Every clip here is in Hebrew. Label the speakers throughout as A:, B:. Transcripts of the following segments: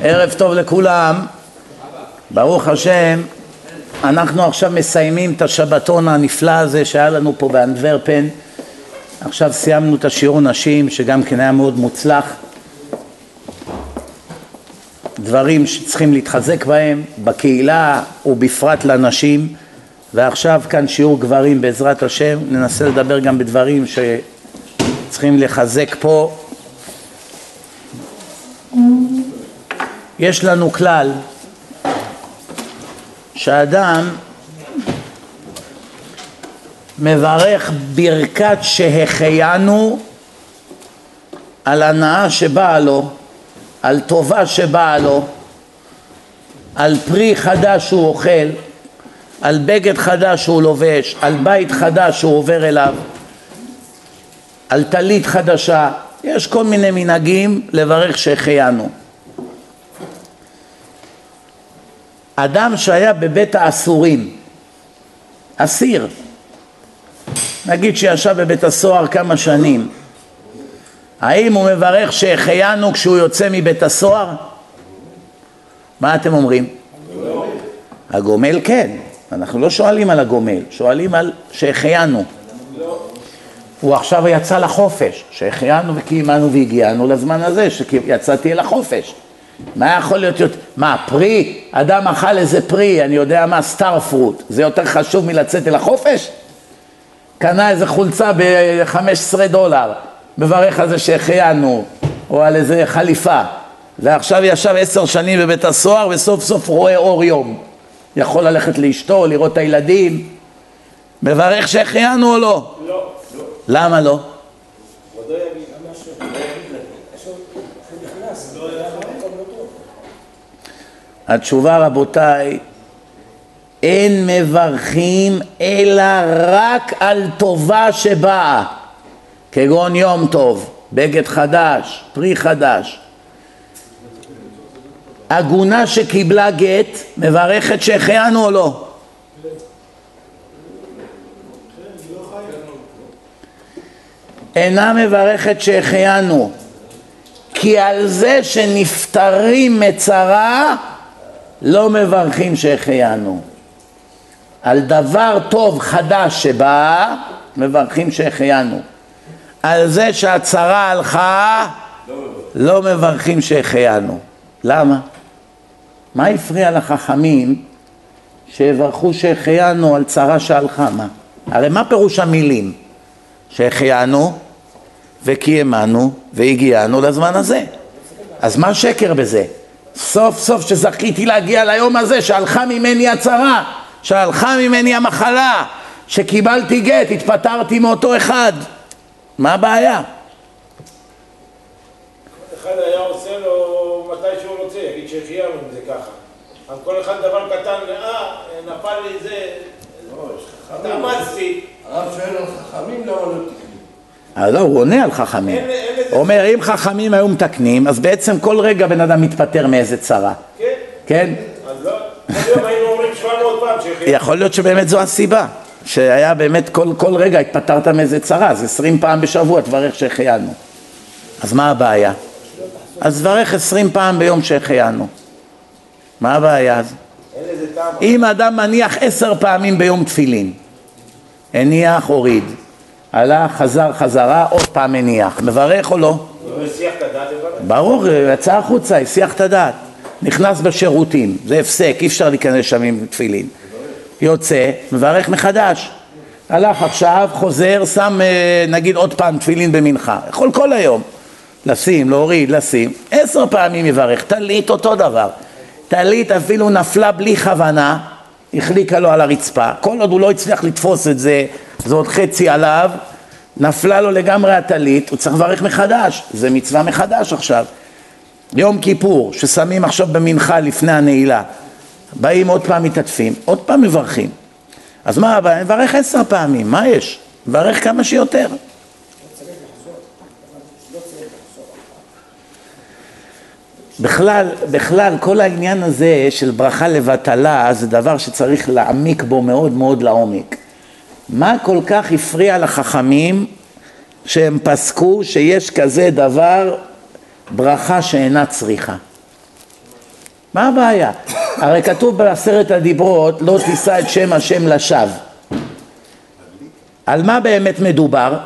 A: ערב טוב לכולם, ברוך השם. אנחנו עכשיו מסיימים את השבתון הנפלא הזה שהיה לנו פה באנטוורפן. עכשיו סיימנו את השיעור נשים שגם כן היה מאוד מוצלח, דברים שצריכים להתחזק בהם בקהילה ובפרט לנשים. ועכשיו כאן שיעור גברים בעזרת השם, ננסה לדבר גם בדברים שצריכים לחזק פה. יש לנו כלל שאדם מברך ברכת שהחיינו על הנאה שבאה לו, על טובה שבאה לו, על פרי חדש שהוא אוכל, על בגד חדש שהוא לובש, על בית חדש שהוא עובר אליו, על טלית חדשה. יש כל מיני מנהגים לברך שהחיינו. אדם שהיה בבית האסורים, אסיר, נגיד שישב בבית הסוהר כמה שנים, האם הוא מברך שהחיינו כשהוא יוצא מבית הסוהר? מה אתם אומרים? הגומל כן, אנחנו לא שואלים על הגומל, שואלים על שהחיינו. הוא עכשיו יצא לחופש, שהחיינו וקיימנו והגיענו לזמן הזה שיצאתי אל החופש. מה יכול להיות יותר? מה, פרי? אדם אכל איזה פרי, אני יודע מה, סטאר פרוט, זה יותר חשוב מלצאת אל החופש? קנה איזה חולצה $15, מברך על זה שהחיינו, או על איזה חליפה, ועכשיו ישב 10 שנים בבית הסוהר וסוף סוף רואה אור יום, יכול ללכת לאשתו, לראות את הילדים, מברך שהחיינו או לא?
B: לא.
A: למה לא? התשובה רבותיי, אין מברכים אלא רק על טובה שבאה, כגון יום טוב, בגד חדש, פרי חדש. עגונה שקיבלה גט מברכת שהחיינו או לא? אינה מברכת שהחיינו, כי על זה שנפטרים מצרה לא מברכים שהחיינו. על דבר טוב חדש שבא מברכים שהחיינו. על זה שהצרה הלכה לא מברכים שהחיינו. למה? מה הפריע לחכמים שיברכו שהחיינו על צרה שהלכה? מה? הרי מה פירוש המילים? שהחיינו וקיימנו והגיענו לזמן הזה. אז מה שקר בזה? סוף סוף שזכיתי להגיע ליום הזה שהלכה ממני הצרה, שהלכה ממני המחלה, שקיבלתי גט, התפטרתי מאותו אחד. מה הבעיה?
B: אחד היה עושה לו מתי שהוא רוצה, יגיד שהחיינו אם זה ככה. על כל אחד דבר קטן, נפל לי זה, תאמצתי.
C: הרב שואל על חכמים למה לא תקנים?
A: לא, הוא עונה על חכמים. הוא אומר, אם חכמים היו מתקנים, אז בעצם כל רגע בן אדם מתפטר מאיזה צרה.
B: כן.
A: כן?
B: אז לא, היום היינו אומרים 700 פעם שהחיינו.
A: יכול להיות שבאמת זו הסיבה, שהיה באמת כל רגע התפטרת מאיזה צרה, אז 20 פעם בשבוע תברך שהחיינו. אז מה הבעיה? אז תברך 20 פעם ביום שהחיינו. מה הבעיה אז?
B: אין איזה טעם.
A: אם אדם מניח 10 פעמים ביום תפילין, הניח, הוריד, הלך, חזר, חזרה, עוד פעם הניח, מברך או לא?
B: הוא הסיח את הדעת לברך?
A: ברור, יצא החוצה, הסיח את הדעת, נכנס בשירותים, זה הפסק, אי אפשר להיכנס שם עם תפילין, יוצא, מברך מחדש, הלך עכשיו, חוזר, שם נגיד עוד פעם תפילין במנחה, יכול כל היום, לשים, להוריד, לשים, 10 פעמים יברך, תלית אותו דבר, תלית אפילו נפלה בלי כוונה, החליקה לו על הרצפה, כל עוד הוא לא הצליח לתפוס את זה, זה עוד חצי עליו, נפלה לו לגמרי הטלית, הוא צריך לברך מחדש, זה מצווה מחדש עכשיו. יום כיפור, ששמים עכשיו במנחה לפני הנעילה, באים עוד פעם מתעטפים, עוד פעם מברכים. אז מה הבא? נברך 10 פעמים, מה יש? נברך כמה שיותר. בכלל כל העניין הזה של ברכה לבטלה זה דבר שצריך להעמיק בו מאוד מאוד לעומק. מה כל כך הפריע לחכמים שהם פסקו שיש כזה דבר ברכה שאינה צריכה? מה הבעיה? הרי כתוב בעשרת הדיברות, לא תישא את שם השם לשווא. על מה באמת מדובר?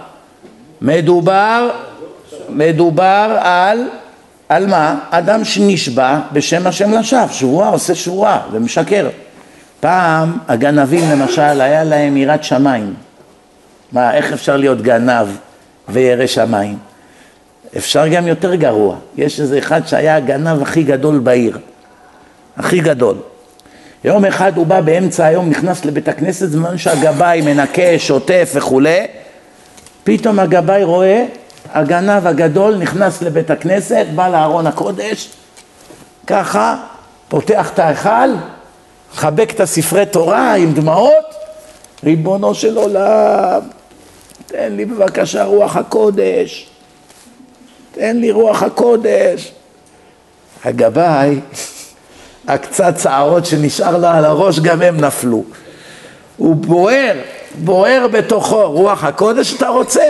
A: מדובר על מה? אדם שנשבע בשם השם לשווא, שבועה, עושה שבועה ומשקר. פעם הגנבים למשל היה להם יראת שמיים. מה, איך אפשר להיות גנב וירא שמיים? אפשר גם יותר גרוע. יש איזה אחד שהיה הגנב הכי גדול בעיר. הכי גדול. יום אחד הוא בא באמצע היום, נכנס לבית הכנסת, זמן שהגבאי מנקה, שוטף וכו'. פתאום הגבאי רואה, הגנב הגדול נכנס לבית הכנסת, בא לארון הקודש, ככה, פותח את ההיכל, חבק את הספרי תורה עם דמעות, ריבונו של עולם, תן לי בבקשה רוח הקודש, תן לי רוח הקודש. הגבאי, הקצת צערות שנשאר לה על הראש, גם הם נפלו. הוא בוער בתוכו, רוח הקודש אתה רוצה?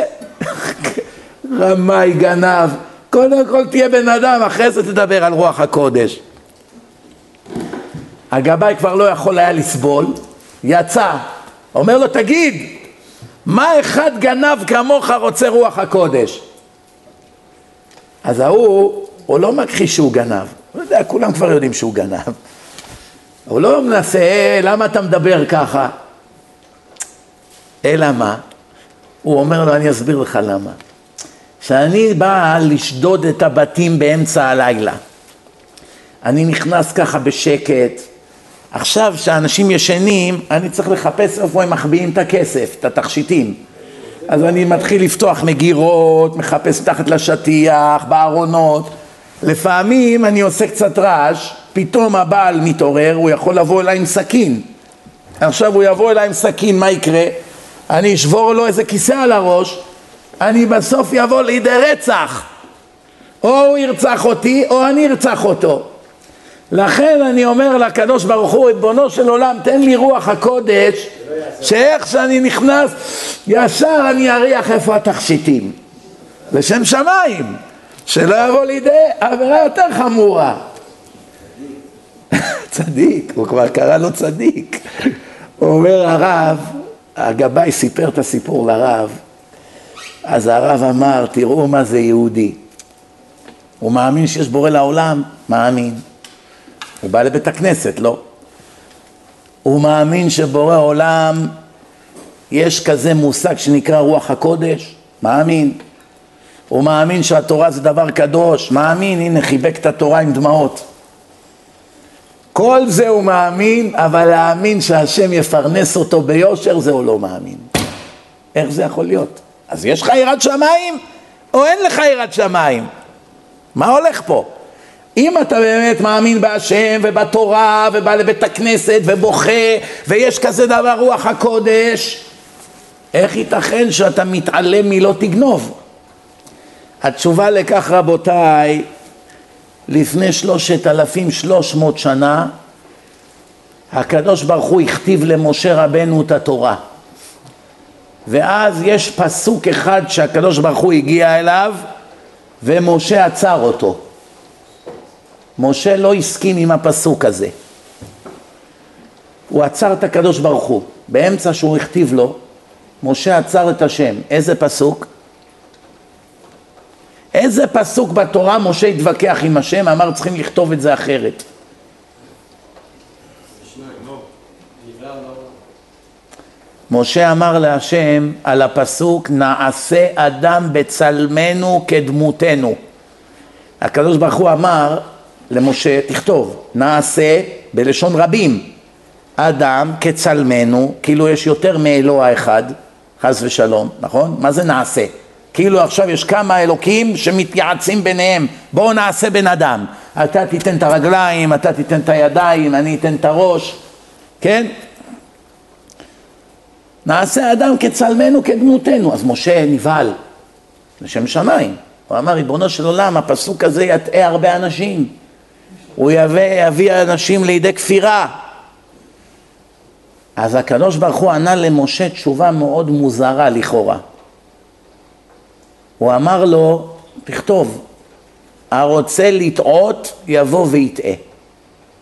A: רמאי גנב, קודם כל תהיה בן אדם, אחרי זה תדבר על רוח הקודש. הגבאי כבר לא יכול היה לסבול, יצא, אומר לו תגיד, מה אחד גנב כמוך רוצה רוח הקודש? אז הוא לא מכחיש שהוא גנב, לא יודע, כולם כבר יודעים שהוא גנב. הוא לא מנסה, למה אתה מדבר ככה? אלא מה? הוא אומר לו, אני אסביר לך למה. שאני בא לשדוד את הבתים באמצע הלילה, אני נכנס ככה בשקט, עכשיו שהאנשים ישנים, אני צריך לחפש איפה הם מחביאים את הכסף, את התכשיטים. אז אני מתחיל לפתוח מגירות, מחפש תחת לשטיח, בארונות. לפעמים אני עושה קצת רעש, פתאום הבעל מתעורר, הוא יכול לבוא אליי עם סכין. עכשיו הוא יבוא אליי עם סכין, מה יקרה? אני אשבור לו איזה כיסא על הראש, אני בסוף יבוא לידי רצח. או הוא ירצח אותי, או אני ארצח אותו. לכן אני אומר לקדוש ברוך הוא, ריבונו של עולם, תן לי רוח הקודש, שאיך שאני נכנס, ישר אני אריח איפה התכשיטים. לשם שמיים, שלא יבוא לידי עבירה יותר חמורה. צדיק, הוא כבר קרא לו צדיק. הוא אומר הרב, הגבאי סיפר את הסיפור לרב, אז הרב אמר, תראו מה זה יהודי. הוא מאמין שיש בורא לעולם? מאמין. הוא בא לבית הכנסת, לא. הוא מאמין שבורא עולם יש כזה מושג שנקרא רוח הקודש? מאמין. הוא מאמין שהתורה זה דבר קדוש? מאמין. הנה חיבק את התורה עם דמעות. כל זה הוא מאמין, אבל להאמין שהשם יפרנס אותו ביושר, זה הוא לא מאמין. איך זה יכול להיות? אז יש לך יראת שמיים או אין לך יראת שמיים? מה הולך פה? אם אתה באמת מאמין בהשם ובתורה ובא לבית הכנסת ובוכה ויש כזה דבר רוח הקודש, איך ייתכן שאתה מתעלם מלא תגנוב? התשובה לכך רבותיי, לפני 3,300 שנה הקדוש ברוך הוא הכתיב למשה רבנו את התורה, ואז יש פסוק אחד שהקדוש ברוך הוא הגיע אליו ומשה עצר אותו. משה לא הסכים עם הפסוק הזה, הוא עצר את הקדוש ברוך הוא באמצע שהוא הכתיב לו. משה עצר את השם. איזה פסוק? איזה פסוק בתורה משה התווכח עם השם, אמר צריכים לכתוב את זה אחרת? משה אמר להשם על הפסוק נעשה אדם בצלמנו כדמותנו. הקדוש ברוך הוא אמר למשה תכתוב נעשה בלשון רבים אדם כצלמנו, כאילו יש יותר מאלוה אחד, חס ושלום, נכון? מה זה נעשה? כאילו עכשיו יש כמה אלוקים שמתייעצים ביניהם, בואו נעשה בן אדם, אתה תיתן את הרגליים, אתה תיתן את הידיים, אני אתן את הראש, כן? נעשה אדם כצלמנו כדמותנו. אז משה נבהל לשם שמיים, הוא אמר ריבונו של עולם, הפסוק הזה יטעה הרבה אנשים, הוא יביא אנשים לידי כפירה. אז הקדוש ברוך הוא ענה למשה תשובה מאוד מוזרה לכאורה. הוא אמר לו תכתוב הרוצה לטעות יבוא ויטעה.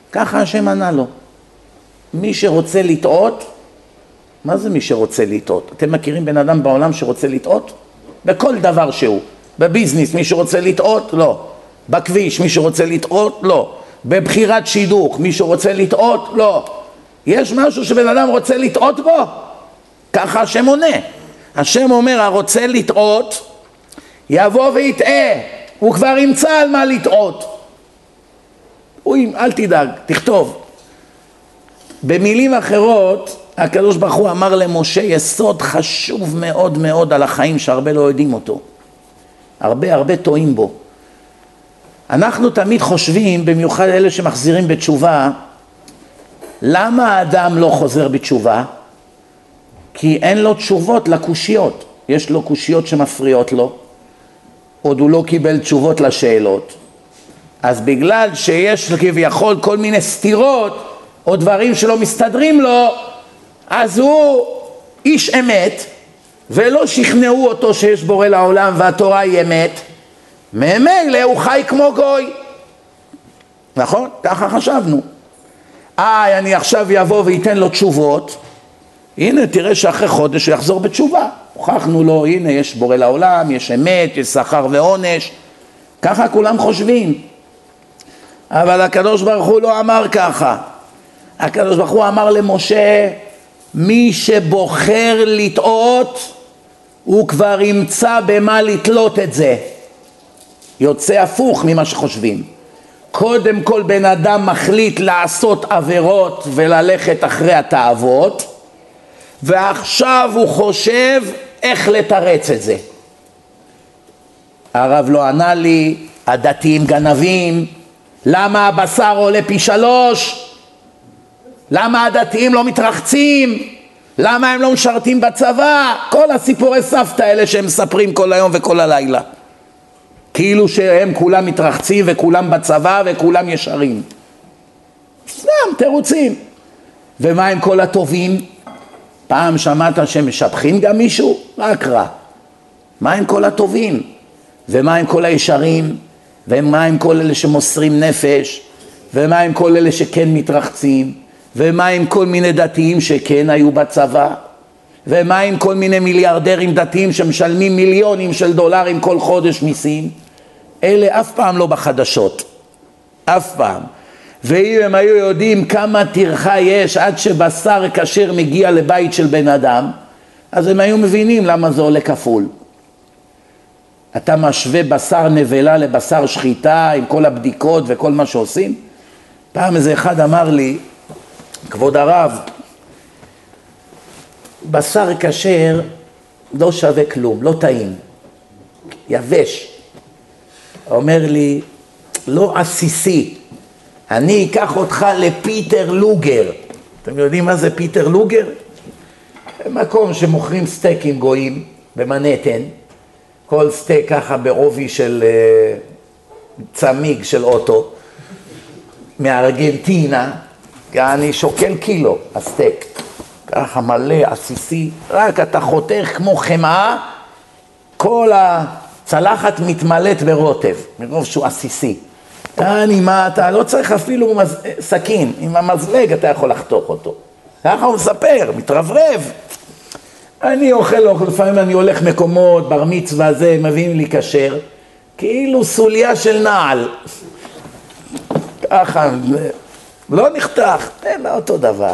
A: ככה השם ענה לו. מי שרוצה לטעות, מה זה מי שרוצה לטעות? אתם מכירים בן אדם בעולם שרוצה לטעות? בכל דבר שהוא. בביזנס מי שרוצה לטעות? לא. בכביש מי שרוצה לטעות? לא. בבחירת שידוך מי שרוצה לטעות? לא. יש משהו שבן אדם רוצה לטעות בו? ככה השם עונה. השם אומר, הרוצה לטעות, יבוא ויטעה. הוא כבר ימצא על מה לטעות. אל תדאג, תכתוב. במילים אחרות, הקדוש ברוך הוא אמר למשה יסוד חשוב מאוד מאוד על החיים שהרבה לא יודעים אותו. הרבה טועים בו. אנחנו תמיד חושבים, במיוחד אלה שמחזירים בתשובה, למה האדם לא חוזר בתשובה? כי אין לו תשובות לקושיות. יש לו קושיות שמפריעות לו, עוד הוא לא קיבל תשובות לשאלות. אז בגלל שיש כביכול כל מיני סתירות או דברים שלא מסתדרים לו, אז הוא איש אמת, ולא שכנעו אותו שיש בורא לעולם והתורה היא אמת, ממילא הוא חי כמו גוי. נכון? ככה חשבנו. אני עכשיו יבוא וייתן לו תשובות, הנה תראה שאחרי חודש הוא יחזור בתשובה. הוכחנו לו, הנה יש בורא לעולם, יש אמת, יש שכר ועונש. ככה כולם חושבים. אבל הקדוש ברוך הוא לא אמר ככה. הקדוש ברוך הוא אמר למשה, מי שבוחר לטעות, הוא כבר ימצא במה לתלות את זה. יוצא הפוך ממה שחושבים. קודם כל בן אדם מחליט לעשות עבירות וללכת אחרי התאוות, ועכשיו הוא חושב איך לתרץ את זה. הרב לא ענה לי, הדתיים גנבים, למה הבשר עולה פי 3? למה הדתיים לא מתרחצים? למה הם לא משרתים בצבא? כל הסיפורי סבתא האלה שהם מספרים כל היום וכל הלילה. כאילו שהם כולם מתרחצים וכולם בצבא וכולם ישרים. סתם, תירוצים. ומה עם כל הטובים? פעם שמעת שמשבחים גם מישהו? רק רע. מה עם כל הטובים? ומה עם כל הישרים? ומה עם כל אלה שמוסרים נפש? ומה עם כל אלה שכן מתרחצים? ומה עם כל מיני דתיים שכן היו בצבא? ומה עם כל מיני מיליארדרים דתיים שמשלמים מיליונים של דולרים כל חודש מיסים? אלה אף פעם לא בחדשות. אף פעם. ואם הם היו יודעים כמה טרחה יש עד שבשר כשר מגיע לבית של בן אדם, אז הם היו מבינים למה זה עולה כפול. אתה משווה בשר נבלה לבשר שחיטה עם כל הבדיקות וכל מה שעושים? פעם איזה אחד אמר לי, כבוד הרב, בשר כשר לא שווה כלום, לא טעים, יבש. אומר לי, לא עסיסי, אני אקח אותך לפיטר לוגר. אתם יודעים מה זה פיטר לוגר? מקום שמוכרים סטייקים גויים במנהטן, כל סטייק ככה בעובי של צמיג של אוטו, מארגנטינה, אני שוקל קילו הסטייק, ככה מלא, עסיסי, רק אתה חותך כמו חמאה, כל הצלחת מתמלאת ברוטב, מרוב שהוא עסיסי. מה אתה לא צריך אפילו סכין, עם המזלג אתה יכול לחתוך אותו. ככה הוא מספר, מתרברב. אני אוכל, לפעמים אני הולך מקומות, בר מצווה הזה, מביאים לי כשר, כאילו סוליה של נעל. ככה, לא נחתך, אין לה אותו דבר.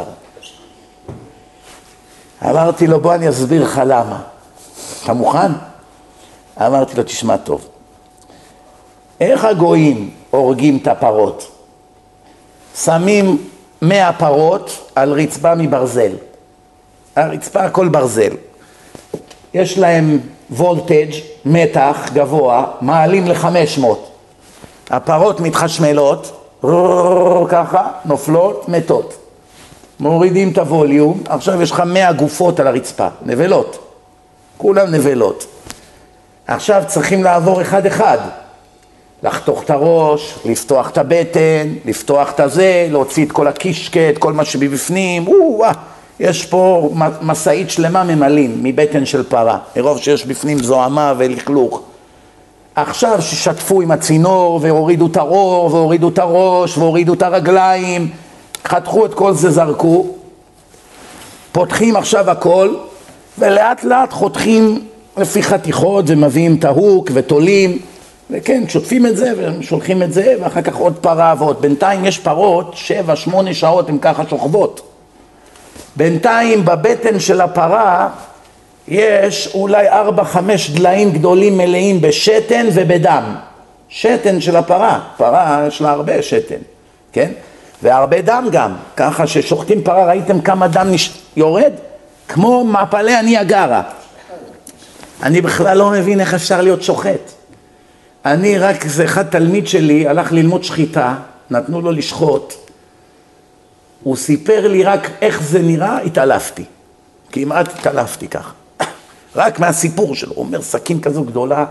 A: אמרתי לו, בוא אני אסביר לך למה. אתה מוכן? אמרתי לו, תשמע טוב. איך הגויים הורגים את הפרות? שמים 100 פרות על רצפה מברזל. הרצפה הכל ברזל. יש להם וולטג', מתח גבוה, מעלים ל-500. הפרות מתחשמלות, ככה, נופלות, מתות. מורידים את הווליום, עכשיו יש לך 100 גופות על הרצפה, נבלות. כולם נבלות. עכשיו צריכים לעבור אחד אחד. לחתוך את הראש, לפתוח את הבטן, לפתוח את הזה, להוציא את כל הקישקט, כל מה שבפנים, יש פה מסעית שלמה ממלאים מבטן של פרה, מרוב שיש בפנים זוהמה ולכלוך. עכשיו ששטפו עם הצינור והורידו את האור והורידו את הראש והורידו את הרגליים, חתכו את כל זה, זרקו, פותחים עכשיו הכל ולאט לאט חותכים לפי חתיכות ומביאים תהוק ותולים, וכן, שוטפים את זה ושולחים את זה, ואחר כך עוד פרה ועוד. בינתיים יש פרות 7-8 שעות הן ככה שוכבות. בינתיים בבטן של הפרה יש אולי 4-5 דליים גדולים מלאים בשתן ובדם. שתן של הפרה, פרה יש לה הרבה שתן, כן? והרבה דם גם, ככה ששוחטים פרה, ראיתם כמה דם יורד? כמו מפלי הניאגרה. אני בכלל לא מבין איך אפשר להיות שוחט. אני רק, זה אחד תלמיד שלי, הלך ללמוד שחיטה, נתנו לו לשחוט, הוא סיפר לי רק איך זה נראה, התעלפתי. כמעט התעלפתי ככה. רק מהסיפור שלו, הוא אומר, סכין כזו גדולה,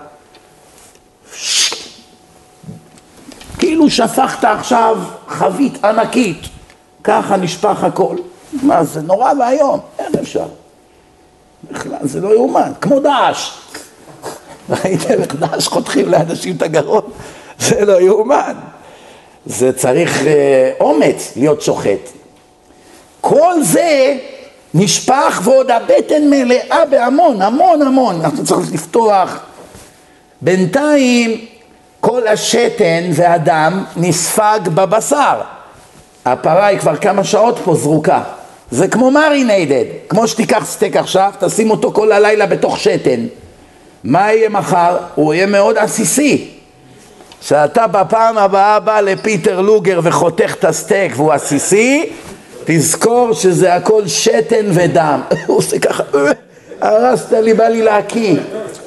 A: כאילו שפכת עכשיו חבית ענקית, ככה נשפך הכל. מה, זה נורא והיום, איך אפשר? בכלל, זה לא יאומן, כמו דאעש. ראיתם איך דאעש חותכים לאנשים את הגרון? זה לא יאומן. זה צריך אומץ להיות שוחט. כל זה נשפך ועוד הבטן מלאה בהמון, המון המון. אנחנו צריכים לפתוח. בינתיים כל השתן והדם נספג בבשר. הפרה היא כבר כמה שעות פה זרוקה. זה כמו מרינדד, כמו שתיקח סטייק עכשיו, תשים אותו כל הלילה בתוך שתן. מה יהיה מחר? הוא יהיה מאוד עסיסי. שאתה בפעם הבאה בא לפיטר לוגר וחותך את הסטייק והוא עסיסי, תזכור שזה הכל שתן ודם. הוא עושה ככה, הרסת לי, בא לי להקיא.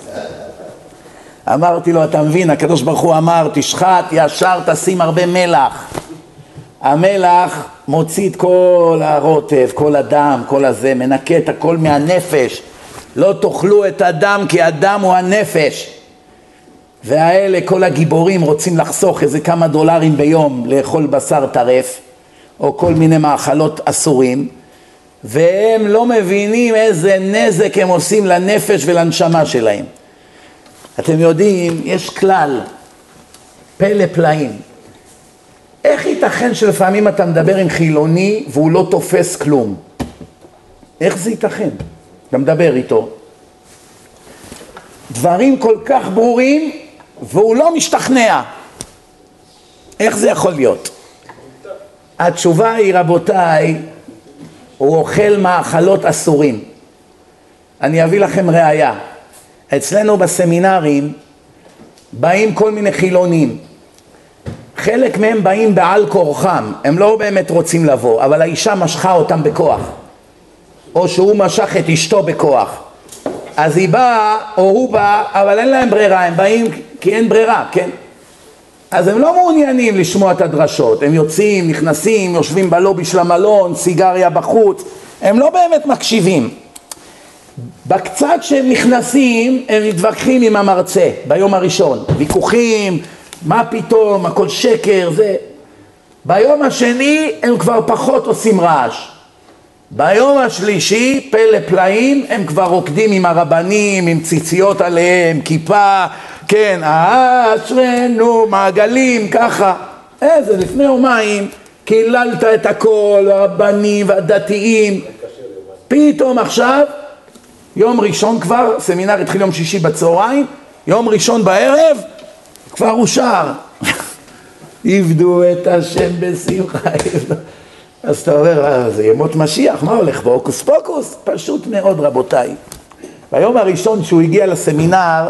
A: אמרתי לו, אתה מבין, הקדוש ברוך הוא אמר, תשחט, ישר תשים הרבה מלח. המלח מוציא את כל הרוטב, כל הדם, כל הזה, מנקה את הכל מהנפש. לא תאכלו את הדם כי הדם הוא הנפש. והאלה, כל הגיבורים רוצים לחסוך איזה כמה דולרים ביום לאכול בשר טרף, או כל מיני מאכלות אסורים, והם לא מבינים איזה נזק הם עושים לנפש ולנשמה שלהם. אתם יודעים, יש כלל, פלא פלאים. איך ייתכן שלפעמים אתה מדבר עם חילוני והוא לא תופס כלום? איך זה ייתכן? אתה מדבר איתו. דברים כל כך ברורים והוא לא משתכנע. איך זה יכול להיות? התשובה היא, רבותיי, הוא אוכל מאכלות אסורים. אני אביא לכם ראיה. אצלנו בסמינרים באים כל מיני חילונים. חלק מהם באים בעל כורחם, הם לא באמת רוצים לבוא, אבל האישה משכה אותם בכוח. או שהוא משך את אשתו בכוח. אז היא באה או הוא בא, אבל אין להם ברירה, הם באים כי אין ברירה, כן? אז הם לא מעוניינים לשמוע את הדרשות, הם יוצאים, נכנסים, יושבים בלובי של המלון, סיגריה בחוץ, הם לא באמת מקשיבים. בקצת שהם נכנסים, הם מתווכחים עם המרצה ביום הראשון, ויכוחים, מה פתאום, הכל שקר, זה. ביום השני הם כבר פחות עושים רעש. ביום השלישי, פלא פלאים, הם כבר רוקדים עם הרבנים, עם ציציות עליהם, כיפה, כן, אשרנו, מעגלים, ככה. איזה, לפני יומיים, קיללת את הכל, הרבנים והדתיים. פתאום עכשיו, יום ראשון כבר, סמינר התחיל יום שישי בצהריים, יום ראשון בערב, כבר הוא שר. עבדו את השם בשמחה. אז אתה אומר, זה ימות משיח, מה הולך בו? הוקוס פוקוס? פשוט מאוד, רבותיי. ביום הראשון שהוא הגיע לסמינר,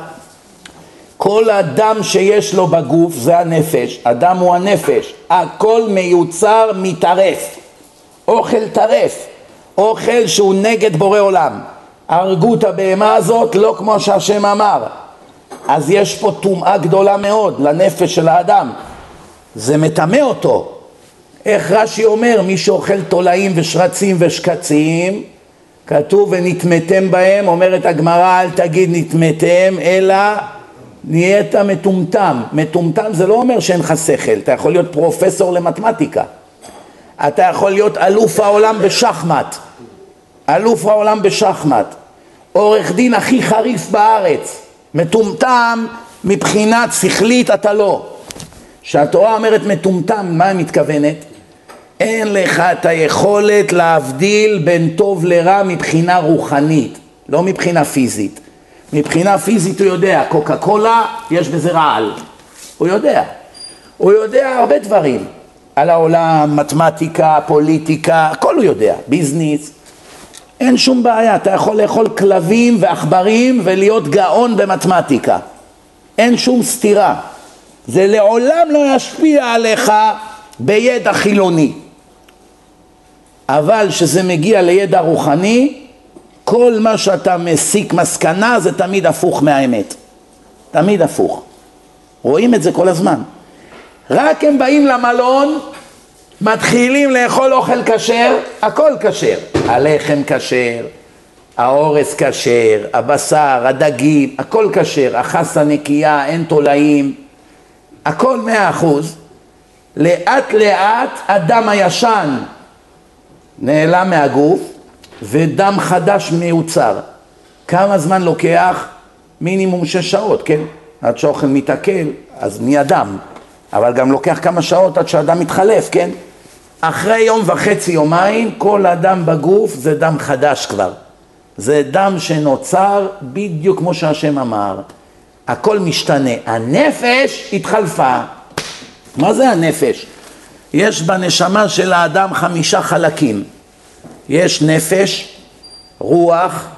A: כל הדם שיש לו בגוף זה הנפש, הדם הוא הנפש, הכל מיוצר מטרף, אוכל טרף, אוכל שהוא נגד בורא עולם. הרגו את הבהמה הזאת לא כמו שהשם אמר. אז יש פה טומאה גדולה מאוד לנפש של האדם, זה מטמא אותו. איך רש"י אומר, מי שאוכל תולעים ושרצים ושקצים, כתוב ונתמתם בהם, אומרת הגמרא, אל תגיד נתמתם, אלא נהיית מטומטם. מטומטם זה לא אומר שאין לך שכל, אתה יכול להיות פרופסור למתמטיקה, אתה יכול להיות אלוף העולם בשחמט, אלוף העולם בשחמט, עורך דין הכי חריף בארץ, מטומטם מבחינה שכלית אתה לא. כשהתורה אומרת מטומטם, מה היא מתכוונת? אין לך את היכולת להבדיל בין טוב לרע מבחינה רוחנית, לא מבחינה פיזית. מבחינה פיזית הוא יודע, קוקה קולה יש בזה רעל, הוא יודע הרבה דברים על העולם, מתמטיקה, פוליטיקה, הכל הוא יודע, ביזנס. אין שום בעיה, אתה יכול לאכול כלבים ועכברים ולהיות גאון במתמטיקה, אין שום סתירה. זה לעולם לא ישפיע עליך בידע חילוני, אבל שזה מגיע לידע רוחני, כל מה שאתה מסיק מסקנה זה תמיד הפוך מהאמת, תמיד הפוך. רואים את זה כל הזמן. רק הם באים למלון, מתחילים לאכול אוכל כשר, הכל כשר, הלחם כשר, האורס כשר, הבשר, הדגים, הכל כשר, החסה נקייה, אין תולעים, הכל 100%. לאט לאט הדם הישן נעלם מהגוף ודם חדש מיוצר. כמה זמן לוקח? מינימום 6 שעות, כן? עד שהאוכל מתעכל, אז נהיה דם. אבל גם לוקח כמה שעות עד שהדם מתחלף, כן? אחרי יום וחצי, יומיים, כל הדם בגוף זה דם חדש כבר. זה דם שנוצר בדיוק כמו שהשם אמר. הכל משתנה. הנפש התחלפה. מה זה הנפש? יש בנשמה של האדם 5 חלקים. יש נפש, רוח,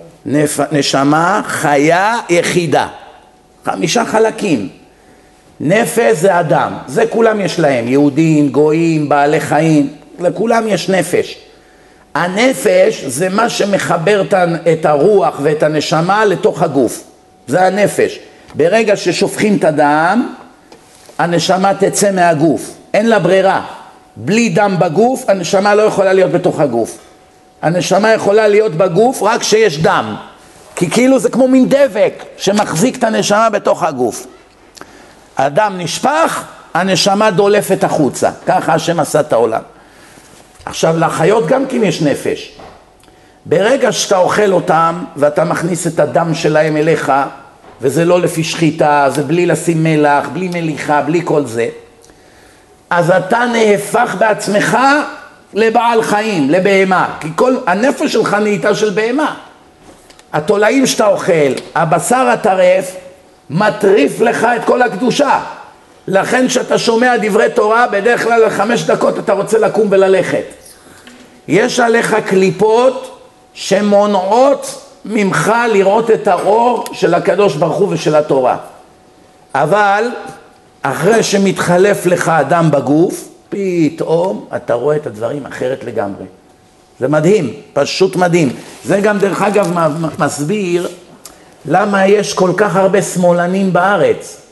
A: נשמה, חיה, יחידה. 5 חלקים. נפש זה אדם, זה כולם יש להם, יהודים, גויים, בעלי חיים, לכולם יש נפש. הנפש זה מה שמחבר את הרוח ואת הנשמה לתוך הגוף, זה הנפש. ברגע ששופכים את הדם, הנשמה תצא מהגוף, אין לה ברירה. בלי דם בגוף, הנשמה לא יכולה להיות בתוך הגוף. הנשמה יכולה להיות בגוף רק כשיש דם, כי כאילו זה כמו מין דבק שמחזיק את הנשמה בתוך הגוף. הדם נשפך, הנשמה דולפת החוצה, ככה השם עשה את העולם. עכשיו לחיות גם כן יש נפש. ברגע שאתה אוכל אותם ואתה מכניס את הדם שלהם אליך, וזה לא לפי שחיטה, זה בלי לשים מלח, בלי מליחה, בלי כל זה, אז אתה נהפך בעצמך לבעל חיים, לבהמה, כי כל הנפש שלך נהייתה של בהמה. התולעים שאתה אוכל, הבשר הטרף, מטריף לך את כל הקדושה. לכן שאתה שומע דברי תורה, בדרך כלל 5 דקות אתה רוצה לקום וללכת. יש עליך קליפות שמונעות ממך לראות את האור של הקדוש ברוך הוא ושל התורה. אבל אחרי שמתחלף לך אדם בגוף, פתאום אתה רואה את הדברים אחרת לגמרי. זה מדהים, פשוט מדהים. זה גם דרך אגב מסביר למה יש כל כך הרבה שמאלנים בארץ.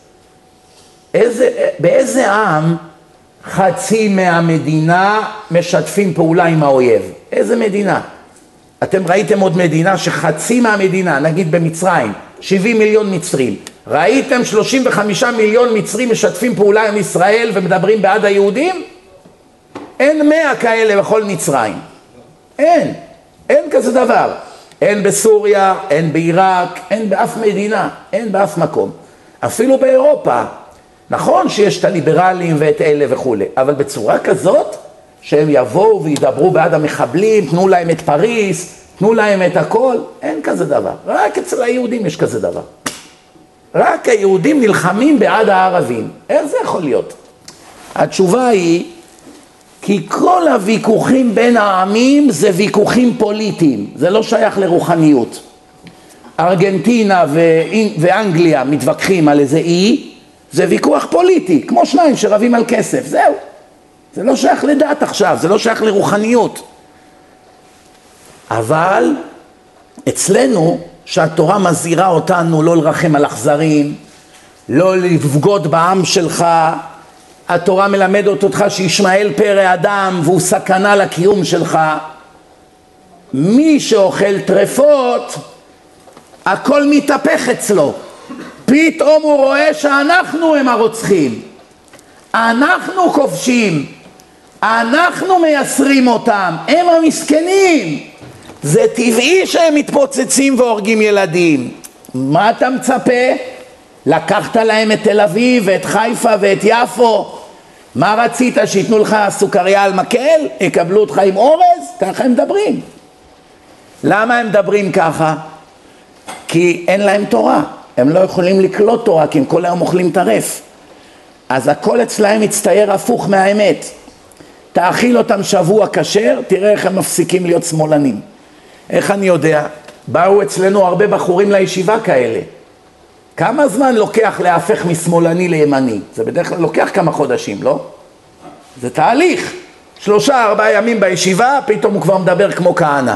A: באיזה עם חצי מהמדינה משתפים פעולה עם האויב? איזה מדינה? אתם ראיתם עוד מדינה שחצי מהמדינה, נגיד במצרים, 70 מיליון מצרים, ראיתם 35 מיליון מצרים משתפים פעולה עם ישראל ומדברים בעד היהודים? אין 100 כאלה בכל מצרים. אין כזה דבר. אין בסוריה, אין בעיראק, אין באף מדינה, אין באף מקום. אפילו באירופה. נכון שיש את הליברלים ואת אלה וכו', אבל בצורה כזאת שהם יבואו וידברו בעד המחבלים, תנו להם את פריס, תנו להם את הכל, אין כזה דבר. רק אצל היהודים יש כזה דבר. רק היהודים נלחמים בעד הערבים. איך זה יכול להיות? התשובה היא, כי כל הוויכוחים בין העמים זה ויכוחים פוליטיים, זה לא שייך לרוחניות. ארגנטינה ואנגליה מתווכחים על איזה אי, זה ויכוח פוליטי, כמו 2 שרבים על כסף, זהו. זה לא שייך לדת עכשיו, זה לא שייך לרוחניות. אבל אצלנו, שהתורה מזהירה אותנו לא לרחם על אכזרים, לא לבגוד בעם שלך, התורה מלמדת אותך שישמעאל פרא אדם והוא סכנה לקיום שלך. מי שאוכל טרפות, הכל מתהפך אצלו. פתאום הוא רואה שאנחנו הם הרוצחים. אנחנו כובשים. אנחנו מייסרים אותם. הם המסכנים. זה טבעי שהם מתפוצצים והורגים ילדים. מה אתה מצפה? לקחת להם את תל אביב ואת חיפה ואת יפו. מה רצית, שיתנו לך סוכריה על מקל? יקבלו אותך עם אורז? ככה הם מדברים. למה הם מדברים ככה? כי אין להם תורה, הם לא יכולים לקלוט תורה, כי הם כל היום אוכלים טרף. אז הכל אצלהם מצטייר הפוך מהאמת. תאכיל אותם שבוע כשר, תראה איך הם מפסיקים להיות שמאלנים. איך אני יודע? באו אצלנו הרבה בחורים לישיבה כאלה. כמה זמן לוקח להפך משמאלני לימני? זה בדרך כלל לוקח כמה חודשים, לא? זה תהליך. 3-4 ימים בישיבה, פתאום הוא כבר מדבר כמו כהנא.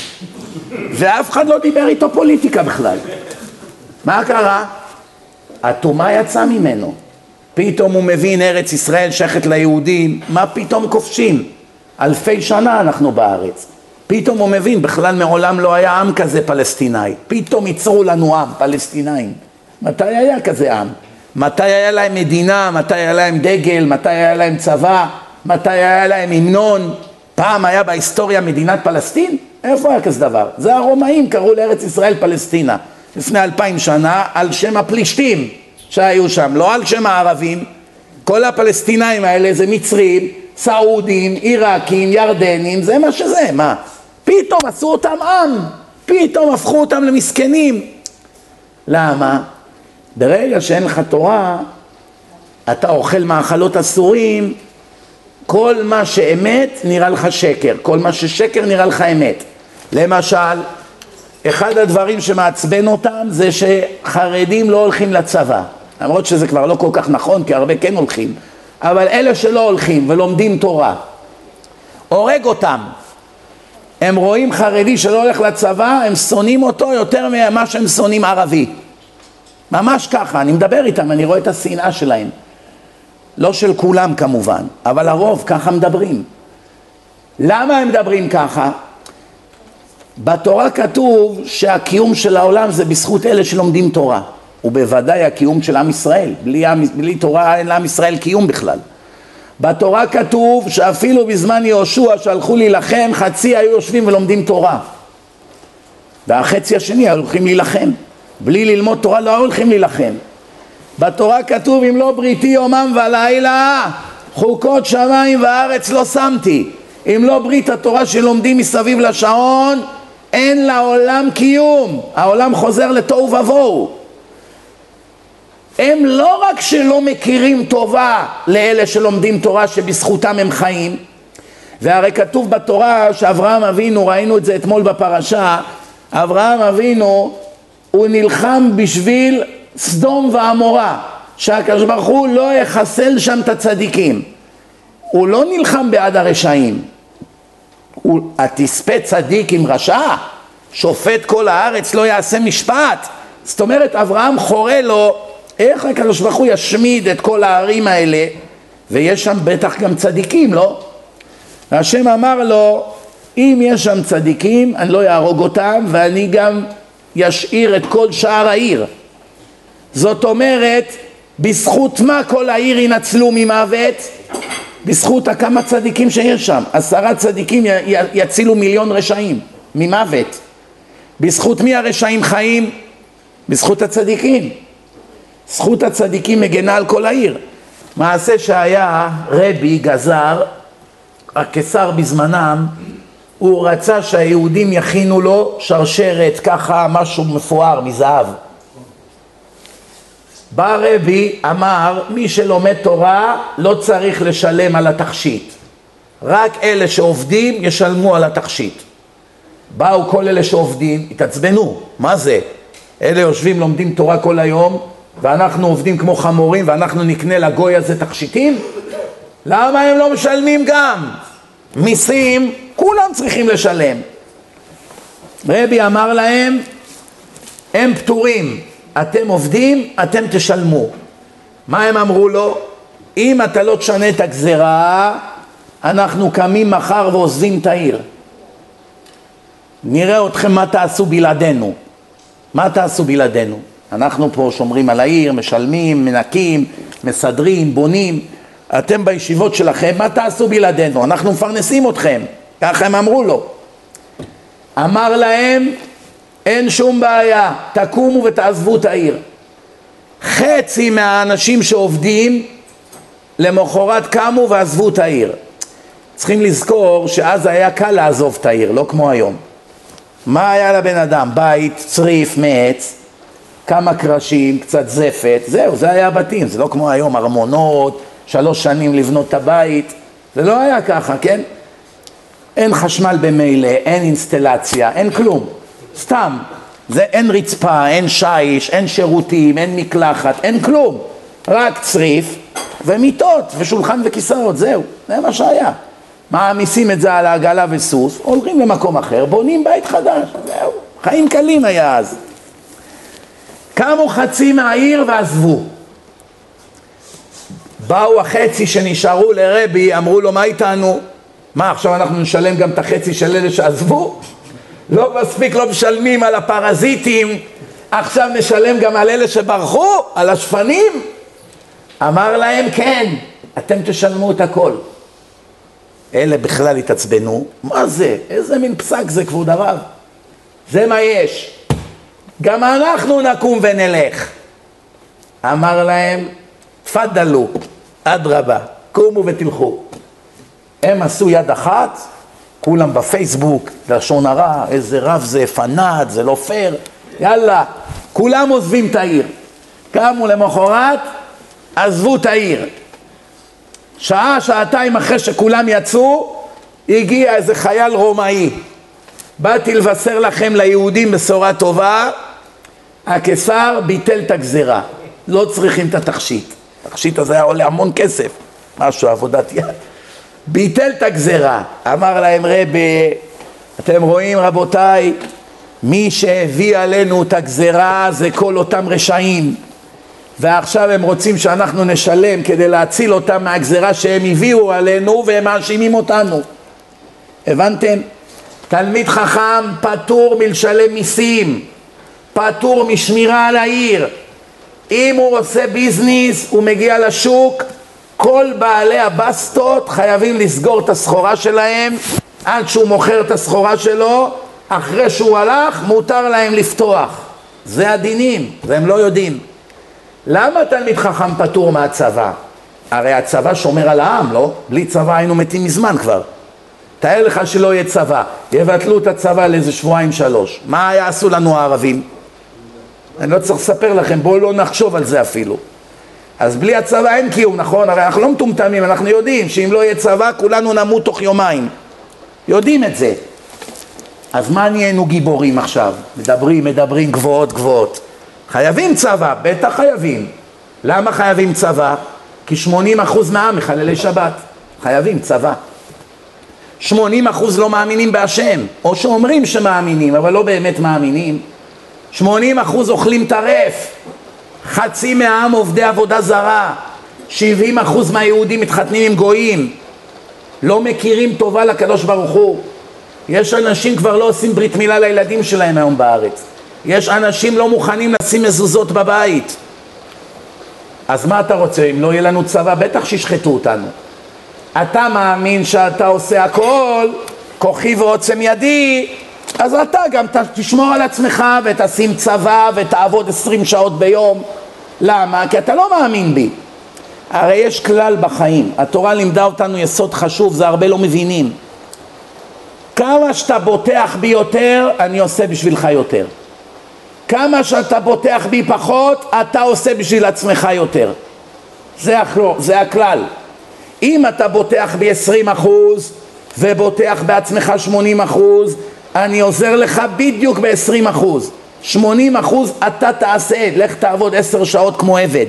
A: ואף אחד לא דיבר איתו פוליטיקה בכלל. מה קרה? התומה יצא ממנו. פתאום הוא מבין ארץ ישראל שייכת ליהודים. מה פתאום כובשים? 2000 שנה אנחנו בארץ. פתאום הוא מבין, בכלל מעולם לא היה עם כזה פלסטיני. פתאום ייצרו לנו עם, פלסטינאים. מתי היה כזה עם? מתי היה להם מדינה? מתי היה להם דגל? מתי היה להם צבא? מתי היה להם המנון? פעם היה בהיסטוריה מדינת פלסטין? איפה היה כזה דבר? זה הרומאים קראו לארץ ישראל פלסטינה. לפני 2000 שנה על שם הפלישתים שהיו שם, לא על שם הערבים. כל הפלסטינאים האלה זה מצרים, סעודים, עיראקים, ירדנים, זה מה שזה, מה? פתאום עשו אותם עם, פתאום הפכו אותם למסכנים. למה? ברגע שאין לך תורה, אתה אוכל מאכלות אסורים, כל מה שאמת נראה לך שקר, כל מה ששקר נראה לך אמת. למשל, אחד הדברים שמעצבן אותם זה שחרדים לא הולכים לצבא. למרות שזה כבר לא כל כך נכון, כי הרבה כן הולכים. אבל אלה שלא הולכים ולומדים תורה, הורג אותם. הם רואים חרדי שלא הולך לצבא, הם שונאים אותו יותר ממה שהם שונאים ערבי. ממש ככה, אני מדבר איתם, אני רואה את השנאה שלהם. לא של כולם כמובן, אבל הרוב ככה מדברים. למה הם מדברים ככה? בתורה כתוב שהקיום של העולם זה בזכות אלה שלומדים תורה. ובוודאי הקיום של עם ישראל. בלי תורה אין לעם ישראל קיום בכלל. בתורה כתוב שאפילו בזמן יהושע שהלכו להילחם, חצי היו יושבים ולומדים תורה. והחצי השני הולכים להילחם. בלי ללמוד תורה לא הולכים להילחם. בתורה כתוב אם לא בריתי יומם ולילה, חוקות שמיים וארץ לא שמתי. אם לא ברית התורה שלומדים מסביב לשעון, אין לעולם קיום. העולם חוזר לתוהו ובוהו. הם לא רק שלא מכירים טובה לאלה שלומדים תורה שבזכותם הם חיים, והרי כתוב בתורה שאברהם אבינו, ראינו את זה אתמול בפרשה, אברהם אבינו הוא נלחם בשביל סדום ועמורה, שהקדוש ברוך הוא לא יחסל שם את הצדיקים. הוא לא נלחם בעד הרשעים. התספה צדיק עם רשע, שופט כל הארץ לא יעשה משפט. זאת אומרת אברהם חורה לו איך הקדוש ברוך הוא ישמיד את כל הערים האלה, ויש שם בטח גם צדיקים, לא? והשם אמר לו, אם יש שם צדיקים אני לא יהרוג אותם, ואני גם ישאיר את כל שאר העיר. זאת אומרת, בזכות מה כל העיר ינצלו ממוות? בזכות כמה צדיקים שיש שם. 10 צדיקים יצילו 1,000,000 רשעים ממוות. בזכות מי הרשעים חיים? בזכות הצדיקים. זכות הצדיקים מגנה על כל העיר. מעשה שהיה רבי גזר, הקיסר בזמנם, הוא רצה שהיהודים יכינו לו שרשרת, ככה משהו מפואר מזהב. בא רבי אמר, מי שלומד תורה לא צריך לשלם על התכשיט. רק אלה שעובדים ישלמו על התכשיט. באו כל אלה שעובדים, התעצבנו, מה זה? אלה יושבים לומדים תורה כל היום, ואנחנו עובדים כמו חמורים, ואנחנו נקנה לגוי הזה תכשיטים? למה הם לא משלמים גם? מיסים, כולם צריכים לשלם. רבי אמר להם, הם פטורים, אתם עובדים, אתם תשלמו. מה הם אמרו לו? אם אתה לא תשנה את הגזרה, אנחנו קמים מחר ועוזבים את העיר. נראה אתכם מה תעשו בלעדינו. מה תעשו בלעדינו? אנחנו פה שומרים על העיר, משלמים, מנקים, מסדרים, בונים. אתם בישיבות שלכם, מה תעשו בלעדינו? אנחנו מפרנסים אתכם. ככה הם אמרו לו. אמר להם, אין שום בעיה, תקומו ותעזבו את העיר. חצי מהאנשים שעובדים למחרת קמו ועזבו את העיר. צריכים לזכור שאז היה קל לעזוב את העיר, לא כמו היום. מה היה לבן אדם? בית, צריף, מעץ, כמה קרשים, קצת זפת, זהו, זה היה הבתים. זה לא כמו היום, ארמונות, 3 שנים לבנות את הבית, זה לא היה ככה, כן? אין חשמל במילא, אין אינסטלציה, אין כלום, סתם. זה אין רצפה, אין שיש, אין שירותים, אין מקלחת, אין כלום. רק צריף ומיטות ושולחן וכיסאות, זהו, זה מה שהיה. מעמיסים את זה על העגלה וסוס, הולכים למקום אחר, בונים בית חדש, זהו. חיים קלים היה אז. קמו חצי מהעיר ועזבו. באו החצי שנשארו לרבי, אמרו לו, מה איתנו? מה, עכשיו אנחנו נשלם גם את החצי של אלה שעזבו? לא מספיק, לא משלמים על הפרזיטים, עכשיו נשלם גם על אלה שברחו, על השפנים? אמר להם, כן, אתם תשלמו את הכל. אלה בכלל התעצבנו, מה זה? איזה מין פסק זה, כבוד הרב? זה מה יש. גם אנחנו נקום ונלך. אמר להם, תפדלו, אדרבה, קומו ותלכו. הם עשו יד אחת, כולם בפייסבוק, לשון הרע, איזה רב זה, פנאט, זה לא פייר, יאללה, כולם עוזבים את העיר. קמו למחרת, עזבו את העיר. שעה, שעתיים אחרי שכולם יצאו, הגיע איזה חייל רומאי. באתי לבשר לכם ליהודים בשורה טובה, הקיסר ביטל את הגזירה. לא צריכים את התכשיט. התכשיט הזה היה עולה המון כסף, משהו, עבודת יד. ביטל את הגזירה. אמר להם, רבי, אתם רואים רבותיי, מי שהביא עלינו את הגזירה זה כל אותם רשעים. ועכשיו הם רוצים שאנחנו נשלם כדי להציל אותם מהגזירה שהם הביאו עלינו והם מאשימים אותנו. הבנתם? תלמיד חכם פטור מלשלם מיסים, פטור משמירה על העיר. אם הוא עושה ביזניס, הוא מגיע לשוק, כל בעלי הבסטות חייבים לסגור את הסחורה שלהם עד שהוא מוכר את הסחורה שלו. אחרי שהוא הלך מותר להם לפתוח. זה הדינים, והם לא יודעים. למה תלמיד חכם פטור מהצבא? הרי הצבא שומר על העם, לא? בלי צבא היינו מתים מזמן כבר. תאר לך שלא יהיה צבא, יבטלו את הצבא לאיזה 2-3 שבועות. מה יעשו לנו הערבים? אני לא צריך לספר לכם, בואו לא נחשוב על זה אפילו. אז בלי הצבא אין קיום, נכון? הרי אנחנו לא מטומטמים, אנחנו יודעים שאם לא יהיה צבא כולנו נמות תוך יומיים. יודעים את זה. אז מה נהיינו גיבורים עכשיו? מדברים גבוהות. חייבים צבא, בטח חייבים. למה חייבים צבא? כי 80% מהעם מחללי שבת. חייבים צבא. 80% לא מאמינים בהשם, או שאומרים שמאמינים, אבל לא באמת מאמינים. 80% אוכלים טרף. חצי מהעם עובדי עבודה זרה. 70% מהיהודים מתחתנים עם גויים. לא מכירים טובה לקדוש ברוך הוא. יש אנשים כבר לא עושים ברית מילה לילדים שלהם היום בארץ. יש אנשים לא מוכנים לשים מזוזות בבית. אז מה אתה רוצה? אם לא יהיה לנו צבא, בטח שישחטו אותנו. אתה מאמין שאתה עושה הכל, כוחי ועוצם ידי, אז אתה גם תשמור על עצמך ותשים צבא ותעבוד 20 שעות ביום. למה? כי אתה לא מאמין בי. הרי יש כלל בחיים, התורה לימדה אותנו יסוד חשוב, זה הרבה לא מבינים. כמה שאתה בוטח בי יותר, אני עושה בשבילך יותר. כמה שאתה בוטח בי פחות, אתה עושה בשביל עצמך יותר. זה הכלל. אם אתה בוטח בי 20% ובוטח בעצמך 80%, אני עוזר לך בדיוק ב-20%. 80% אתה תעשה, לך תעבוד 10 שעות כמו עבד.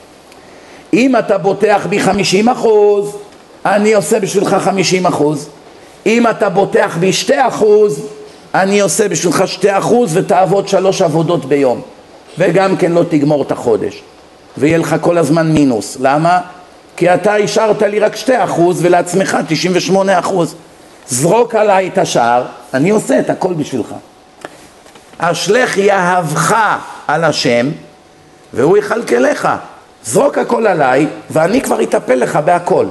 A: אם אתה בוטח בי 50%, אני עושה בשבילך 50%. אם אתה בוטח בי 2%, אני עושה בשבילך 2% ותעבוד 3 עבודות ביום. וגם כן לא תגמור את החודש. ויהיה לך כל הזמן מינוס. למה? כי אתה השארת לי רק 2% ולעצמך 98%. זרוק עליי את השאר, אני עושה את הכל בשבילך. אשלך יהבך על השם והוא יחלקלך. זרוק הכל עליי ואני כבר אטפל לך בהכל.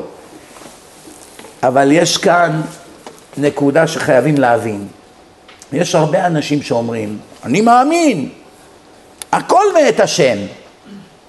A: אבל יש כאן נקודה שחייבים להבין. יש הרבה אנשים שאומרים, אני מאמין, הכל מאת השם.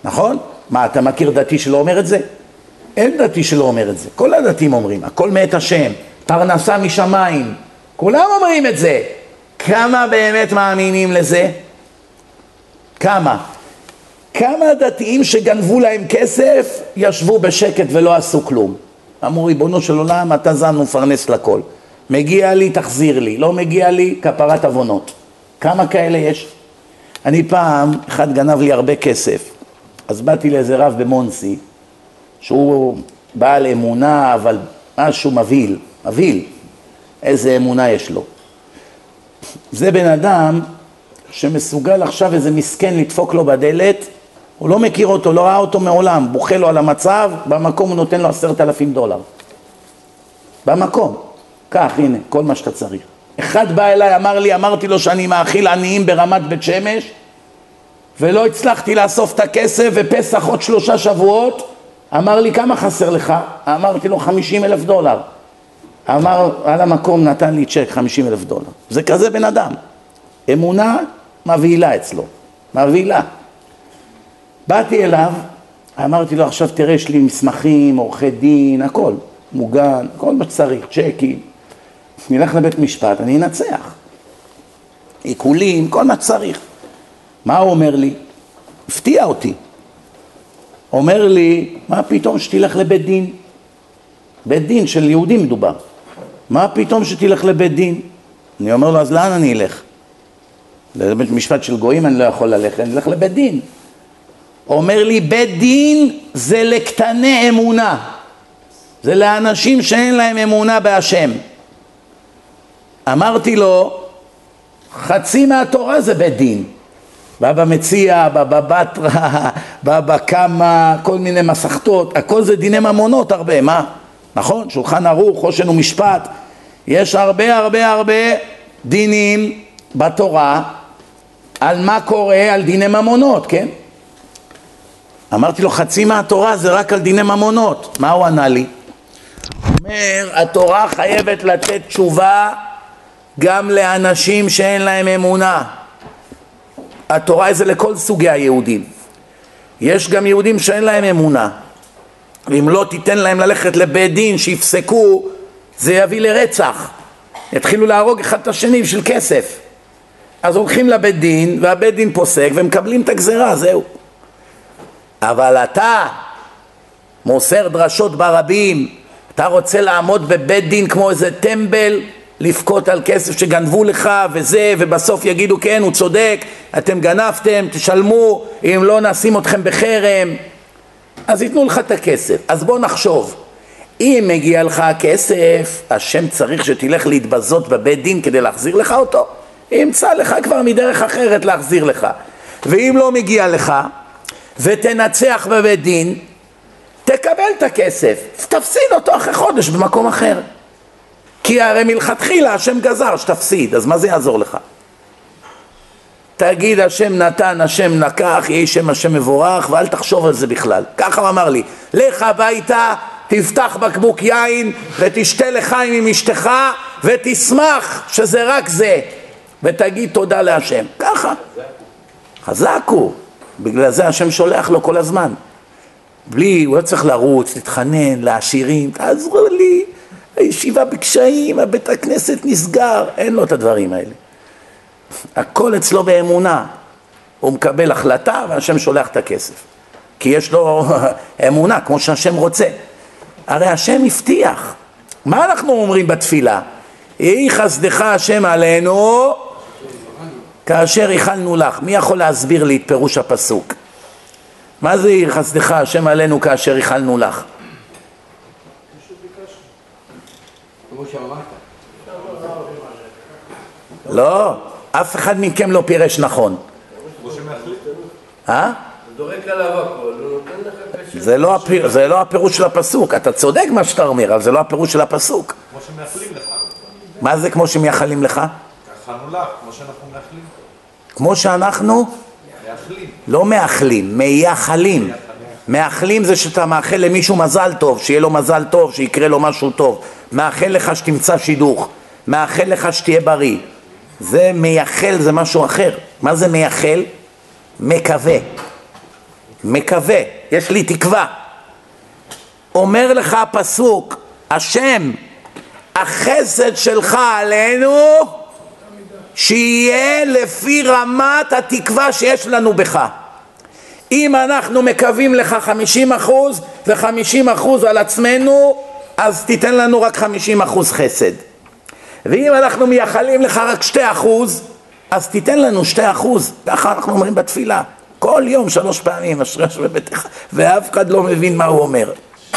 A: נכון? מה, אתה מכיר דתי שלא אומר את זה? אין דתי שלא אומר את זה. כל הדתיים אומרים, הכל מאת השם, פרנסה משמיים. כולם אומרים את זה. כמה באמת מאמינים לזה? כמה? כמה דתיים שגנבו להם כסף ישבו בשקט ולא עשו כלום? אמרו, ריבונו של עולם, אתה זן ומפרנס לכל. מגיע לי, תחזיר לי. לא מגיע לי, כפרת עוונות. כמה כאלה יש? אני פעם, אחד גנב לי הרבה כסף. אז באתי לאיזה רב במונסי, שהוא בעל אמונה, אבל משהו מבהיל. איזה אמונה יש לו. זה בן אדם שמסוגל עכשיו איזה מסכן לדפוק לו בדלת, הוא לא מכיר אותו, לא ראה אותו מעולם, בוכה לו על המצב, במקום הוא נותן לו $10,000. במקום. כך, הנה, כל מה שאתה צריך. אחד בא אליי, אמרתי לו שאני מאכיל עניים ברמת בית שמש, ולא הצלחתי לאסוף את הכסף, ופסח עוד 3 שבועות, אמר לי, כמה חסר לך? אמרתי לו, $50,000. אמר, על המקום נתן לי צ'ק, $50,000. זה כזה בן אדם. אמונה מבהילה אצלו, מבהילה. באתי אליו, אמרתי לו, עכשיו תראה, יש לי מסמכים, עורכי דין, הכל, מוגן, כל מה שצריך, צ'קים. נלך לבית משפט, אני אנצח. עיקולים, כל מה שצריך. מה הוא אומר לי? הפתיע אותי. אומר לי, מה פתאום שתלך לבית דין? בית דין של יהודים מדובר. מה פתאום שתלך לבית דין? אני אומר לו, אז לאן אני אלך? לבית משפט של גויים אני לא יכול ללכת, אני אלך לבית דין. אומר לי, בית דין זה לקטני אמונה. זה לאנשים שאין להם אמונה בהשם. אמרתי לו, חצי מהתורה זה בית דין. בבא מציע, בבא בתרא, בבא קמא, כל מיני מסכתות, הכל זה דיני ממונות הרבה, מה? נכון? שולחן ערוך, חושן ומשפט, יש הרבה דינים בתורה על מה קורה, על דיני ממונות, כן? אמרתי לו, חצי מהתורה זה רק על דיני ממונות. מה הוא ענה לי? אומר, התורה חייבת לתת תשובה גם לאנשים שאין להם אמונה. התורה זה לכל סוגי היהודים. יש גם יהודים שאין להם אמונה. ואם לא תיתן להם ללכת לבית דין שיפסקו, זה יביא לרצח. יתחילו להרוג אחד את השני בשביל כסף. אז הולכים לבית דין, והבית דין פוסק ומקבלים את הגזרה, זהו. אבל אתה מוסר דרשות ברבים, אתה רוצה לעמוד בבית דין כמו איזה טמבל, לפקוט על כסף שגנבו לך וזה, ובסוף יגידו כן, הוא צודק, אתם גנבתם, תשלמו, אם לא נשים אתכם בחרם, אז ייתנו לך את הכסף. אז בוא נחשוב, אם מגיע לך הכסף, השם צריך שתלך להתבזות בבית דין כדי להחזיר לך אותו, ימצא לך כבר מדרך אחרת להחזיר לך. ואם לא מגיע לך ותנצח בבית דין, תקבל את הכסף, תפסיד אותו אחרי חודש במקום אחר. כי הרי מלכתחילה השם גזר שתפסיד, אז מה זה יעזור לך? תגיד השם נתן, השם לקח, יהי שם השם מבורך, ואל תחשוב על זה בכלל. ככה הוא אמר לי, לך הביתה, תפתח בקבוק יין ותשתה לחיים עם אשתך ותשמח שזה רק זה, ותגיד תודה להשם. ככה. חזק הוא. בגלל זה השם שולח לו כל הזמן. הוא לא צריך לרוץ, להתחנן, לעשירים, תעזרו לי, הישיבה בקשיים, הבית הכנסת נסגר, אין לו את הדברים האלה. הכל אצלו באמונה. הוא מקבל החלטה והשם שולח את הכסף. כי יש לו אמונה, כמו שהשם רוצה. הרי השם הבטיח. מה אנחנו אומרים בתפילה? יהי חסדך השם עלינו כאשר איחלנו לך. מי יכול להסביר לי את פירוש הפסוק? מה זה יהי חסדך השם עלינו כאשר איחלנו לך? לא, אף אחד מכם לא פירש נכון. זה לא הפירוש של הפסוק. אתה צודק מה שאתה אומר, אבל זה לא הפירוש של הפסוק.
D: כמו שמאחלים לך.
A: מה זה כמו שמייחלים לך?
D: אכלנו לך, כמו שאנחנו מאחלים.
A: כמו שאנחנו?
D: מאחלים.
A: לא מאחלים, מייחלים. מאחלים זה שאתה מאחל למישהו מזל טוב, שיהיה לו מזל טוב, שיקרה לו משהו טוב. מאחל לך שתמצא שידוך, מאחל לך שתהיה בריא. זה מייחל, זה משהו אחר. מה זה מייחל? מקווה. מקווה, יש לי תקווה. אומר לך הפסוק, השם, החסד שלך עלינו, שיהיה לפי רמת התקווה שיש לנו בך. אם אנחנו מקווים לך 50% ו50% על עצמנו, אז תיתן לנו רק 50% חסד. ואם אנחנו מייחלים לך רק 2%, אז תיתן לנו 2%. ככה אנחנו אומרים בתפילה. כל יום 3 פעמים, אשריך בביתך, ואף אחד לא מבין מה הוא אומר.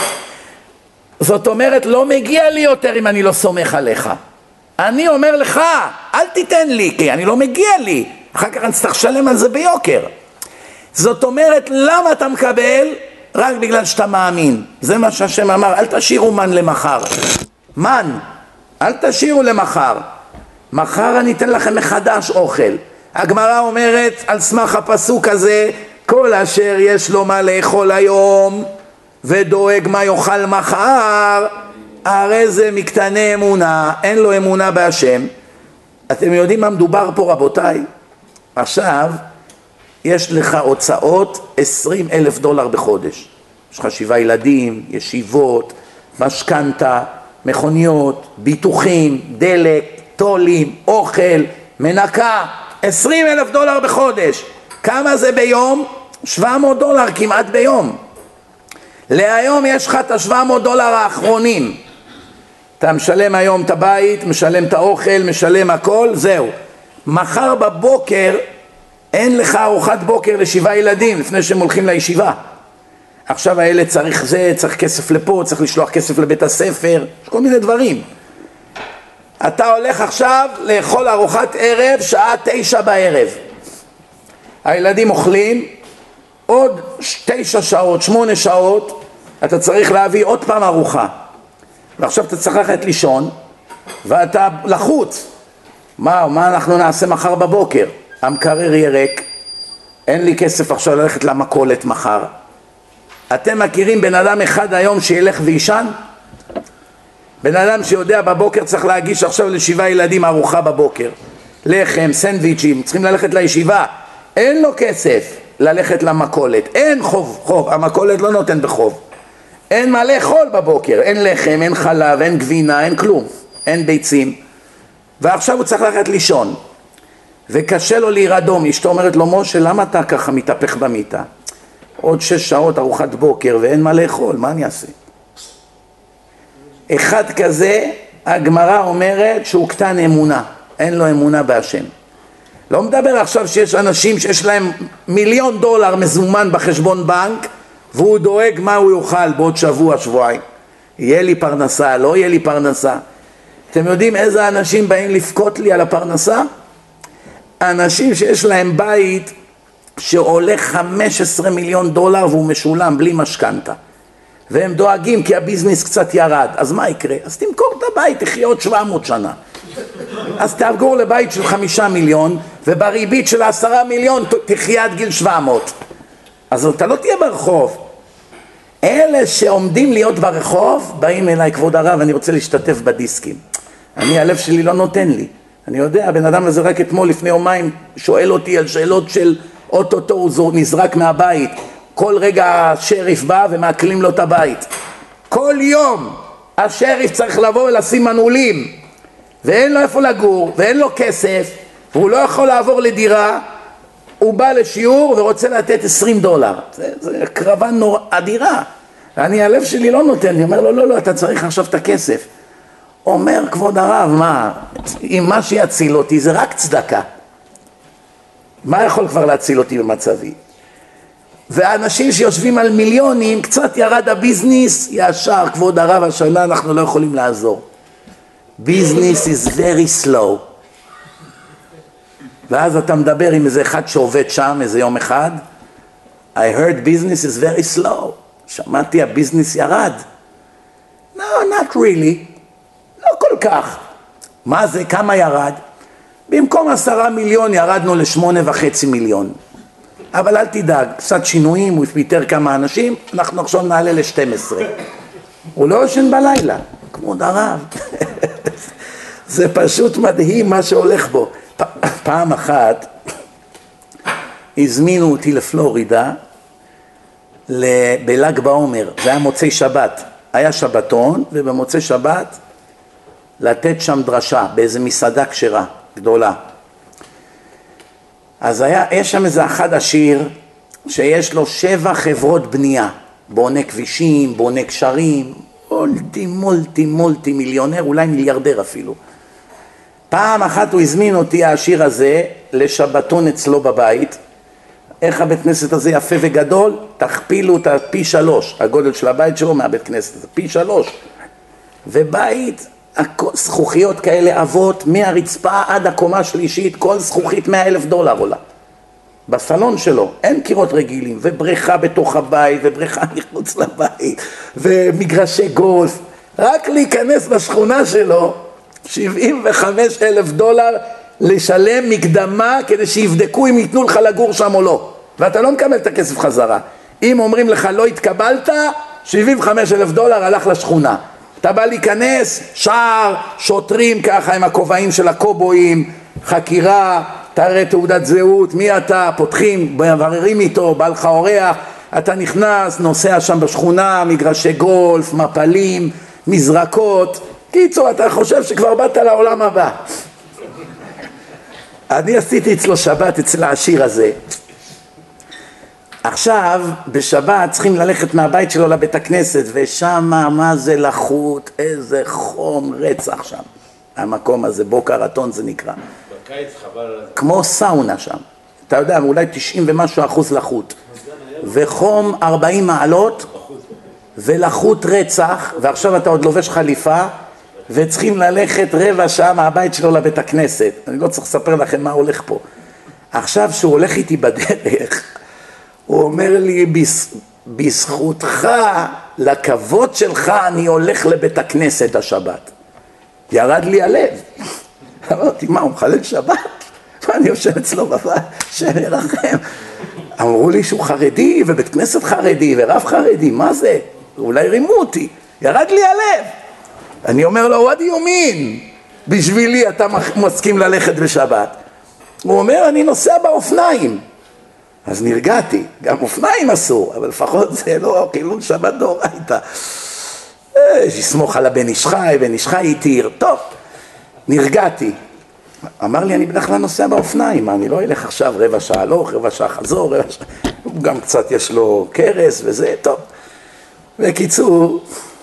A: זאת אומרת, לא מגיע לי יותר אם אני לא סומך עליך. אני אומר לך, אל תיתן לי, כי אני לא מגיע לי. אחר כך אני צריך לשלם על זה ביוקר. זאת אומרת, למה אתה מקבל? רק בגלל שאתה מאמין. זה מה שהשם אמר, אל תשאירו מן למחר. מן, אל תשאירו למחר. מחר אני אתן לכם מחדש אוכל. הגמרא אומרת על סמך הפסוק הזה, כל אשר יש לו מה לאכול היום ודואג מה יאכל מחר, הרי זה מקטני אמונה, אין לו אמונה בהשם. אתם יודעים מה מדובר פה רבותיי? עכשיו יש לך הוצאות $20,000 בחודש. יש לך 7 ילדים, ישיבות, משכנתה, מכוניות, ביטוחים, דלק, טולים, אוכל, מנקה, $20,000 בחודש. כמה זה ביום? $700 כמעט ביום. להיום יש לך את $700 האחרונים. אתה משלם היום את הבית, משלם את האוכל, משלם הכל, זהו. מחר בבוקר אין לך ארוחת בוקר ל7 ילדים לפני שהם הולכים לישיבה. עכשיו הילד צריך זה, צריך כסף לפה, צריך לשלוח כסף לבית הספר, יש כל מיני דברים. אתה הולך עכשיו לאכול ארוחת ערב שעה 9 בערב. הילדים אוכלים, עוד 9 שעות, 8 שעות, אתה צריך להביא עוד פעם ארוחה. ועכשיו אתה צריך ללכת לישון, ואתה לחוץ. מה אנחנו נעשה מחר בבוקר? המקרר יהיה ריק, אין לי כסף עכשיו ללכת למכולת מחר. אתם מכירים בן אדם אחד היום שילך וישן? בן אדם שיודע בבוקר צריך להגיש עכשיו ל7 ילדים ארוחה בבוקר. לחם, סנדוויצ'ים, צריכים ללכת לישיבה. אין לו כסף ללכת למכולת, אין חוב, המכולת לא נותן בחוב. אין מה לאכול בבוקר, אין לחם, אין חלב, אין גבינה, אין כלום, אין ביצים. ועכשיו הוא צריך ללכת לישון. וקשה לו להירדום. אשתו אומרת לו, משה, למה אתה ככה מתהפך במיטה? עוד 6 שעות ארוחת בוקר ואין מה לאכול, מה אני אעשה? אחד כזה, הגמרא אומרת שהוא קטן אמונה, אין לו אמונה בהשם. לא מדבר עכשיו שיש אנשים שיש להם $1,000,000 מזומן בחשבון בנק, והוא דואג מה הוא יאכל בעוד שבוע, שבועיים. יהיה לי פרנסה, לא יהיה לי פרנסה. אתם יודעים איזה אנשים באים לפקוט לי על הפרנסה? אנשים שיש להם בית שעולה $15 מיליון והוא משולם בלי משכנתה. והם דואגים כי הביזנס קצת ירד. אז מה יקרה? אז תמכור את הבית, תחיה עוד 700 שנה. אז תעבור לבית של 5 מיליון, ובריבית של 10 מיליון תחיה עד גיל 700. אז אתה לא תהיה ברחוב. אלה שעומדים להיות ברחוב, באים אליי, כבוד הרב, אני רוצה להשתתף בדיסקים. הלב שלי לא נותן לי. אני יודע, הבן אדם הזה רק אתמול, לפני יומיים, שואל אותי על שאלות של אוטוטו, הוא נזרק מהבית. כל רגע השריף בא ומעקלים לו את הבית. כל יום השריף צריך לבוא ולשים מנעולים, ואין לו איפה לגור, ואין לו כסף, והוא לא יכול לעבור לדירה. הוא בא לשיעור ורוצה לתת $20. זה קרבה אדירה. הלב שלי לא נותן לי, אומר לו, לא, אתה צריך עכשיו את הכסף. אומר, כבוד הרב, אם מה שיציל אותי זה רק צדקה. מה יכול כבר להציל אותי במצבי? ואנשים שיושבים על מיליונים, קצת ירד הביזנס, ישר, כבוד הרב, השנה אנחנו לא יכולים לעזור. Business is very slow. ואז אתה מדבר עם איזה אחד שעובד שם איזה יום אחד, I heard business is very slow. שמעתי הביזנס ירד. No, not really. לא כל כך. מה זה? כמה ירד? במקום 10 מיליון ירדנו ל8.5 מיליון. אבל אל תדאג, קצת שינויים, הוא פיטר כמה אנשים, אנחנו עכשיו נעלה ל12. הוא לא ישן בלילה, כבוד הרב. זה פשוט מדהים מה שהולך בו. פעם אחת הזמינו אותי לפלורידה, בל"ג בעומר, זה היה מוצאי שבת, היה שבתון, ובמוצאי שבת לתת שם דרשה באיזה מסעדה כשרה גדולה. אז יש שם איזה אחד עשיר שיש לו 7 חברות בנייה, בונה כבישים, בונה קשרים, מולטי מיליונר, אולי מיליארדר אפילו. פעם אחת הוא הזמין אותי, העשיר הזה, לשבתון אצלו בבית. איך הבית כנסת הזה יפה וגדול? תכפילו את פי 3, הגודל של הבית שלו מהבית כנסת הזה, פי 3. ובית, זכוכיות כאלה אבות, מהרצפה עד הקומה שלישית, כל זכוכית $100,000 עולה. בסלון שלו אין קירות רגילים, ובריכה בתוך הבית, ובריכה מחוץ לבית, ומגרשי גולף. רק להיכנס לשכונה שלו, $75,000 לשלם מקדמה כדי שיבדקו אם ייתנו לך לגור שם או לא. ואתה לא מקבל את הכסף חזרה. אם אומרים לך לא התקבלת, $75,000 הלך לשכונה. אתה בא להיכנס, שער, שוטרים ככה עם הכובעים של הקובויים, חקירה, תראה תעודת זהות, מי אתה, פותחים, מבררים איתו, בא לך אורח, אתה נכנס, נוסע שם בשכונה, מגרשי גולף, מפלים, מזרקות. קיצור, אתה חושב שכבר באת לעולם הבא. אני עשיתי אצלו שבת, אצל העשיר הזה. עכשיו, בשבת צריכים ללכת מהבית שלו לבית הכנסת, ושם מה זה לחות, איזה חום רצח שם. המקום הזה, בוקה רטון זה נקרא.
B: בקיץ חבל על זה.
A: כמו סאונה שם. אתה יודע, אולי 90 ומשהו אחוז לחות. וחום 40 מעלות, ולחות רצח, ועכשיו אתה עוד לובש חליפה, וצריכים ללכת 15 שעה מהבית שלו לבית הכנסת. אני לא צריך לספר לכם מה הולך פה. עכשיו שהוא הולך איתי בדרך, הוא אומר לי, בזכותך, לכבוד שלך, אני הולך לבית הכנסת השבת. ירד לי הלב. אמרתי, מה, הוא מחלל שבת? אני יושב אצלו בבית, שנרחם. אמרו לי שהוא חרדי, ובית כנסת חרדי, ורב חרדי, מה זה? אולי רימו אותי. ירד לי הלב. אני אומר לו, what do you mean? בשבילי אתה מסכים ללכת בשבת. הוא אומר, אני נוסע באופניים. אז נרגעתי, גם אופניים אסור, אבל לפחות זה לא חילול שבת דאורייתא. שיסמוך על הבן איש חי, בן איש חי יתיר, טוב, נרגעתי. אמר לי, אני בדרך כלל נוסע באופניים, אני לא אלך עכשיו 15 שעה הלוך, 15 שעה חזור, הוא גם קצת יש לו קרס וזה, טוב. בקיצור,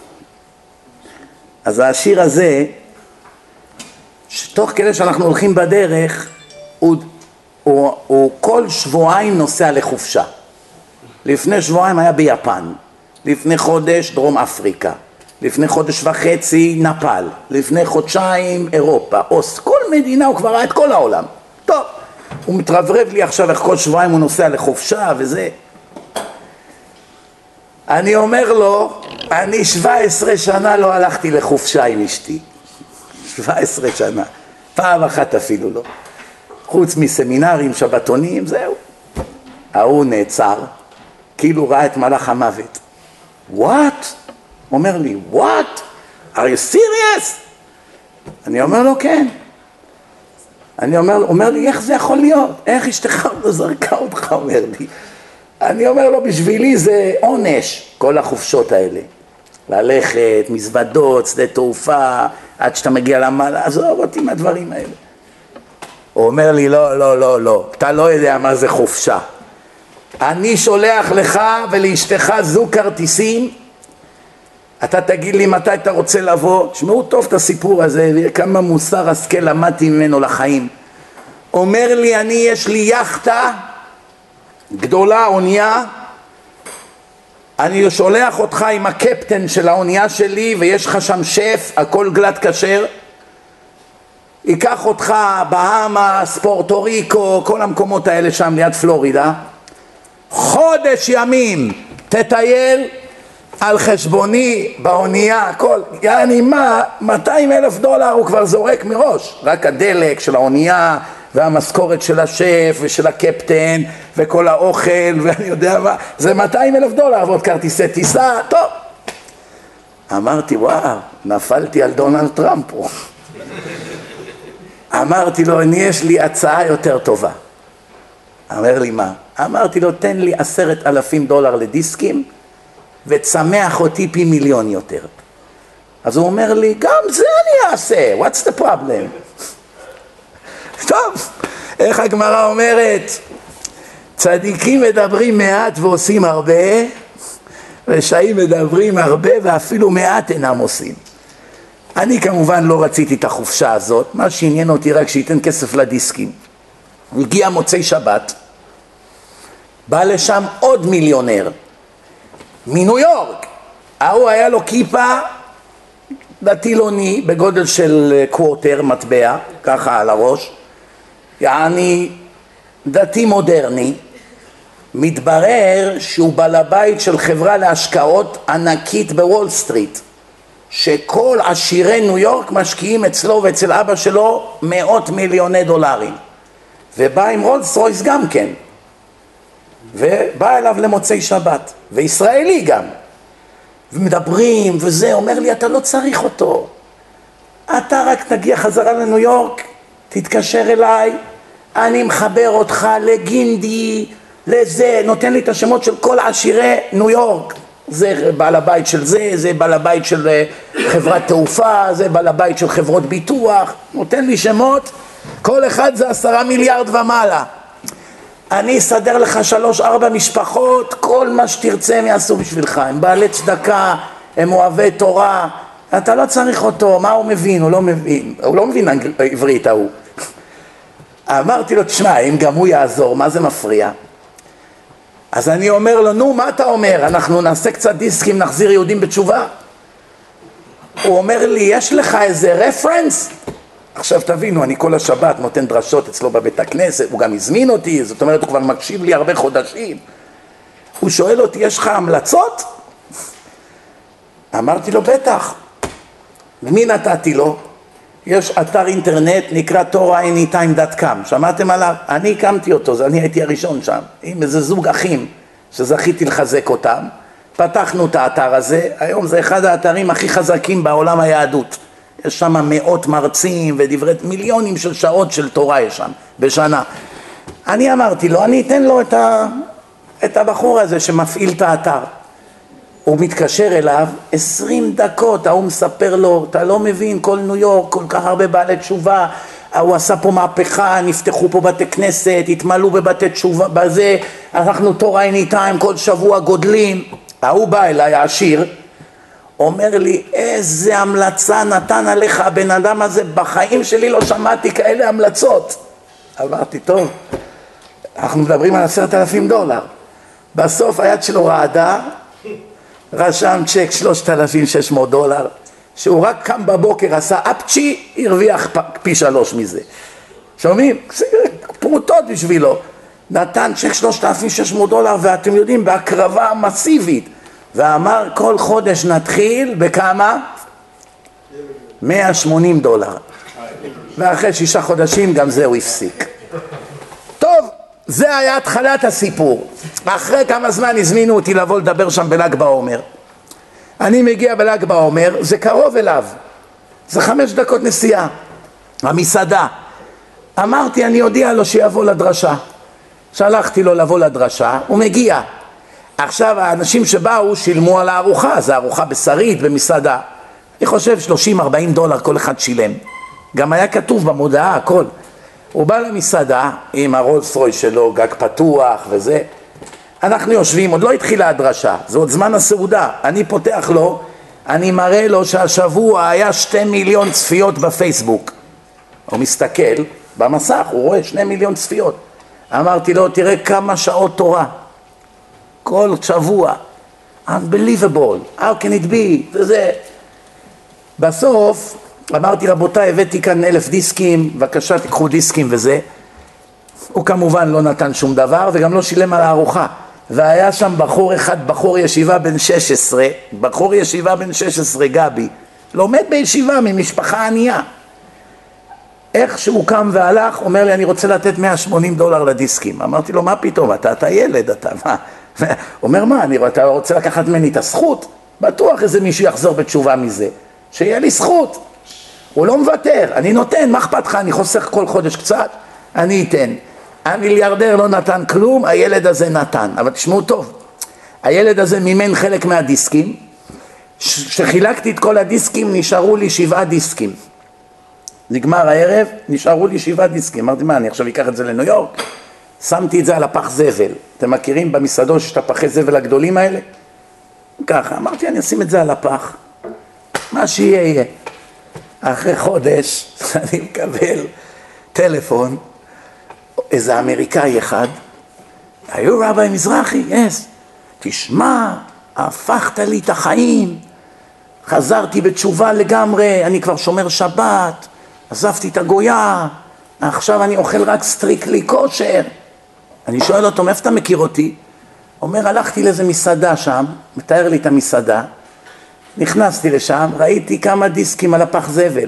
A: אז השיר הזה, שתוך כדי שאנחנו הולכים בדרך, הוא כל שבועיים נוסע לחופשה. לפני שבועיים היה ביפן, לפני חודש דרום אפריקה, לפני חודש וחצי נפאל, לפני חודשיים אירופה, כל מדינה, הוא כבר ראה את כל העולם. טוב, הוא מתרברב לי עכשיו איך כל שבועיים הוא נוסע לחופשה וזה. אני אומר לו, אני 17 שנה לא הלכתי לחופשה עם אשתי. 17 שנה, פעם אחת אפילו לא. חוץ מסמינרים, שבתונים, זהו. ההוא נעצר, כאילו ראה את מלאך המוות. What? אומר לי, what? Are you serious? אני אומר לו, כן. אומר לי, איך זה יכול להיות? איך אשתך לא זרקה אותך, אומר לי. אני אומר לו, בשבילי זה עונש, כל החופשות האלה. ללכת, מזוודות, שדה תעופה, עד שאתה מגיע למעלה, עזוב אותי מהדברים האלה. הוא אומר לי, לא, אתה לא יודע מה זה חופשה. אני שולח לך ולאשתך זוג כרטיסים, אתה תגיד לי מתי אתה רוצה לבוא. תשמעו טוב את הסיפור הזה, כמה מוסר השכל למדתי ממנו לחיים. אומר לי, יש לי יחטה גדולה, אונייה, אני שולח אותך עם הקפטן של האונייה שלי, ויש לך שם שף, הכל גלת כשר, ייקח אותך בהאמאס, פורטו ריקו, כל המקומות האלה שם ליד פלורידה, חודש ימים תטייל על חשבוני באונייה, הכל, יעני מה, $200,000 הוא כבר זורק מראש, רק הדלק של האונייה והמשכורת של השף ושל הקפטן וכל האוכל ואני יודע מה, זה $200,000 ועוד כרטיסי טיסה, טוב. אמרתי, וואו, נפלתי על דונלד טראמפ פה. אמרתי לו, יש לי הצעה יותר טובה. אמר לי, מה? אמרתי לו, תן לי $10,000 לדיסקים, וצמח אותי פי מיליון יותר. אז הוא אומר לי, גם זה אני אעשה, what's the problem? טוב, איך הגמרא אומרת? צדיקים מדברים מעט ועושים הרבה, רשעים מדברים הרבה ואפילו מעט אינם עושים. אני כמובן לא רציתי את החופשה הזאת, מה שעניין אותי רק שייתן כסף לדיסקים. הגיע מוצאי שבת, בא לשם עוד מיליונר, מניו יורק. ההוא היה לו כיפה דתילוני בגודל של קוורטר, מטבע, ככה על הראש, יעני דתי מודרני. מתברר שהוא בעל הבית של חברה להשקעות ענקית בוול סטריט, שכל עשירי ניו יורק משקיעים אצלו ואצל אבא שלו $100 מיליון, ובא עם רולס רויס גם כן, ובא אליו למוצאי שבת, וישראלי גם, ומדברים וזה, אומר לי, אתה לא צריך אותו, אתה רק תגיע חזרה לניו יורק, תתקשר אליי, אני מחבר אותך לגינדי, לזה, נותן לי את השמות של כל עשירי ניו יורק, זה בעל הבית של זה, זה בעל הבית של חברת תעופה, זה בעל הבית של חברות ביטוח, נותן לי שמות, כל אחד זה 10 מיליארד ומעלה. אני אסדר לך 3-4 משפחות, כל מה שתרצה הם יעשו בשבילך, הם בעלי צדקה, הם אוהבי תורה, אתה לא צריך אותו, מה הוא מבין? הוא לא מבין עברית ההוא. אמרתי לו, תשמע, אם גם הוא יעזור, מה זה מפריע? אז אני אומר לו, נו, מה אתה אומר? אנחנו נעשה קצת דיסקים, נחזיר יהודים בתשובה? הוא אומר לי, יש לך איזה רפרנס? עכשיו תבינו, אני כל השבת נותן דרשות אצלו בבית הכנסת, הוא גם הזמין אותי, זאת אומרת, הוא כבר מקשיב לי הרבה חודשים. הוא שואל אותי, יש לך המלצות? אמרתי לו, בטח. למי נתתי לו? יש אתר אינטרנט נקרא TorahAnytime.com, שמעתם עליו? אני הקמתי אותו, אני הייתי הראשון שם, עם איזה זוג אחים שזכיתי לחזק אותם, פתחנו את האתר הזה, היום זה אחד האתרים הכי חזקים בעולם היהדות, יש שם מאות מרצים ודברי, מיליונים של שעות של תורה יש שם בשנה. אני אמרתי לו, אני אתן לו את הבחור הזה שמפעיל את האתר. הוא מתקשר אליו 20 דקות, הוא מספר לו, אתה לא מבין, כל ניו יורק, כל כך הרבה בעלי תשובה, הוא עשה פה מהפכה, נפתחו פה בתי כנסת, התמלאו בבתי תשובה, בזה, אנחנו Torah Anytime, כל שבוע גודלים. הוא בא אליי, העשיר, אומר לי, איזה המלצה נתן עליך הבן אדם הזה, בחיים שלי לא שמעתי כאלה המלצות. אמרתי, טוב, אנחנו מדברים על $10,000. בסוף היד שלו רעדה, רשם צ'ק $3,600, שהוא רק קם בבוקר, עשה אפצ'י, הרוויח פי 3 מזה. שומעים? פרוטות בשבילו. נתן צ'ק $3,600, ואתם יודעים, בהקרבה מסיבית. ואמר, כל חודש נתחיל בכמה? $180. ואחרי 6 חודשים גם זהו הפסיק. טוב, זה היה התחלת הסיפור. אחרי כמה זמן הזמינו אותי לבוא לדבר שם בל"ג בעומר. אני מגיע בל"ג בעומר, זה קרוב אליו, זה 5 דקות נסיעה, המסעדה. אמרתי, אני אודיע לו שיבוא לדרשה. שלחתי לו לבוא לדרשה, הוא מגיע. עכשיו האנשים שבאו שילמו על הארוחה, זה ארוחה בשרית במסעדה. אני חושב $30-40 כל אחד שילם. גם היה כתוב במודעה, הכל. הוא בא למסעדה עם הרולס רויס שלו, גג פתוח וזה. אנחנו יושבים, עוד לא התחילה הדרשה, זה עוד זמן הסעודה. אני פותח לו, אני מראה לו שהשבוע היה 2 מיליון צפיות בפייסבוק. הוא מסתכל במסך, הוא רואה 2 מיליון צפיות. אמרתי לו, תראה כמה שעות תורה. כל שבוע. Unbelievable, how can it be? וזה. בסוף, אמרתי, רבותיי, הבאתי כאן 1,000 דיסקים, בבקשה תיקחו דיסקים וזה. הוא כמובן לא נתן שום דבר, וגם לא שילם על הארוחה. והיה שם בחור אחד, בחור ישיבה בן 16, בחור ישיבה בן 16, גבי, לומד בישיבה ממשפחה ענייה. איך שהוא קם והלך, אומר לי, אני רוצה לתת $180 לדיסקים. אמרתי לו, מה פתאום? אתה ילד, אתה מה? אומר, מה, אתה רוצה לקחת ממני את הזכות? בטוח איזה מישהו יחזור בתשובה מזה. שיהיה לי זכות. הוא לא מוותר, אני נותן, מה אכפת לך? אני חוסך כל חודש קצת, אני אתן. המיליארדר לא נתן כלום, הילד הזה נתן. אבל תשמעו טוב, הילד הזה מימן חלק מהדיסקים, שחילקתי את כל הדיסקים נשארו לי 7 דיסקים. נגמר הערב, נשארו לי 7 דיסקים. אמרתי, מה, אני עכשיו אקח את זה לניו יורק? שמתי את זה על הפח זבל. אתם מכירים במסעדות שיש את הפחי זבל הגדולים האלה? ככה, אמרתי, אני אשים את זה על הפח. מה שיהיה יהיה. אחרי חודש אני מקבל טלפון, איזה אמריקאי אחד, היו רבי מזרחי, yes. תשמע, הפכת לי את החיים, חזרתי בתשובה לגמרי, אני כבר שומר שבת, עזבתי את הגויה, עכשיו אני אוכל רק סטריקלי כושר. אני שואל אותו, מאיפה אתה מכיר אותי? אומר, הלכתי לאיזה מסעדה שם, מתאר לי את המסעדה, נכנסתי לשם, ראיתי כמה דיסקים על הפח זבל.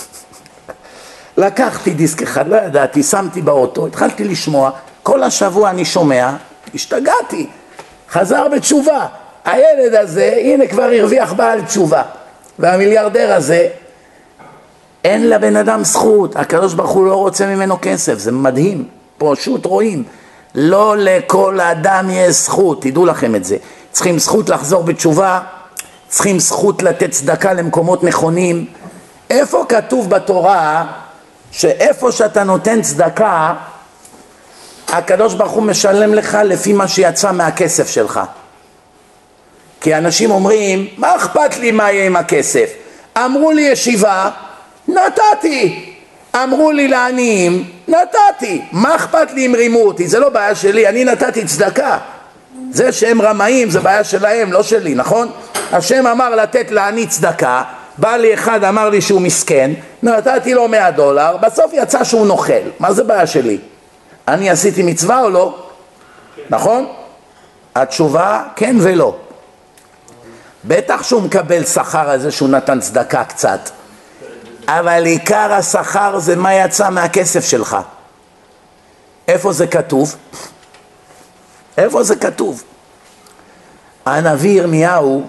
A: לקחתי דיסק אחד, לא ידעתי, שמתי באוטו, התחלתי לשמוע, כל השבוע אני שומע, השתגעתי, חזר בתשובה. הילד הזה, הנה כבר הרוויח בעל תשובה. והמיליארדר הזה, אין לבן אדם זכות, הקדוש ברוך הוא לא רוצה ממנו כסף, זה מדהים, פשוט רואים. לא לכל אדם יש זכות, תדעו לכם את זה. צריכים זכות לחזור בתשובה, צריכים זכות לתת צדקה למקומות נכונים. איפה כתוב בתורה שאיפה שאתה נותן צדקה, הקדוש ברוך הוא משלם לך לפי מה שיצא מהכסף שלך? כי אנשים אומרים, מה אכפת לי מה יהיה עם הכסף? אמרו לי ישיבה, נתתי. אמרו לי לעניים, נתתי. מה אכפת לי אם רימו אותי? זה לא בעיה שלי, אני נתתי צדקה. זה שהם רמאים זה בעיה שלהם, לא שלי, נכון? השם אמר לתת לעני צדקה, בא לי אחד אמר לי שהוא מסכן, נתתי לו $100, בסוף יצא שהוא נוכל. מה זה בעיה שלי? אני עשיתי מצווה או לא? נכון? התשובה כן ולא. בטח שהוא מקבל שכר על זה שהוא נתן צדקה קצת, אבל עיקר השכר זה מה יצא מהכסף שלך. איפה זה כתוב? איפה זה כתוב? הנביא ירמיהו,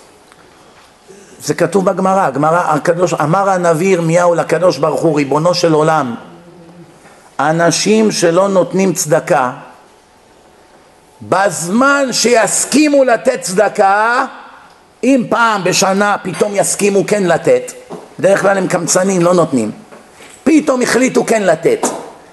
A: זה כתוב בגמרא, אמר הנביא ירמיהו לקדוש ברוך הוא, ריבונו של עולם, אנשים שלא נותנים צדקה, בזמן שיסכימו לתת צדקה, אם פעם בשנה פתאום יסכימו כן לתת, בדרך כלל הם קמצנים, לא נותנים, פתאום החליטו כן לתת,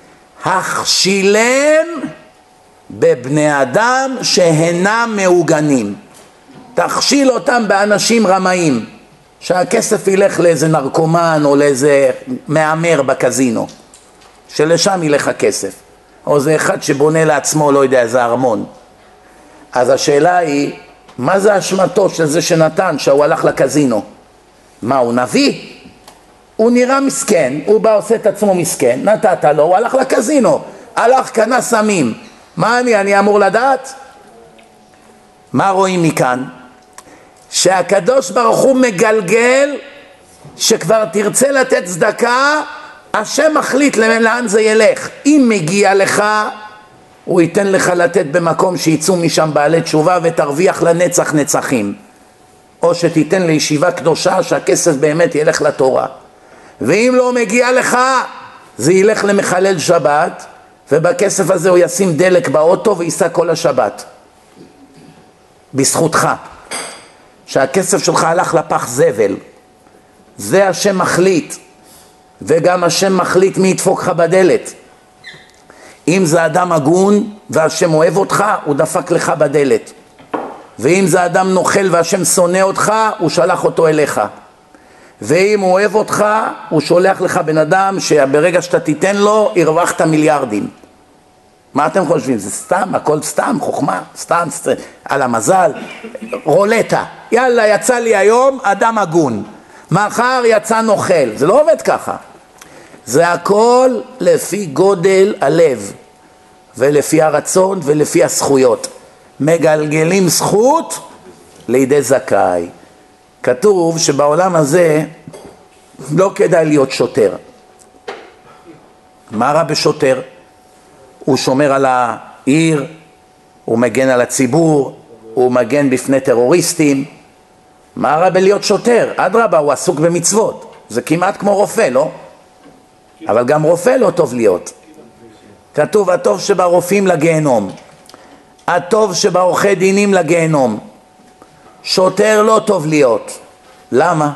A: הכשילם בבני אדם שהנם מעוגנים. תכשיל אותם באנשים רמאים, שהכסף ילך לאיזה נרקומן או לאיזה מאמר בקזינו, שלשם ילך הכסף, או זה אחד שבונה לעצמו לא יודע איזה ארמון. אז השאלה היא, מה זה אשמתו של זה שנתן, שהוא הלך לקזינו? מה, הוא נביא? הוא נראה מסכן, הוא בא עושה את עצמו מסכן, נתת לו, הוא הלך לקזינו, הלך קנה סמים. מה אני אמור לדעת? מה רואים מכאן? שהקדוש ברוך הוא מגלגל, שכבר תרצה לתת צדקה, השם מחליט לאן זה ילך. אם מגיע לך, הוא ייתן לך לתת במקום שיצאו משם בעלי תשובה ותרוויח לנצח נצחים, או שתיתן לישיבה קדושה שהכסף באמת ילך לתורה. ואם לא מגיע לך, זה ילך למחלל שבת, ובכסף הזה הוא ישים דלק באוטו וייסע כל השבת. בזכותך, שהכסף שלך הלך לפח זבל. זה השם מחליט, וגם השם מחליט מי ידפוק לך בדלת. אם זה אדם הגון והשם אוהב אותך, הוא דפק לך בדלת. ואם זה אדם נוכל והשם שונא אותך, הוא שלח אותו אליך. ואם הוא אוהב אותך, הוא שולח לך בן אדם שברגע שאתה תיתן לו, הרווחת מיליארדים. מה אתם חושבים? זה סתם, הכל סתם, חוכמה, סתם, על המזל, רולטה. יאללה, יצא לי היום אדם הגון, מחר יצא נוכל. זה לא עובד ככה. זה הכל לפי גודל הלב, ולפי הרצון ולפי הזכויות. מגלגלים זכות לידי זכאי. כתוב שבעולם הזה לא כדאי להיות שוטר. מה רע בשוטר? הוא שומר על העיר, הוא מגן על הציבור, הוא מגן בפני טרוריסטים. מה רע בלהיות שוטר? אדרבה, הוא עסוק במצוות. זה כמעט כמו רופא, לא? אבל גם רופא לא טוב להיות. כתוב הטוב שברופאים לגיהנום, הטוב שבעורכי דינים לגיהנום. שוטר לא טוב להיות. למה?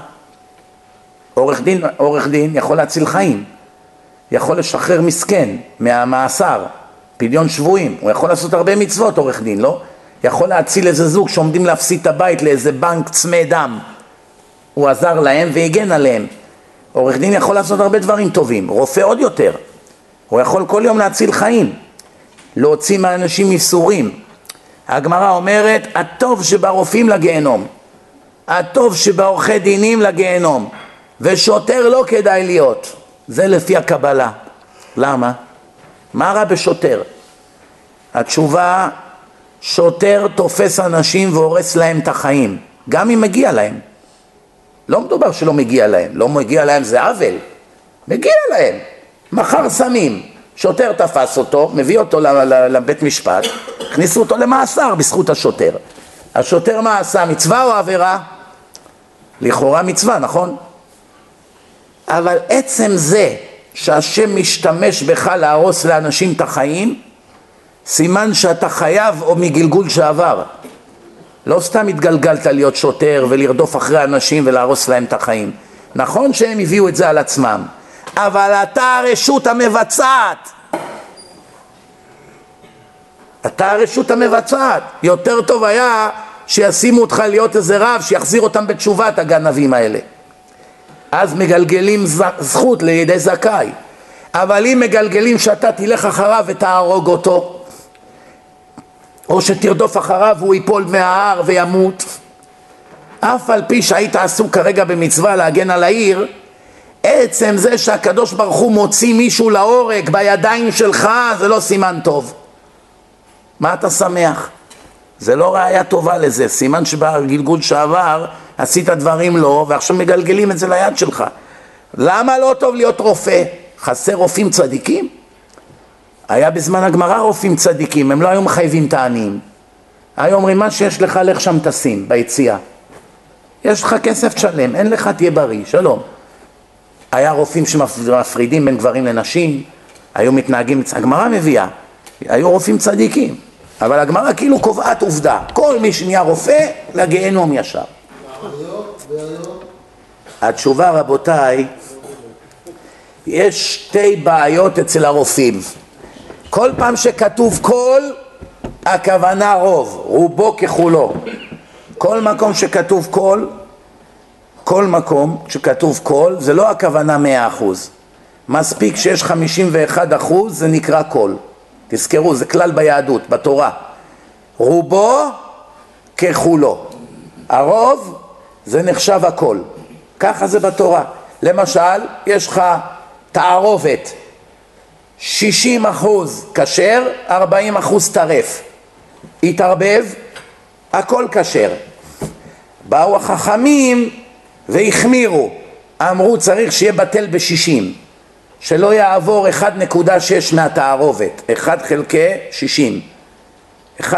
A: עורך דין יכול להציל חיים, יכול לשחרר מסכן מהמאסר, פדיון שבויים, הוא יכול לעשות הרבה מצוות עורך דין, לא? יכול להציל איזה זוג שעומדים להפסיד את הבית לאיזה בנק צמא דם, הוא עזר להם והגן עליהם. עורך דין יכול לעשות הרבה דברים טובים, רופא עוד יותר, הוא יכול כל יום להציל חיים, להוציא מהאנשים ייסורים. הגמרא אומרת הטוב שברופאים לגיהנום, הטוב שבעורכי דינים לגיהנום, ושוטר לא כדאי להיות. זה לפי הקבלה. למה? מה רע בשוטר? התשובה, שוטר תופס אנשים והורס להם את החיים, גם אם מגיע להם. לא מדובר שלא מגיע להם, לא מגיע להם זה עוול, מגיע להם. מחר סמים, שוטר תפס אותו, מביא אותו לבית משפט, הכניסו אותו למאסר בזכות השוטר. השוטר מה עשה, מצווה או עבירה? לכאורה מצווה, נכון? אבל עצם זה שהשם משתמש בך להרוס לאנשים את החיים, סימן שאתה חייב או מגלגול שעבר. לא סתם התגלגלת להיות שוטר ולרדוף אחרי אנשים ולהרוס להם את החיים. נכון שהם הביאו את זה על עצמם, אבל אתה הרשות המבצעת. אתה הרשות המבצעת. יותר טוב היה שישימו אותך להיות איזה רב שיחזיר אותם בתשובה, את הגנבים האלה. אז מגלגלים זכות לידי זכאי. אבל אם מגלגלים שאתה תלך אחריו ותהרוג אותו, או שתרדוף אחריו והוא ייפול מההר וימות, אף על פי שהיית עסוק כרגע במצווה להגן על העיר, עצם זה שהקדוש ברוך הוא מוציא מישהו להורג בידיים שלך, זה לא סימן טוב. מה אתה שמח? זה לא ראיה טובה לזה, סימן שבגלגול שעבר עשית דברים לא, ועכשיו מגלגלים את זה ליד שלך. למה לא טוב להיות רופא? חסר רופאים צדיקים? היה בזמן הגמרא רופאים צדיקים, הם לא היו מחייבים את העניים. היו אומרים, מה שיש לך, לך שם תשים, ביציאה. יש לך כסף תשלם, אין לך, תהיה בריא, שלום. היה רופאים שמפרידים בין גברים לנשים, היו מתנהגים, הגמרא מביאה, היו רופאים צדיקים. אבל הגמרא כאילו קובעת עובדה, כל מי שנהיה רופא, לגיהנום ישר. התשובה, רבותיי, יש שתי בעיות אצל הרופאים. כל פעם שכתוב כל, הכוונה רוב, רובו ככולו. כל מקום שכתוב כל מקום שכתוב כל, זה לא הכוונה 100%. מספיק שיש 51%, זה נקרא כל. תזכרו, זה כלל ביהדות, בתורה. רובו ככולו. הרוב זה נחשב הכל. ככה זה בתורה. למשל, יש לך תערובת, 60% כשר, 40% טרף. התערבב, הכל כשר. באו החכמים והחמירו, אמרו צריך שיהיה בטל ב-60, שלא יעבור 1.6 מהתערובת, 1 חלקי 60, 1.6%.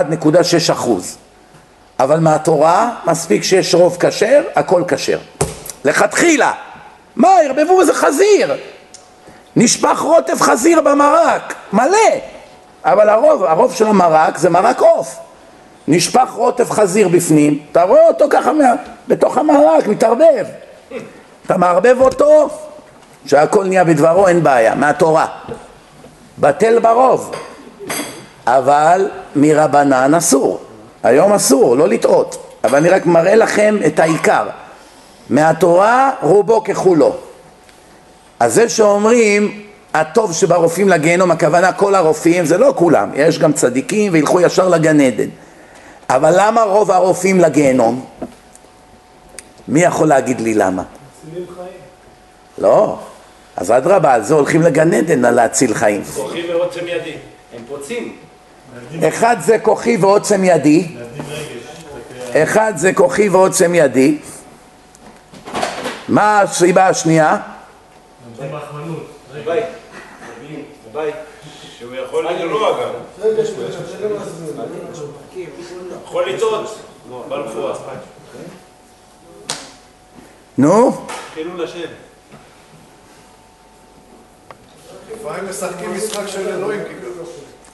A: אבל מהתורה מספיק שיש רוב כשר, הכל כשר. לכתחילה, מה, הרבבו בזה חזיר, נשפך רוטב חזיר במרק, מלא, אבל הרוב של המרק זה מרק עוף. נשפך רוטב חזיר בפנים, אתה רואה אותו ככה בתוך המרק, מתערבב. אתה מערבב אותו, שהכל נהיה בדברו, אין בעיה, מהתורה. בטל ברוב. אבל מרבנן אסור. היום אסור, לא לטעות. אבל אני רק מראה לכם את העיקר. מהתורה רובו ככולו. אז זה שאומרים, הטוב שברופאים לגיהנום, הכוונה כל הרופאים, זה לא כולם. יש גם צדיקים וילכו ישר לגן עדן. אבל למה רוב הרופאים לגיהנום? מי יכול להגיד לי למה? מצילים חיים. לא. אז אדרבה, על זה הולכים לגן עדן להציל חיים.
B: כוחי ועוצם ידי.
E: הם פוצים.
A: אחד זה כוחי ועוצם ידי. אחד זה כוחי ועוצם ידי. מה הסיבה השנייה?
B: זה מחמנות. בית. בית. שהוא יכול לגרוע גם. יכול לטעות. ברפואה.
A: נו?
B: חילול השם.
D: לפעמים משחקים משחק של אלוהים, כי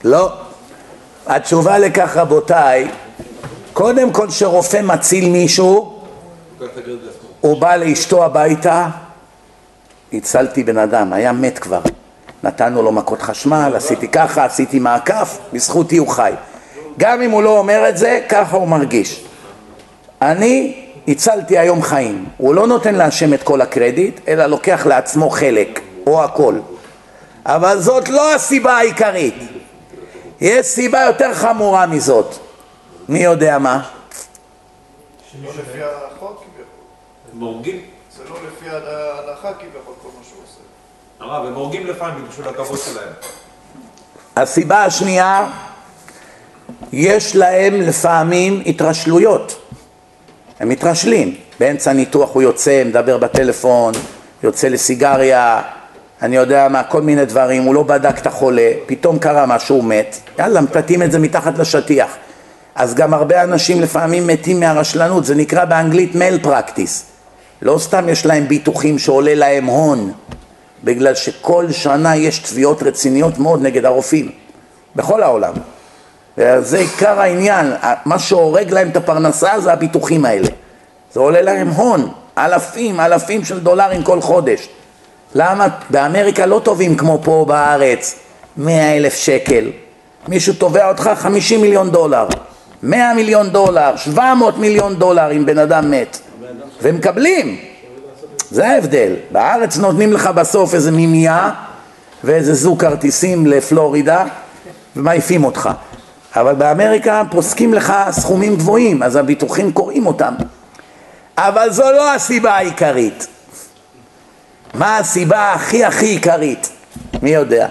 A: לא. התשובה לכך רבותיי, קודם כל שרופא מציל מישהו, הוא בא לאשתו הביתה, הצלתי בן אדם, היה מת כבר, נתנו לו מכות חשמל, עשיתי ככה, עשיתי מעקף, בזכותי הוא חי. גם אם הוא לא אומר את זה, ככה הוא מרגיש. אני הצלתי היום חיים. הוא לא נותן להשם את כל הקרדיט, אלא לוקח לעצמו חלק, או הכל. אבל זאת לא הסיבה העיקרית. יש סיבה יותר חמורה מזאת. מי יודע מה?
C: לא לפי החוק כביכול.
D: הם הורגים.
C: זה לא לפי ההלכה כביכול כל מה שהוא עושה.
D: הרב, הם הורגים לפעמים בשביל הכבוד שלהם.
A: הסיבה השנייה, יש להם לפעמים התרשלויות. הם מתרשלים. באמצע ניתוח הוא יוצא, מדבר בטלפון, יוצא לסיגריה, אני יודע מה, כל מיני דברים, הוא לא בדק את החולה, פתאום קרה משהו, הוא מת, יאללה, מפתים את זה מתחת לשטיח. אז גם הרבה אנשים לפעמים מתים מהרשלנות, זה נקרא באנגלית מייל פרקטיס. לא סתם יש להם ביטוחים שעולה להם הון, בגלל שכל שנה יש תביעות רציניות מאוד נגד הרופאים, בכל העולם. זה עיקר העניין, מה שהורג להם את הפרנסה זה הביטוחים האלה. זה עולה להם הון, אלפים של דולרים כל חודש. למה? באמריקה לא טובים כמו פה בארץ, 100,000 שקל. מישהו תובע אותך 50 מיליון דולר, 100 מיליון דולר, 700 מיליון דולר אם בן אדם מת. והם מקבלים. זה ההבדל. בארץ נותנים לך בסוף איזה מימייה ואיזה זוג כרטיסים לפלורידה ומעיפים אותך. אבל באמריקה פוסקים לך סכומים גבוהים, אז הביטוחים קוראים אותם. אבל זו לא הסיבה העיקרית. מה הסיבה הכי עיקרית? מי יודע?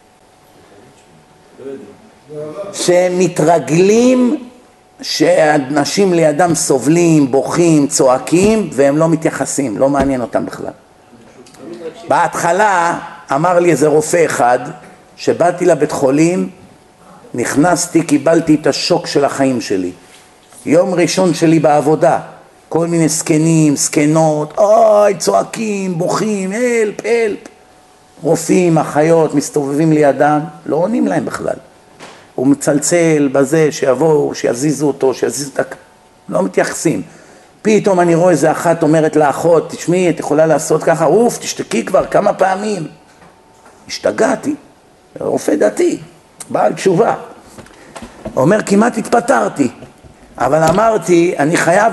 A: שהם מתרגלים שאנשים לידם סובלים, בוכים, צועקים, והם לא מתייחסים, לא מעניין אותם בכלל. בהתחלה אמר לי איזה רופא אחד, שבאתי לבית חולים, נכנסתי, קיבלתי את השוק של החיים שלי. יום ראשון שלי בעבודה, כל מיני סקנים, סקנות, אוי, צועקים, בוכים, אלפ. רופאים, אחיות, מסתובבים לידם, לא עונים להם בכלל. הוא מצלצל בזה, שיבואו, שיזיזו אותו, לא מתייחסים. פתאום אני רואה איזה אחת אומרת לאחות, תשמעי, את יכולה לעשות ככה, אוף, תשתקי כבר כמה פעמים. השתגעתי, רופא דתי, בעל תשובה. אומר, כמעט התפטרתי, אבל אמרתי, אני חייב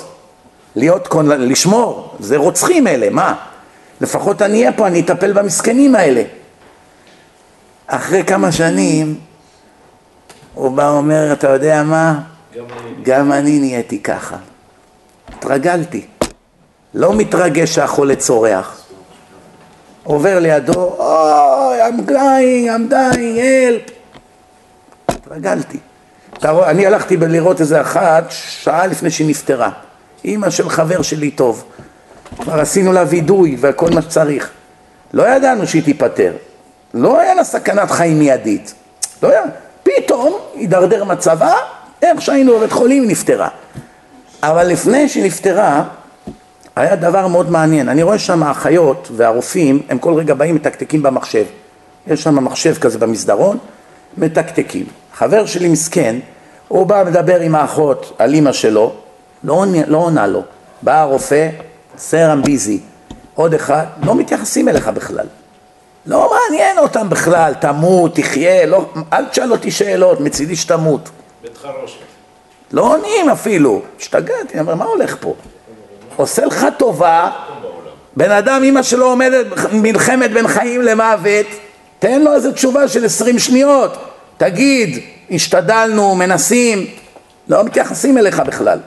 A: לשמור, זה רוצחים אלה, מה? לפחות אני אהיה פה, אני אטפל במסכנים האלה. אחרי כמה שנים, הוא בא אומר, אתה יודע מה? גם אני נהייתי ככה. התרגלתי. לא מתרגש שהחולה צורח. עובר לידו, אוי, I'm dying, help. התרגלתי. אני הלכתי לראות איזה אחת, שעה לפני שהיא נפטרה. אמא של חבר שלי טוב. כבר עשינו לה וידוי וכל מה שצריך. לא ידענו שהיא תיפטר. לא היה לה סכנת חיים מיידית. לא היה. פתאום הידרדר מצבה, איך שהיינו בבית חולים נפטרה. אבל לפני שהיא נפטרה, היה דבר מאוד מעניין. אני רואה שם האחיות והרופאים, הם כל רגע באים מתקתקים במחשב. יש שם מחשב כזה במסדרון, מתקתקים. חבר שלי מסכן, הוא בא מדבר עם האחות על אמא שלו, לא עונה לו. בא הרופא, סרם ביזי, עוד אחד, לא מתייחסים אליך בכלל. לא מעניין אותם בכלל, תמות, תחיה, לא, אל תשאל אותי שאלות, מצידי שתמות.
B: בית חרושת.
A: לא עונים אפילו, השתגעתי, אני אומר, מה הולך פה? עושה לך טובה, בן אדם, אמא שלו עומדת מלחמת בין חיים למוות, תן לו איזו תשובה של 20 שניות, תגיד, השתדלנו, מנסים, לא מתייחסים אליך בכלל.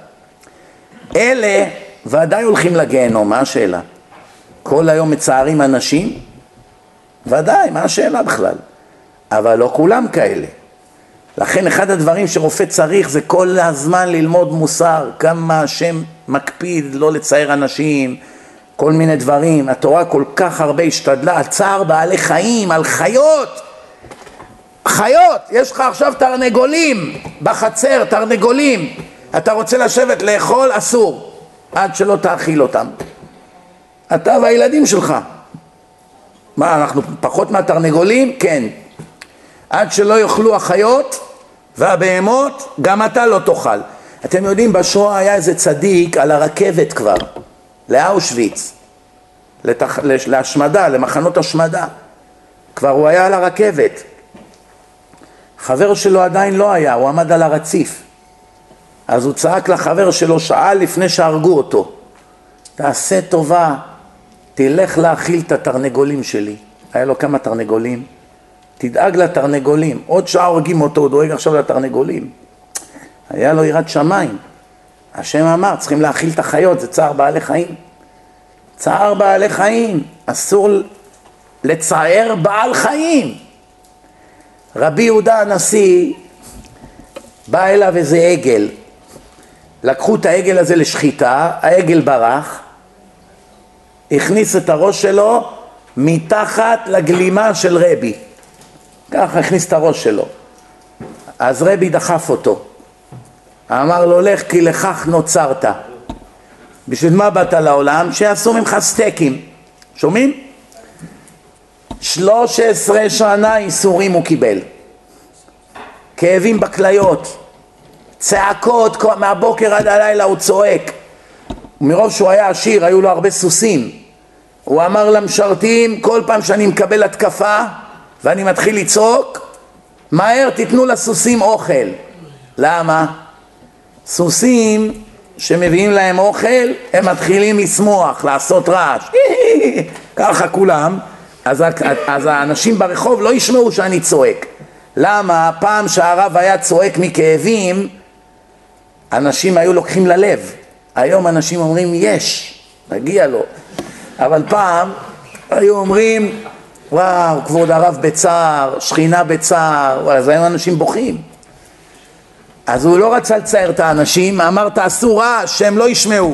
A: אלה ודאי הולכים לגיהנום, מה השאלה? כל היום מצערים אנשים? ודאי, מה השאלה בכלל? אבל לא כולם כאלה. לכן אחד הדברים שרופא צריך זה כל הזמן ללמוד מוסר, כמה השם מקפיד לא לצייר אנשים, כל מיני דברים. התורה כל כך הרבה השתדלה על צער בעלי חיים, על חיות. חיות, יש לך עכשיו תרנגולים בחצר, תרנגולים. אתה רוצה לשבת לאכול, אסור, עד שלא תאכיל אותם. אתה והילדים שלך. מה, אנחנו פחות מהתרנגולים? כן. עד שלא יאכלו החיות והבהמות, גם אתה לא תאכל. אתם יודעים, בשואה היה איזה צדיק על הרכבת כבר, לאושוויץ, להשמדה, למחנות השמדה. כבר הוא היה על הרכבת. חבר שלו עדיין לא היה, הוא עמד על הרציף. אז הוא צעק לחבר שלו שעה לפני שהרגו אותו, תעשה טובה, תלך להאכיל את התרנגולים שלי. היה לו כמה תרנגולים, תדאג לתרנגולים. עוד שעה הורגים אותו, הוא דואג עכשיו לתרנגולים. היה לו יראת שמיים. השם אמר, צריכים להאכיל את החיות, זה צער בעלי חיים. צער בעלי חיים, אסור לצער בעל חיים. רבי יהודה הנשיא, בא אליו איזה עגל, לקחו את העגל הזה לשחיטה, העגל ברח, הכניס את הראש שלו מתחת לגלימה של רבי, ככה הכניס את הראש שלו. אז רבי דחף אותו, אמר לו, לך כי לכך נוצרת. בשביל מה באת לעולם? שיעשו ממך סטייקים. שומעים? 13 שנה איסורים הוא קיבל, כאבים בכליות, צעקות, מהבוקר עד הלילה הוא צועק. מרוב שהוא היה עשיר, היו לו הרבה סוסים. הוא אמר למשרתים, כל פעם שאני מקבל התקפה ואני מתחיל לצעוק, מהר תיתנו לסוסים אוכל. למה? סוסים שמביאים להם אוכל, הם מתחילים לשמוח, לעשות רעש. ככה כולם. אז האנשים ברחוב לא ישמעו שאני צועק. למה? פעם שהרב היה צועק מכאבים, אנשים היו לוקחים ללב. היום אנשים אומרים יש, נגיע לו. אבל פעם היו אומרים, וואו, כבוד הרב בצער, שכינה בצער, אז היום אנשים בוכים. אז הוא לא רצה לצייר את האנשים, אמר תעשו רעש שהם לא ישמעו.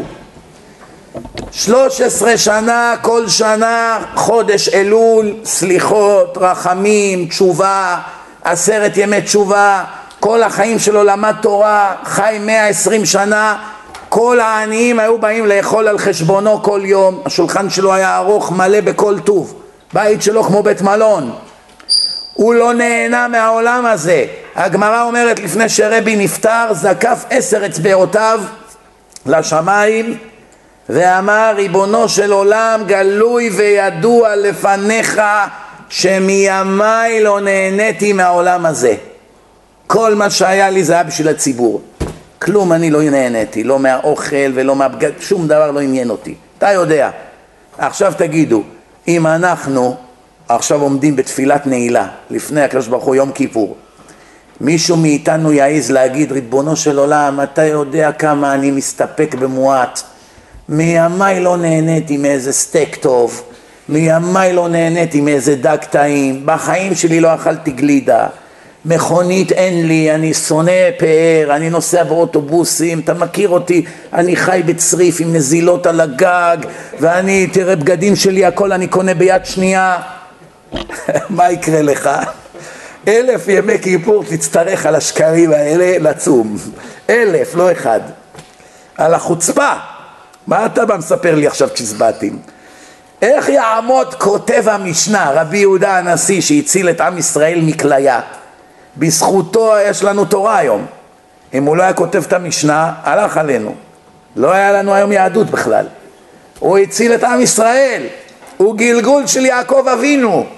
A: 13 שנה, כל שנה, חודש אלול, סליחות, רחמים, תשובה, 10 ימי תשובה, כל החיים שלו למד תורה, חי 120 שנה, כל העניים היו באים לאכול על חשבונו כל יום, השולחן שלו היה ארוך, מלא בכל טוב, בית שלו כמו בית מלון. הוא לא נהנה מהעולם הזה. הגמרא אומרת, לפני שרבי נפטר, זקף 10 אצבעותיו לשמיים, ואמר, ריבונו של עולם, גלוי וידוע לפניך שמימיי לא נהניתי מהעולם הזה. כל מה שהיה לי זה היה בשביל הציבור. כלום אני לא נהניתי, לא מהאוכל ולא מהבגד, שום דבר לא עניין אותי. אתה יודע. עכשיו תגידו, אם אנחנו עכשיו עומדים בתפילת נעילה, לפני הקדוש ברוך הוא יום כיפור, מישהו מאיתנו יעז להגיד, ריבונו של עולם, אתה יודע כמה אני מסתפק במועט, מימיי לא נהניתי מאיזה סטייק טוב, מימיי לא נהניתי מאיזה דג טעים, בחיים שלי לא אכלתי גלידה, מכונית אין לי, אני שונא פאר, אני נוסע באוטובוסים, אתה מכיר אותי, אני חי בצריף עם נזילות על הגג, ואני, תראה בגדים שלי, הכל אני קונה ביד שנייה. מה יקרה לך? 1000 ימי כיפור תצטרך על השקרים האלה לצום. 1000, לא אחד. על החוצפה. מה אתה בא מספר לי עכשיו כשסבטים? איך יעמוד כותב המשנה, רבי יהודה הנשיא, שהציל את עם ישראל מכליה? בזכותו יש לנו תורה היום. אם הוא לא היה כותב את המשנה, הלך עלינו. לא היה לנו היום יהדות בכלל. הוא הציל את עם ישראל. הוא גלגול של יעקב אבינו.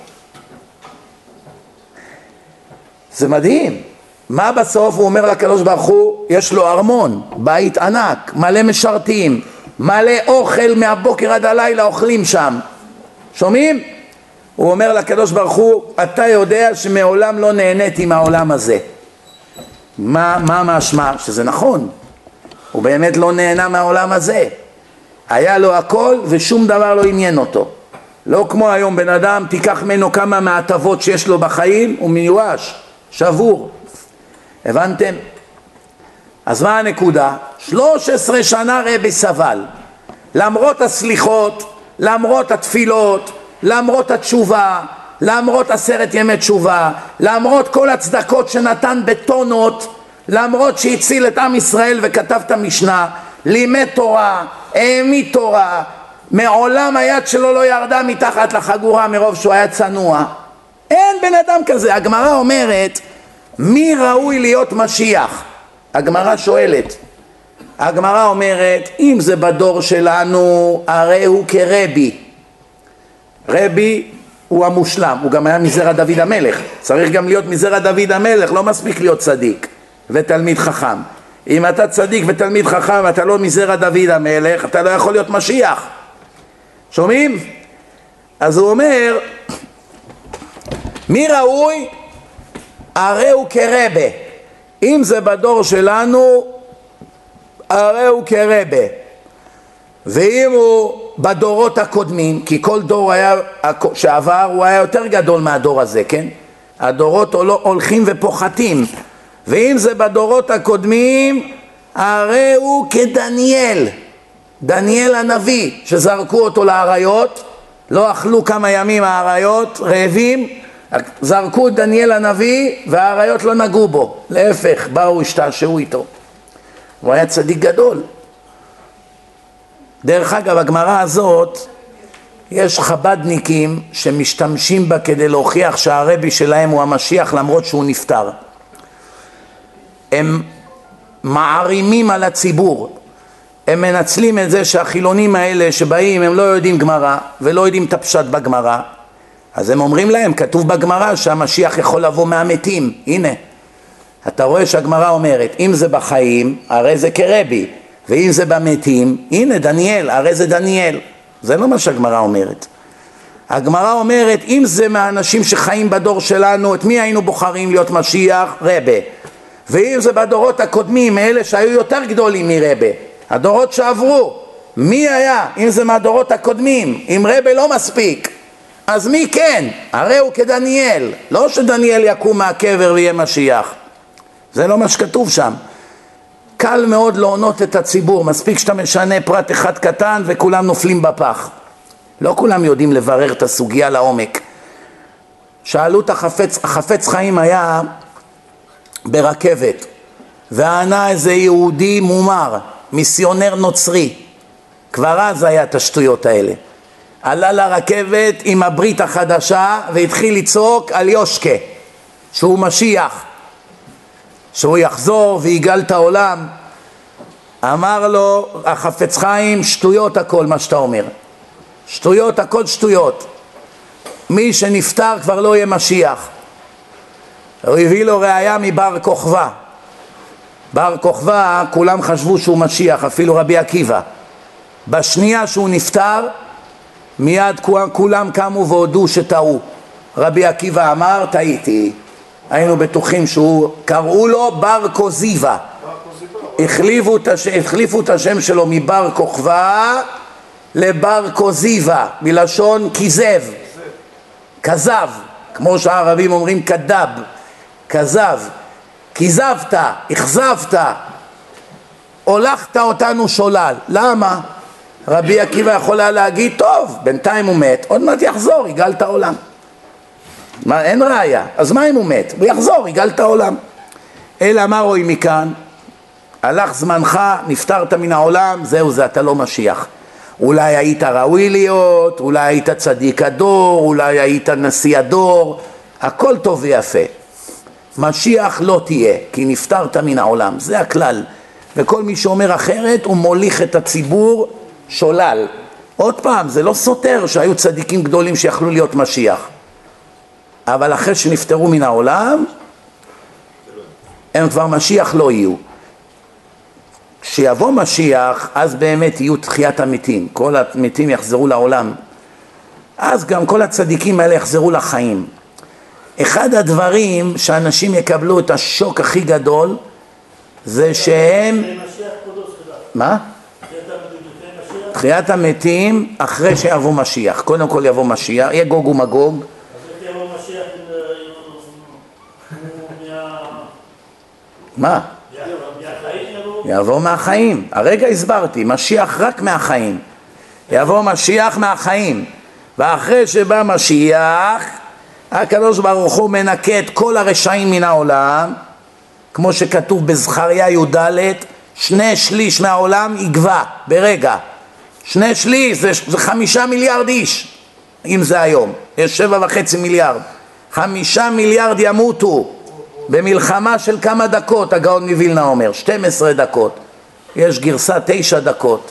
A: זה מדהים. מה בסוף? הוא אומר לקדוש ברוך הוא, יש לו ארמון, בית ענק, מלא משרתים, מלא אוכל מהבוקר עד הלילה אוכלים שם. שומעים? הוא אומר לקדוש ברוך הוא, אתה יודע שמעולם לא נהניתי מהעולם הזה. מה משמע? שזה נכון. הוא באמת לא נהנה מהעולם הזה. היה לו הכל ושום דבר לא עניין אותו. לא כמו היום בן אדם, תיקח ממנו כמה מההטבות שיש לו בחיים, הוא מיואש, שבור. הבנתם? אז מה הנקודה? 13 שנה רבי סבל. למרות הסליחות, למרות התפילות, למרות התשובה, למרות 10 ימי תשובה, למרות כל הצדקות שנתן בטונות, למרות שהציל את עם ישראל וכתב את המשנה, לימד תורה, העמיד תורה, מעולם היד שלו לא ירדה מתחת לחגורה מרוב שהוא היה צנוע. אין אין בן אדם כזה. הגמרא אומרת, מי ראוי להיות משיח? הגמרא שואלת. הגמרא אומרת, אם זה בדור שלנו, הרי הוא כרבי. רבי הוא המושלם, הוא גם היה מזרע דוד המלך. צריך גם להיות מזרע דוד המלך, לא מספיק להיות צדיק ותלמיד חכם. אם אתה צדיק ותלמיד חכם ואתה לא מזרע דוד המלך, אתה לא יכול להיות משיח. שומעים? אז הוא אומר, מי ראוי? הרי הוא כרבה. אם זה בדור שלנו, הרי הוא כרבה. ואם הוא בדורות הקודמים, כי כל דור שעבר הוא היה יותר גדול מהדור הזה, כן? הדורות הולכים ופוחתים. ואם זה בדורות הקודמים, הרי הוא כדניאל, דניאל הנביא, שזרקו אותו לאריות, לא אכלו כמה ימים האריות, רעבים, זרקו את דניאל הנביא והאריות לא נגעו בו, להפך, באו השתעשעו איתו. הוא היה צדיק גדול. דרך אגב, הגמרא הזאת, יש חבדניקים שמשתמשים בה כדי להוכיח שהרבי שלהם הוא המשיח למרות שהוא נפטר. הם מערימים על הציבור, הם מנצלים את זה שהחילונים האלה שבאים הם לא יודעים גמרא ולא יודעים את הפשט בגמרא, אז הם אומרים להם, כתוב בגמרא שהמשיח יכול לבוא מהמתים. הנה, אתה רואה שהגמרא אומרת, אם זה בחיים הרי זה כרבי, ואם זה במתים, הנה דניאל, הרי זה דניאל. זה לא מה שהגמרא אומרת. הגמרא אומרת, אם זה מהאנשים שחיים בדור שלנו, את מי היינו בוחרים להיות משיח? רבה. ואם זה בדורות הקודמים, אלה שהיו יותר גדולים מרבה, הדורות שעברו, מי היה? אם זה מהדורות הקודמים, אם רבה לא מספיק, אז מי כן? הרי הוא כדניאל. לא שדניאל יקום מהקבר ויהיה משיח, זה לא מה שכתוב שם. קל מאוד לעונות את הציבור, מספיק שאתה משנה פרט אחד קטן וכולם נופלים בפח. לא כולם יודעים לברר את הסוגיה לעומק. שאלו את החפץ חיים היה ברכבת, וענה איזה יהודי מומר, מיסיונר נוצרי, כבר אז היה את השטויות האלה. עלה לרכבת עם הברית החדשה והתחיל לצעוק על יושקה, שהוא משיח, שהוא יחזור ויגאל את העולם. אמר לו החפץ חיים, שטויות הכל מה שאתה אומר, שטויות הכל שטויות, מי שנפטר כבר לא יהיה משיח. הוא הביא לו ראיה מבר כוכבא. בר כוכבא כולם חשבו שהוא משיח, אפילו רבי עקיבא. בשנייה שהוא נפטר מיד כולם קמו והודו שטעו. רבי עקיבא אמר, טעיתי, היינו בטוחים שהוא, קראו לו בר כוזיבא, החליפו את השם שלו מבר כוכבא לבר כוזיבא, מלשון כזב, כזב, כמו שהערבים אומרים כדב, כזב, כזבת, אכזבת, הולכת אותנו שולל. למה? רבי עקיבא יכול היה להגיד, טוב, בינתיים הוא מת, עוד מעט יחזור, יגאל את העולם. מה, אין ראיה, אז מה אם הוא מת? הוא יחזור, יגאל את העולם. אלא מה רואים מכאן? הלך זמנך, נפטרת מן העולם, זהו זה, אתה לא משיח. אולי היית ראוי להיות, אולי היית צדיק הדור, אולי היית נשיא הדור, הכל טוב ויפה. משיח לא תהיה, כי נפטרת מן העולם, זה הכלל. וכל מי שאומר אחרת הוא מוליך את הציבור שולל. עוד פעם, זה לא סותר שהיו צדיקים גדולים שיכלו להיות משיח, אבל אחרי שנפטרו מן העולם הם כבר משיח לא יהיו. כשיבוא משיח אז באמת יהיו תחיית המתים, כל המתים יחזרו לעולם, אז גם כל הצדיקים האלה יחזרו לחיים. אחד הדברים שאנשים יקבלו את השוק הכי גדול זה שהם, מה? תחיית המתים אחרי שיבוא משיח. קודם כל יבוא משיח, יהיה גוג ומגוג. מה? יבוא מהחיים. הרגע הסברתי, משיח רק מהחיים. יבוא משיח מהחיים. ואחרי שבא משיח, הקדוש ברוך הוא מנקה את כל הרשעים מן העולם, כמו שכתוב בזכריה י"ד, 2/3 מהעולם יגבה ברגע. 2/3 זה 5 מיליארד איש, אם זה היום, יש 7.5 מיליארד. 5 מיליארד ימותו במלחמה של כמה דקות, הגאון מווילנה אומר, 12 דקות, יש גרסה 9 דקות.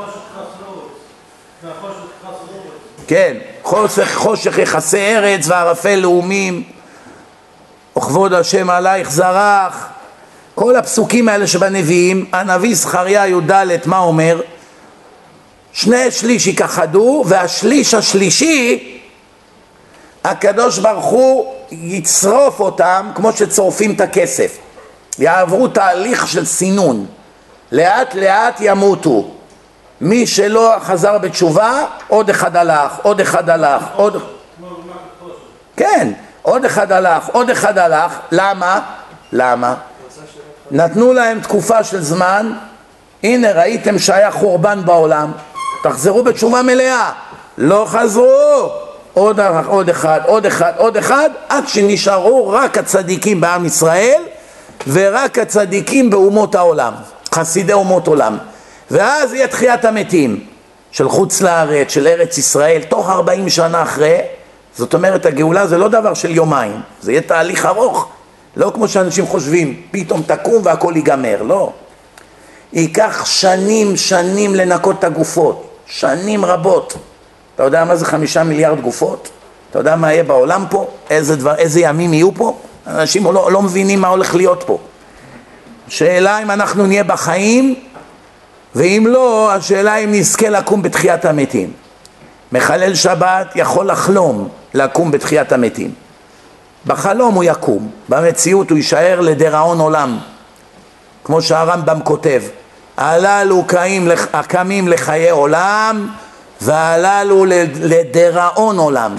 A: כן, חושך יחסי ארץ וערפל לאומים, וכבוד השם עלייך זרח. כל הפסוקים האלה שבנביאים, הנביא זכריה י"ד מה אומר? 2/3 יכחדו, והשליש השלישי הקדוש ברוך הוא יצרוף אותם כמו שצורפים את הכסף, יעברו תהליך של סינון, לאט לאט ימותו. מי שלא חזר בתשובה, עוד אחד הלך, עוד אחד הלך, עוד... כן, עוד אחד הלך, עוד אחד הלך. למה? למה? נתנו להם תקופה של זמן, הנה ראיתם שהיה חורבן בעולם, תחזרו בתשובה מלאה, לא חזרו, עוד אחד, עוד אחד, עוד אחד, עד שנשארו רק הצדיקים בעם ישראל ורק הצדיקים באומות העולם, חסידי אומות עולם. ואז יהיה תחיית המתים של חוץ לארץ, של ארץ ישראל, תוך 40 שנה אחרי. זאת אומרת, הגאולה זה לא דבר של יומיים, זה יהיה תהליך ארוך, לא כמו שאנשים חושבים, פתאום תקום והכל ייגמר, לא. ייקח שנים לנקות את הגופות, שנים רבות. אתה יודע מה זה 5 מיליארד גופות? אתה יודע מה יהיה בעולם פה? איזה ימים יהיו פה? אנשים לא מבינים מה הולך להיות פה. שאלה אם אנחנו נהיה בחיים, ואם לא, השאלה אם נזכה לקום בתחיית המתים. מחלל שבת יכול לחלום לקום בתחיית המתים. בחלום הוא יקום, במציאות הוא יישאר לדיראון עולם. כמו שהרמב"ם כותב, הללו קמים לחיי עולם, והללו לדיראון עולם,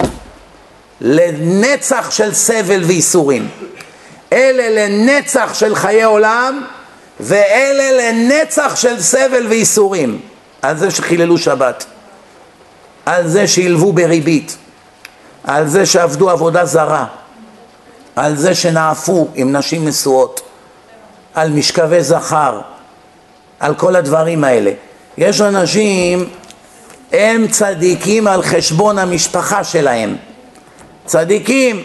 A: לנצח של סבל וייסורים. אלה לנצח של חיי עולם, ואלה לנצח של סבל וייסורים. על זה שחיללו שבת, על זה שילבו בריבית, על זה שעבדו עבודה זרה, על זה שנעפו עם נשים נשואות, על משכבי זכר, על כל הדברים האלה. יש אנשים, הם צדיקים על חשבון המשפחה שלהם. צדיקים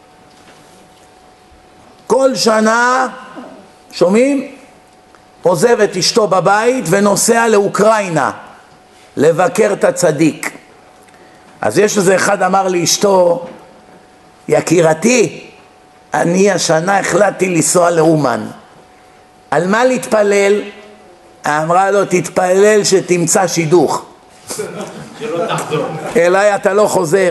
A: כל שנה, שומעים? עוזב את אשתו בבית ונוסע לאוקראינה לבקר את הצדיק. אז יש איזה אחד אמר לאשתו, יקירתי, אני השנה החלטתי לנסוע לאומן. על מה להתפלל? אמרה לו, תתפלל שתמצא שידוך.
B: שלא תחזור.
A: אליי אתה לא חוזר.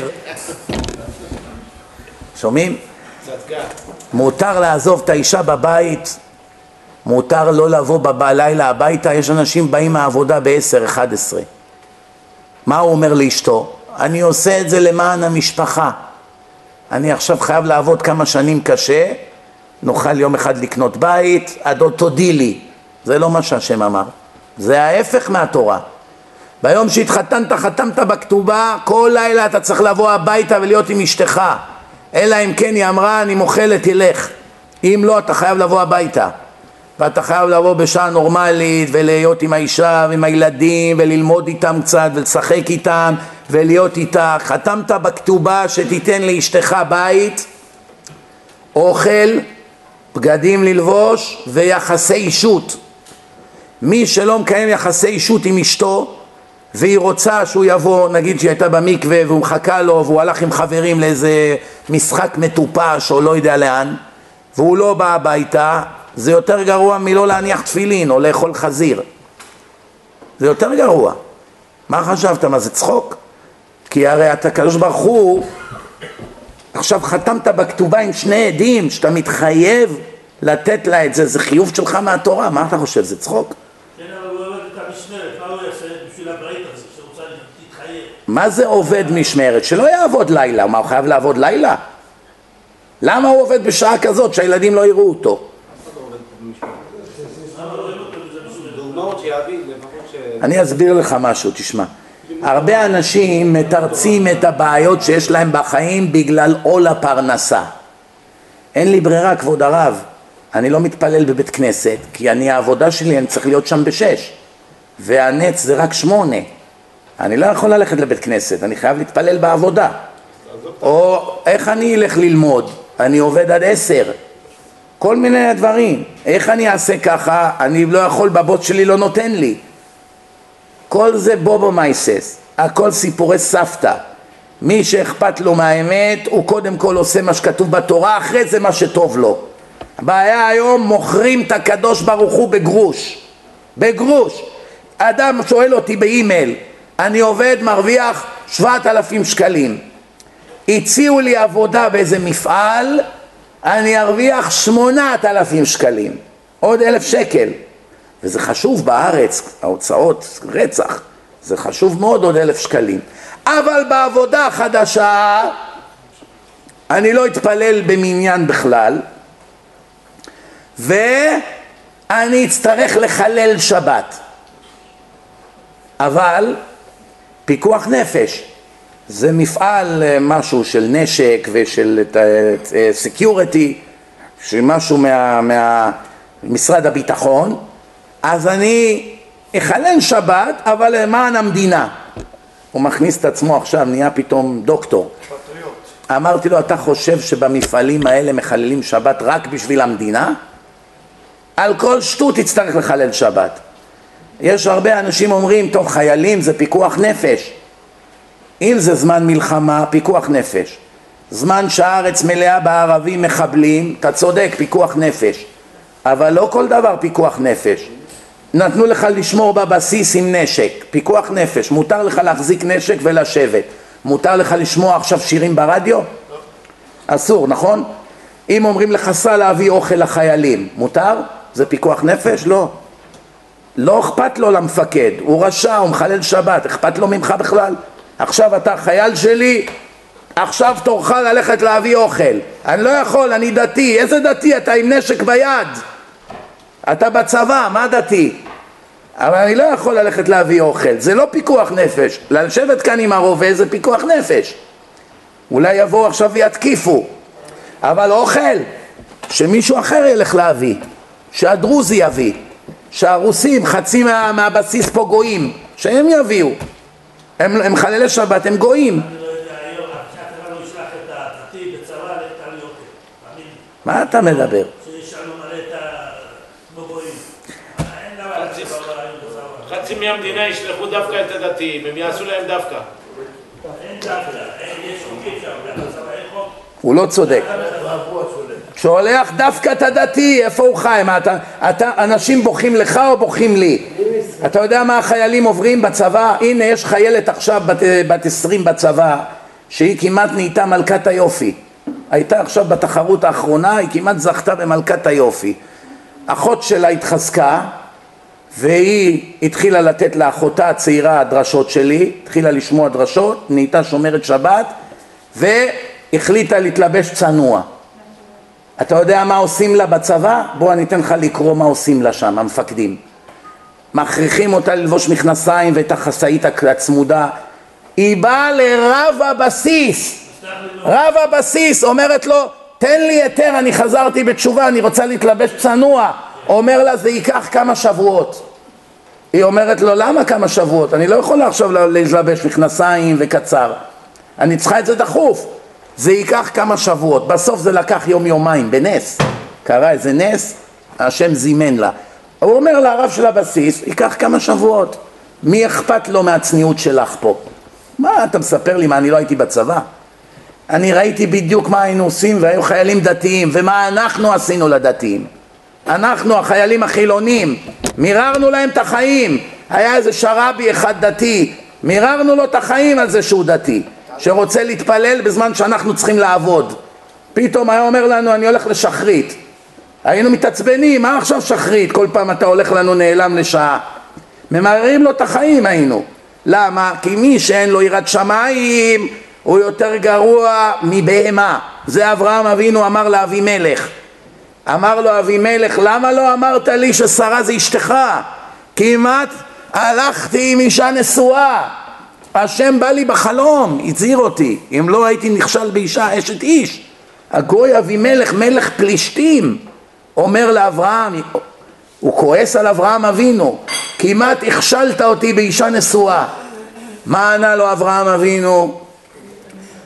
A: שומעים?
B: צדקה.
A: מותר לעזוב את האישה בבית, מותר לא לבוא בלילה הביתה. יש אנשים באים מהעבודה ב-10, 11. מה הוא אומר לאשתו? אני עושה את זה למען המשפחה. אני עכשיו חייב לעבוד כמה שנים קשה, נוכל יום אחד לקנות בית, עד עוד תודי לי. זה לא מה שהשם אמר, זה ההפך מהתורה. ביום שהתחתנת, חתמת בכתובה, כל לילה אתה צריך לבוא הביתה ולהיות עם אשתך. אלא אם כן היא אמרה, אני מוכלת, תלך. אם לא, אתה חייב לבוא הביתה. ואתה חייב לבוא בשעה נורמלית ולהיות עם האישה ועם הילדים וללמוד איתם קצת ולשחק איתם ולהיות איתה. חתמת בכתובה שתיתן לאשתך בית, אוכל, בגדים ללבוש ויחסי אישות. מי שלא מקיים יחסי אישות עם אשתו והיא רוצה שהוא יבוא, נגיד שהיא הייתה במקווה והוא מחכה לו והוא הלך עם חברים לאיזה משחק מטופש או לא יודע לאן, והוא לא בא הביתה, זה יותר גרוע מלא להניח תפילין או לאכול חזיר. זה יותר גרוע. מה חשבת? מה זה צחוק? כי הרי אתה קדוש ברוך הוא, עכשיו חתמת בכתובה עם שני עדים שאתה מתחייב לתת לה את זה, זה חיוב שלך מהתורה. מה אתה חושב? זה צחוק?
E: כן, אבל הוא עובד את המשמרת, מה הוא יעשה בשביל הברית הזה שרוצה להתחייב?
A: מה זה עובד משמרת? שלא יעבוד לילה. מה, הוא חייב לעבוד לילה? למה הוא עובד בשעה כזאת שהילדים לא יראו אותו? אני אסביר לך משהו, תשמע. הרבה אנשים מתרצים את הבעיות שיש להם בחיים בגלל עול הפרנסה. אין לי ברירה, כבוד הרב. אני לא מתפלל בבית כנסת, כי העבודה שלי, אני צריך להיות שם ב6. והנץ זה רק 8. אני לא יכול ללכת לבית כנסת, אני חייב להתפלל בעבודה. או איך אני אלך ללמוד, אני עובד עד 10, כל מיני דברים, איך אני אעשה ככה, אני לא יכול, בבוט שלי לא נותן לי, כל זה בובו מייסס, הכל סיפורי סבתא. מי שאכפת לו מהאמת הוא קודם כל עושה מה שכתוב בתורה, אחרי זה מה שטוב לו. הבעיה היום מוכרים את הקדוש ברוך הוא בגרוש, בגרוש. אדם שואל אותי באימייל, אני עובד מרוויח 7,000 שקלים, הציעו לי עבודה באיזה מפעל, אני ארוויח 8,000 שקלים, עוד 1,000 שקל, וזה חשוב בארץ, ההוצאות רצח, זה חשוב מאוד, עוד 1,000 שקלים, אבל בעבודה החדשה אני לא אתפלל במניין בכלל, ואני אצטרך לחלל שבת, אבל פיקוח נפש, זה מפעל משהו של נשק ושל סקיוריטי, שמשהו משרד הביטחון, אז אני אחלל שבת אבל למען המדינה. הוא מכניס את עצמו עכשיו, נהיה פתאום דוקטור. פטריוט. אמרתי לו, אתה חושב שבמפעלים האלה מחללים שבת רק בשביל המדינה? על כל שטות תצטרך לחלל שבת. יש הרבה אנשים אומרים, טוב, חיילים זה פיקוח נפש. אם זה זמן מלחמה, פיקוח נפש. זמן שהארץ מלאה בערבים מחבלים, אתה צודק, פיקוח נפש. אבל לא כל דבר פיקוח נפש. נתנו לך לשמור בבסיס עם נשק, פיקוח נפש. מותר לך להחזיק נשק ולשבת. מותר לך לשמוע עכשיו שירים ברדיו? אסור, נכון? אם אומרים לך סע להביא אוכל לחיילים, מותר? זה פיקוח נפש? לא. לא אכפת לו למפקד, הוא רשע, הוא מחלל שבת, אכפת לו ממך בכלל? עכשיו אתה חייל שלי, עכשיו תורך ללכת להביא אוכל. אני לא יכול, אני דתי. איזה דתי? אתה עם נשק ביד, אתה בצבא, מה דתי? אבל אני לא יכול ללכת להביא אוכל, זה לא פיקוח נפש. לשבת כאן עם הרובה זה פיקוח נפש. אולי יבואו עכשיו ויתקיפו, אבל אוכל שמישהו אחר ילך להביא, שהדרוזי יביא, שהרוסים חצי מהבסיס פה גויים, שהם יביאו. הם חללי שבת, הם גויים.
E: אני לא יודע, היום, כשאתה לא ישלח את הדתי בצבא, אתה לא יוקר.
A: מה אתה מדבר?
E: שישאלו מלא את הגויים. אין דבר כזה בצבא.
B: חצי מהמדינה ישלחו דווקא את הדתיים, הם יעשו להם דווקא.
E: אין דווקא, יש חוקים שם, בצבא אין חוק.
A: הוא לא צודק. שולח דווקא את הדתי, איפה הוא חי? אנשים בוכים לך או בוכים לי? אתה יודע מה החיילים עוברים בצבא? הנה יש חיילת עכשיו בת 20 בצבא, שהיא כמעט נהייתה מלכת היופי. הייתה עכשיו בתחרות האחרונה, היא כמעט זכתה במלכת היופי. אחות שלה התחזקה, והיא התחילה לתת לאחותה הצעירה הדרשות שלי, התחילה לשמוע דרשות, נהייתה שומרת שבת, והחליטה להתלבש צנוע. אתה יודע מה עושים לה בצבא? בוא אני אתן לך לקרוא מה עושים לה שם, המפקדים. מכריחים אותה ללבוש מכנסיים ואת החסאית הצמודה. היא באה לרב הבסיס, רב הבסיס אומרת לו, תן לי יותר, אני חזרתי בתשובה, אני רוצה להתלבש צנוע. אומר לה, זה ייקח כמה שבועות. היא אומרת לו, למה כמה שבועות? אני לא יכולה עכשיו להתלבש מכנסיים וקצר, אני צריכה את זה דחוף. זה ייקח כמה שבועות. בסוף זה לקח יום-יומיים, בנס. קרה איזה נס, השם זימן לה. הוא אומר לרב של הבסיס, ייקח כמה שבועות. מי אכפת לו מהצניעות שלך פה? מה אתה מספר לי? מה, אני לא הייתי בצבא? אני ראיתי בדיוק מה היינו עושים, והיו חיילים דתיים, ומה אנחנו עשינו לדתיים. אנחנו, החיילים החילונים, מיררנו להם את החיים. היה איזה שרבי אחד דתי, מיררנו לו את החיים על זה שהוא דתי, שרוצה להתפלל בזמן שאנחנו צריכים לעבוד. פתאום היה אומר לנו, אני הולך לשחרית. היינו מתעצבנים, מה עכשיו שחרית? כל פעם אתה הולך לנו נעלם לשעה. ממררים לו את החיים היינו. למה? כי מי שאין לו יראת שמיים הוא יותר גרוע מבהמה. זה אברהם אבינו אמר לאבימלך. אמר לו אבימלך, למה לא אמרת לי ששרה זה אשתך? כמעט הלכתי עם אישה נשואה. השם בא לי בחלום, הזהיר אותי. אם לא הייתי נכשל באישה אשת איש. הגוי אבימלך, מלך פלישתים, אומר לאברהם, הוא כועס על אברהם אבינו, כמעט הכשלת אותי באישה נשואה. מה ענה לו אברהם אבינו?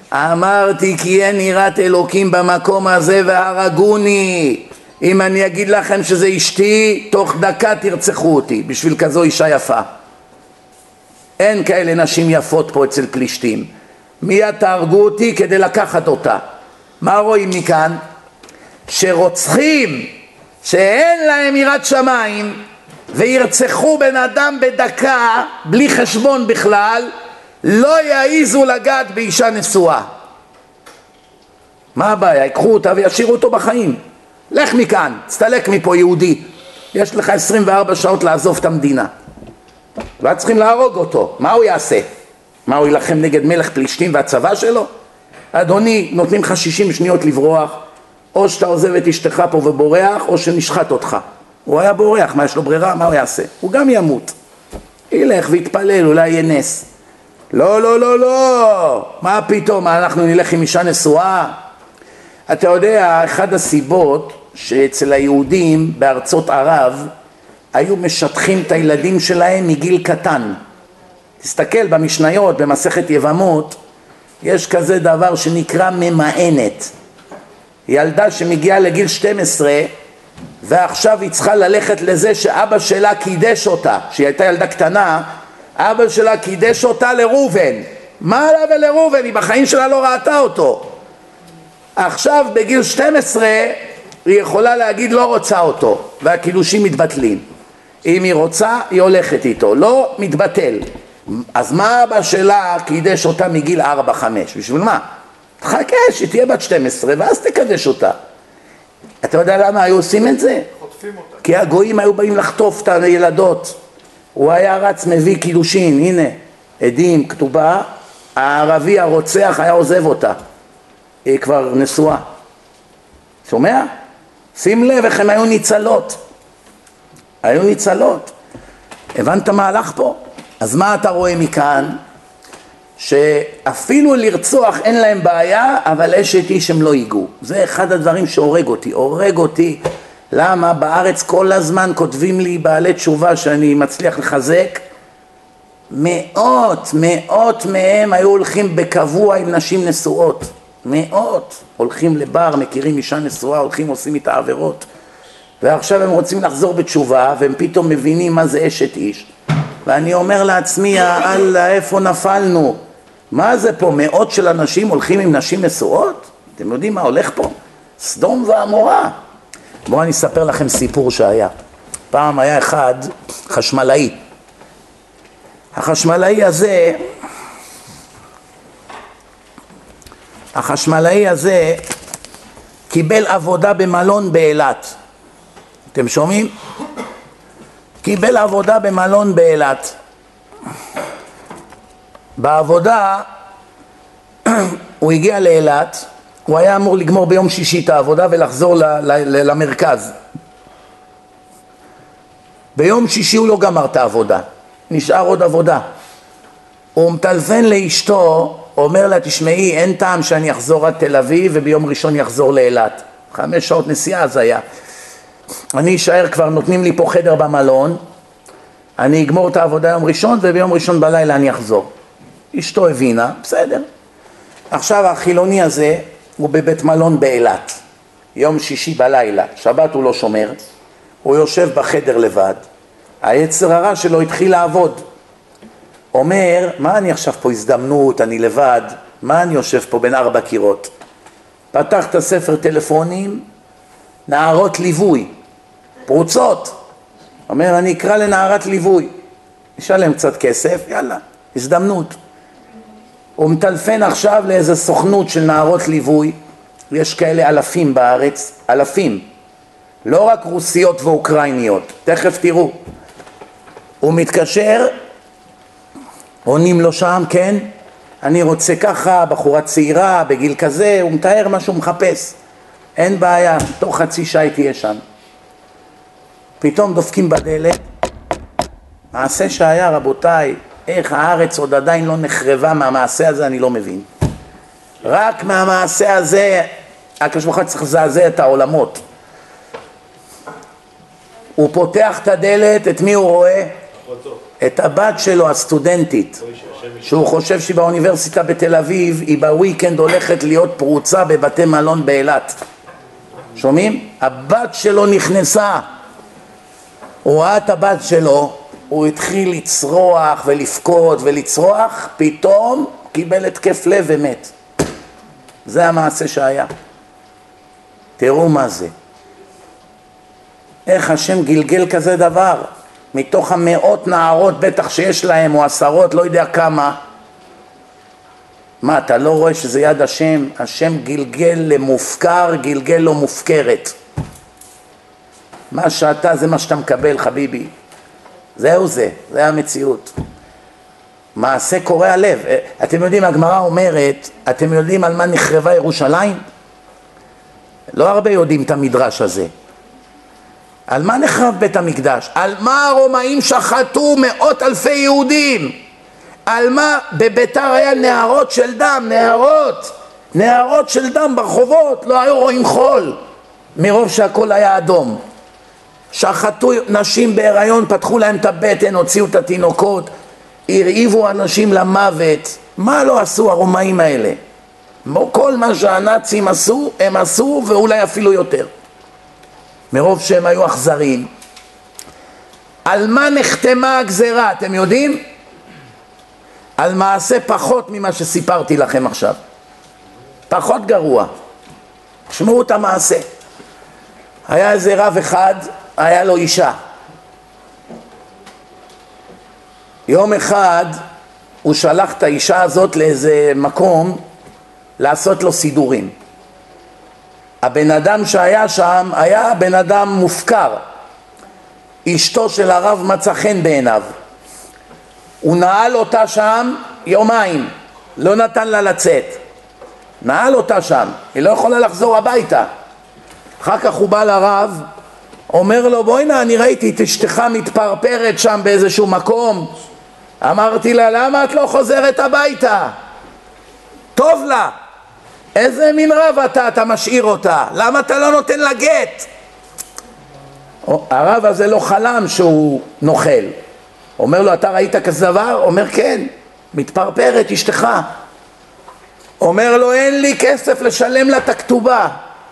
A: אמרתי כי אין יראת אלוקים במקום הזה והרגוני. אם אני אגיד לכם שזה אשתי, תוך דקה תרצחו אותי בשביל כזו אישה יפה. אין כאלה נשים יפות פה אצל פלישתים. מיד תהרגו אותי כדי לקחת אותה. מה רואים מכאן? שרוצחים שאין להם יראת שמיים וירצחו בן אדם בדקה בלי חשבון בכלל, לא יעיזו לגעת באישה נשואה. מה הבעיה? ייקחו אותה וישאירו אותו בחיים. לך מכאן, תסתלק מפה יהודי. יש לך 24 שעות לעזוב את המדינה. ואת צריכים להרוג אותו. מה הוא יעשה? מה, הוא ילחם נגד מלך פלישתים והצבא שלו? אדוני, נותנים לך 60 שניות לברוח, או שאתה עוזב את אשתך פה ובורח, או שנשחט אותך. הוא היה בורח, מה יש לו ברירה? מה הוא יעשה? הוא גם ימות. ילך ויתפלל, אולי יהיה נס. לא, לא, לא, לא. מה פתאום? אנחנו נלך עם אישה נשואה? אתה יודע, אחד הסיבות שאצל היהודים בארצות ערב היו משטחים את הילדים שלהם מגיל קטן. תסתכל במשניות, במסכת יבמות, יש כזה דבר שנקרא ממאנת. ילדה שמגיעה לגיל 12 ועכשיו היא צריכה ללכת לזה שאבא שלה קידש אותה, שהיא הייתה ילדה קטנה, אבא שלה קידש אותה לראובן. מה לה ולראובן? היא בחיים שלה לא ראתה אותו. עכשיו בגיל 12 היא יכולה להגיד לא רוצה אותו, והקידושים מתבטלים. אם היא רוצה היא הולכת איתו, לא מתבטל. אז מה אבא שלה קידש אותה מגיל 4-5? בשביל מה? תחכה שתהיה בת 12 ואז תקדש אותה. אתה יודע למה היו עושים את זה?
C: חוטפים אותה.
A: כי הגויים היו באים לחטוף את הילדות. הוא היה רץ מביא קידושין, הנה עדים, כתובה, הערבי הרוצח היה עוזב אותה, היא כבר נשואה. שומע? שים לב איך הם היו ניצלות. היו ניצלות. הבנת מה הלך פה? אז מה אתה רואה מכאן? שאפילו לרצוח אין להם בעיה, אבל אשת איש הם לא ייגעו. זה אחד הדברים שהורג אותי. למה? בארץ כל הזמן כותבים לי בעלי תשובה שאני מצליח לחזק. מאות מהם היו הולכים בקבוע עם נשים נשואות. מאות. הולכים לבר, מכירים אישה נשואה, הולכים עושים איתה עבירות. ועכשיו הם רוצים לחזור בתשובה, והם פתאום מבינים מה זה אשת איש. ואני אומר לעצמי, אללה, איפה נפלנו? מה זה פה? מאות של אנשים הולכים עם נשים נשואות? אתם יודעים מה הולך פה? סדום ועמורה. בואו אני אספר לכם סיפור שהיה. פעם היה אחד חשמלאי. החשמלאי הזה קיבל עבודה במלון באילת. אתם שומעים? קיבל עבודה במלון באילת. בעבודה הוא הגיע לאילת, הוא היה אמור לגמור ביום שישי את העבודה ולחזור למרכז. ביום שישי הוא לא גמר את העבודה, נשאר עוד עבודה. הוא מטלפן לאשתו, אומר לה, תשמעי, אין טעם שאני אחזור עד תל אביב וביום ראשון יחזור לאילת. 5 שעות נסיעה אז היה. אני אשאר, כבר נותנים לי פה חדר במלון, אני אגמור את העבודה יום ראשון וביום ראשון בלילה אני אחזור. אשתו הבינה, בסדר. עכשיו החילוני הזה הוא בבית מלון באילת, יום שישי בלילה, שבת הוא לא שומר, הוא יושב בחדר לבד, היצר הרע שלו התחיל לעבוד. אומר, מה אני עכשיו פה הזדמנות, אני לבד, מה אני יושב פה בין 4 קירות? פתח את הספר טלפונים, נערות ליווי, פרוצות. אומר, אני אקרא לנערת ליווי, נשלם קצת כסף, יאללה, הזדמנות. הוא מטלפן עכשיו לאיזה סוכנות של נערות ליווי, יש כאלה אלפים בארץ, אלפים, לא רק רוסיות ואוקראיניות, תכף תראו. הוא מתקשר, עונים לו שם, כן, אני רוצה ככה, בחורה צעירה, בגיל כזה, הוא מתאר מה שהוא מחפש. אין בעיה, תוך חצי שעה תהיה שם. פתאום דופקים בדלת, מעשה שהיה, רבותיי, איך הארץ עוד עדיין לא נחרבה מהמעשה הזה, אני לא מבין. רק מהמעשה הזה, הקדוש ברוך הוא צריך לזעזע את העולמות. הוא פותח את הדלת, את מי הוא רואה? את הבת שלו, הסטודנטית. שהוא חושב שהיא באוניברסיטה בתל אביב, היא בוויקנד הולכת להיות פרוצה בבתי מלון באילת. שומעים? הבת שלו נכנסה, הוא ראה את הבת שלו, הוא התחיל לצרוח ולפקוד ולצרוח, פתאום קיבל התקף לב ומת. זה המעשה שהיה. תראו מה זה. איך השם גלגל כזה דבר? מתוך המאות נערות בטח שיש להם, או עשרות, לא יודע כמה. מה, אתה לא רואה שזה יד השם? השם גלגל למופקר, גלגל לו מופקרת. מה שאתה זה מה שאתה מקבל, חביבי. זהו זה המציאות. מעשה קורע לב. אתם יודעים, הגמרא אומרת, אתם יודעים על מה נחרבה ירושלים? לא הרבה יודעים את המדרש הזה. על מה נחרב בית המקדש? על מה הרומאים שחטו מאות אלפי יהודים? על מה? בביתר היה נהרות של דם, נהרות של דם ברחובות, לא היו רואים חול, מרוב שהכל היה אדום. שחטו נשים בהיריון, פתחו להם את הבטן, הוציאו את התינוקות, הרעיבו אנשים למוות. מה לא עשו הרומאים האלה? כל מה שהנאצים עשו, הם עשו, ואולי אפילו יותר. מרוב שהם היו אכזריים. על מה נחתמה הגזרה, אתם יודעים? על מעשה פחות ממה שסיפרתי לכם עכשיו. פחות גרוע. שמעו את המעשה. היה איזה רב אחד, היה לו אישה. יום אחד הוא שלח את האישה הזאת לאיזה מקום לעשות לו סידורים. הבן אדם שהיה שם היה בן אדם מופקר. אשתו של הרב מצא חן בעיניו. הוא נעל אותה שם יומיים, לא נתן לה לצאת. נעל אותה שם, היא לא יכולה לחזור הביתה. אחר כך הוא בא לרב, אומר לו, בואי נא, אני ראיתי את אשתך מתפרפרת שם באיזשהו מקום. אמרתי לה, למה את לא חוזרת הביתה? טוב לה. איזה מין רב אתה משאיר אותה? למה אתה לא נותן לה גט? הרב הזה לא חלם שהוא נוכל. אומר לו, אתה ראית כזה דבר? אומר, כן, מתפרפרת אשתך. אומר לו, אין לי כסף לשלם לה את הכתובה.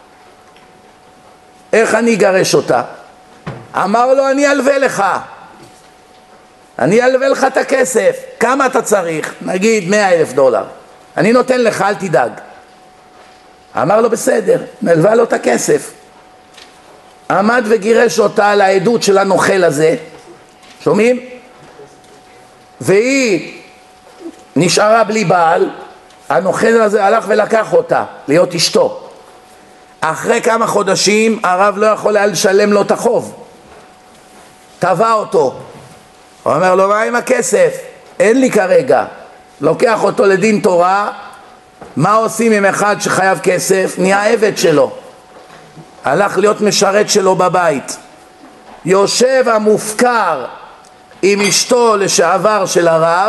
A: איך אני אגרש אותה? אמר לו, אני אלווה לך. אני אלווה לך את הכסף. כמה אתה צריך? נגיד $100,000. אני נותן לך, אל תדאג. אמר לו, בסדר, נלווה לו את הכסף. עמד וגירש אותה על העדות של הנוכל הזה. שומעים? והיא נשארה בלי בעל. הנוכל הזה הלך ולקח אותה להיות אשתו. אחרי כמה חודשים הרב לא יכול היה לשלם לו את החוב. תבע אותו. הוא אומר לו, מה עם הכסף? אין לי כרגע. לוקח אותו לדין תורה. מה עושים עם אחד שחייב כסף? נהיה עבד שלו. הלך להיות משרת שלו בבית. יושב המופקר עם אשתו לשעבר של הרב,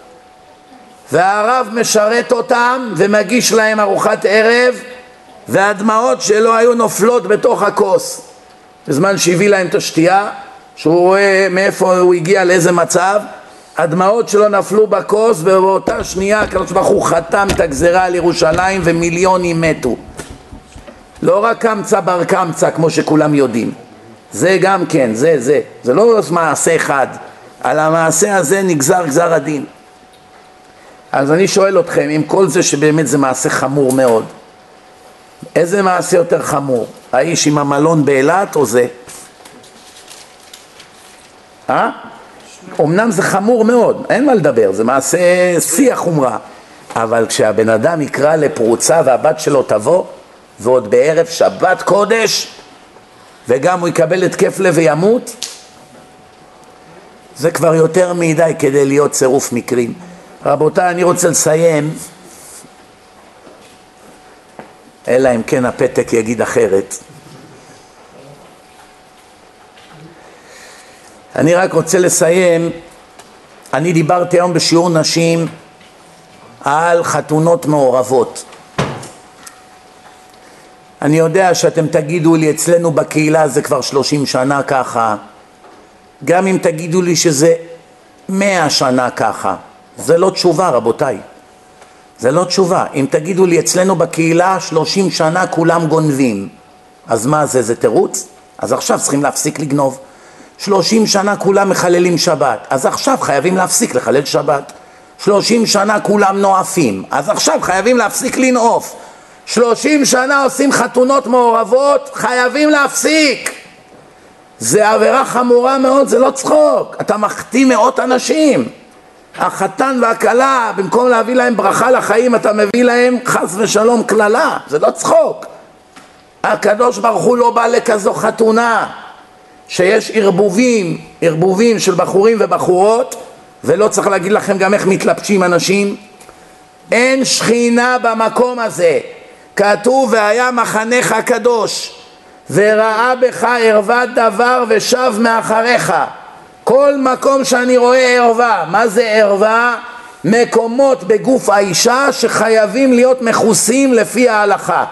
A: והרב משרת אותם ומגיש להם ארוחת ערב, והדמעות שלו היו נופלות בתוך הכוס. בזמן שהביא להם את השתייה, שהוא רואה מאיפה הוא הגיע, לאיזה מצב, הדמעות שלו נפלו בכוס, ובאותה שנייה הקדוש ברוך הוא חתם את הגזרה על ירושלים ומיליונים מתו. לא רק קמצא בר קמצא כמו שכולם יודעים, זה גם כן, זה לא מעשה אחד, על המעשה הזה נגזר גזר הדין. אז אני שואל אתכם, עם כל זה שבאמת זה מעשה חמור מאוד, איזה מעשה יותר חמור? האיש עם המלון באילת או זה? אמנם זה חמור מאוד, אין מה לדבר, זה מעשה שיא החומרה, אבל כשהבן אדם יקרא לפרוצה והבת שלו תבוא, ועוד בערב שבת קודש, וגם הוא יקבל התקף לב וימות, זה כבר יותר מדי כדי להיות צירוף מקרים. רבותיי, אני רוצה לסיים, אלא אם כן הפתק יגיד אחרת. אני רק רוצה לסיים, אני דיברתי היום בשיעור נשים על חתונות מעורבות. אני יודע שאתם תגידו לי, אצלנו בקהילה זה כבר 30 שנה ככה, גם אם תגידו לי שזה 100 שנה ככה, זה לא תשובה רבותיי, זה לא תשובה. אם תגידו לי אצלנו בקהילה 30 שנה כולם גונבים, אז מה זה, זה תירוץ? אז עכשיו צריכים להפסיק לגנוב. 30 שנה כולם מחללים שבת, אז עכשיו חייבים להפסיק לחלל שבת. 30 שנה כולם נואפים, אז עכשיו חייבים להפסיק לנאוף. 30 שנה עושים חתונות מעורבות, חייבים להפסיק. זה עבירה חמורה מאוד, זה לא צחוק. אתה מחטיא מאות אנשים. החתן והכלה, במקום להביא להם ברכה לחיים, אתה מביא להם חס ושלום כללה. זה לא צחוק. הקדוש ברוך הוא לא בא לכזו חתונה שיש ערבובים של בחורים ובחורות, ולא צריך להגיד לכם גם איך מתלבשים אנשים. אין שכינה במקום הזה. כתוב והיה מחנך הקדוש וראה בך ערוות דבר ושב מאחריך. כל מקום שאני רואה ערווה. מה זה ערווה? מקומות בגוף האישה שחייבים להיות מכוסים לפי ההלכה.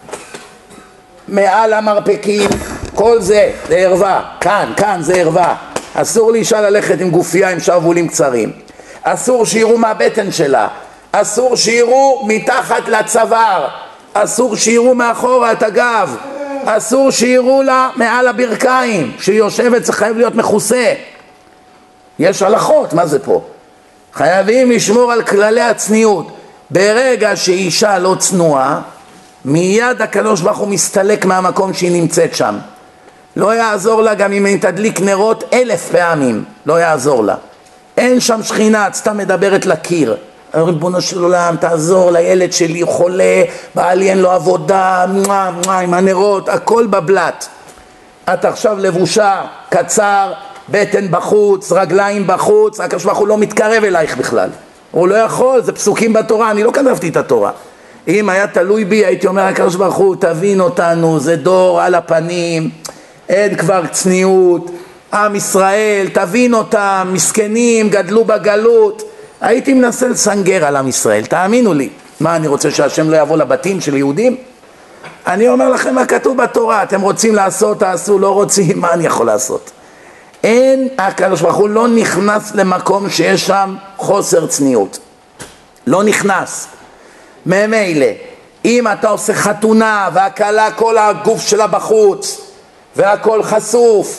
A: מעל המרפקים, כל זה ערווה. כאן זה ערווה. אסור לאישה ללכת עם גופייה עם שרוולים קצרים. אסור שיראו מהבטן שלה. אסור שיראו מתחת לצוואר. אסור שיראו מאחורה את הגב. אסור שיראו לה מעל הברכיים. כשהיא יושבת זה חייב להיות מכוסה. יש הלכות, מה זה פה? חייבים לשמור על כללי הצניעות. ברגע שאישה לא צנועה, מיד הקדוש ברוך הוא מסתלק מהמקום שהיא נמצאת שם. לא יעזור לה גם אם היא תדליק נרות 1000 פעמים, לא יעזור לה. אין שם שכינה, את סתם מדברת לקיר. ריבונו של עולם, תעזור לילד שלי, הוא חולה, בעלי אין לו עבודה, עם הנרות, הכל בבלט. את עכשיו לבושה, קצר, בטן בחוץ, רגליים בחוץ, הקדוש ברוך הוא לא מתקרב אלייך בכלל. הוא לא יכול, זה פסוקים בתורה, אני לא כתבתי את התורה. אם היה תלוי בי, הייתי אומר הקדוש ברוך הוא, תבין אותנו, זה דור על הפנים, אין כבר צניעות, עם ישראל, תבין אותם, מסכנים, גדלו בגלות. הייתי מנסה לסנגר על עם ישראל, תאמינו לי. מה, אני רוצה שהשם לא יבוא לבתים של יהודים? אני אומר לכם מה כתוב בתורה, אתם רוצים לעשות, תעשו, לא רוצים, מה אני יכול לעשות? אין, הקדוש ברוך הוא לא נכנס למקום שיש שם חוסר צניעות. לא נכנס. ממילא, אם אתה עושה חתונה והכלה כל הגוף שלה בחוץ והכל חשוף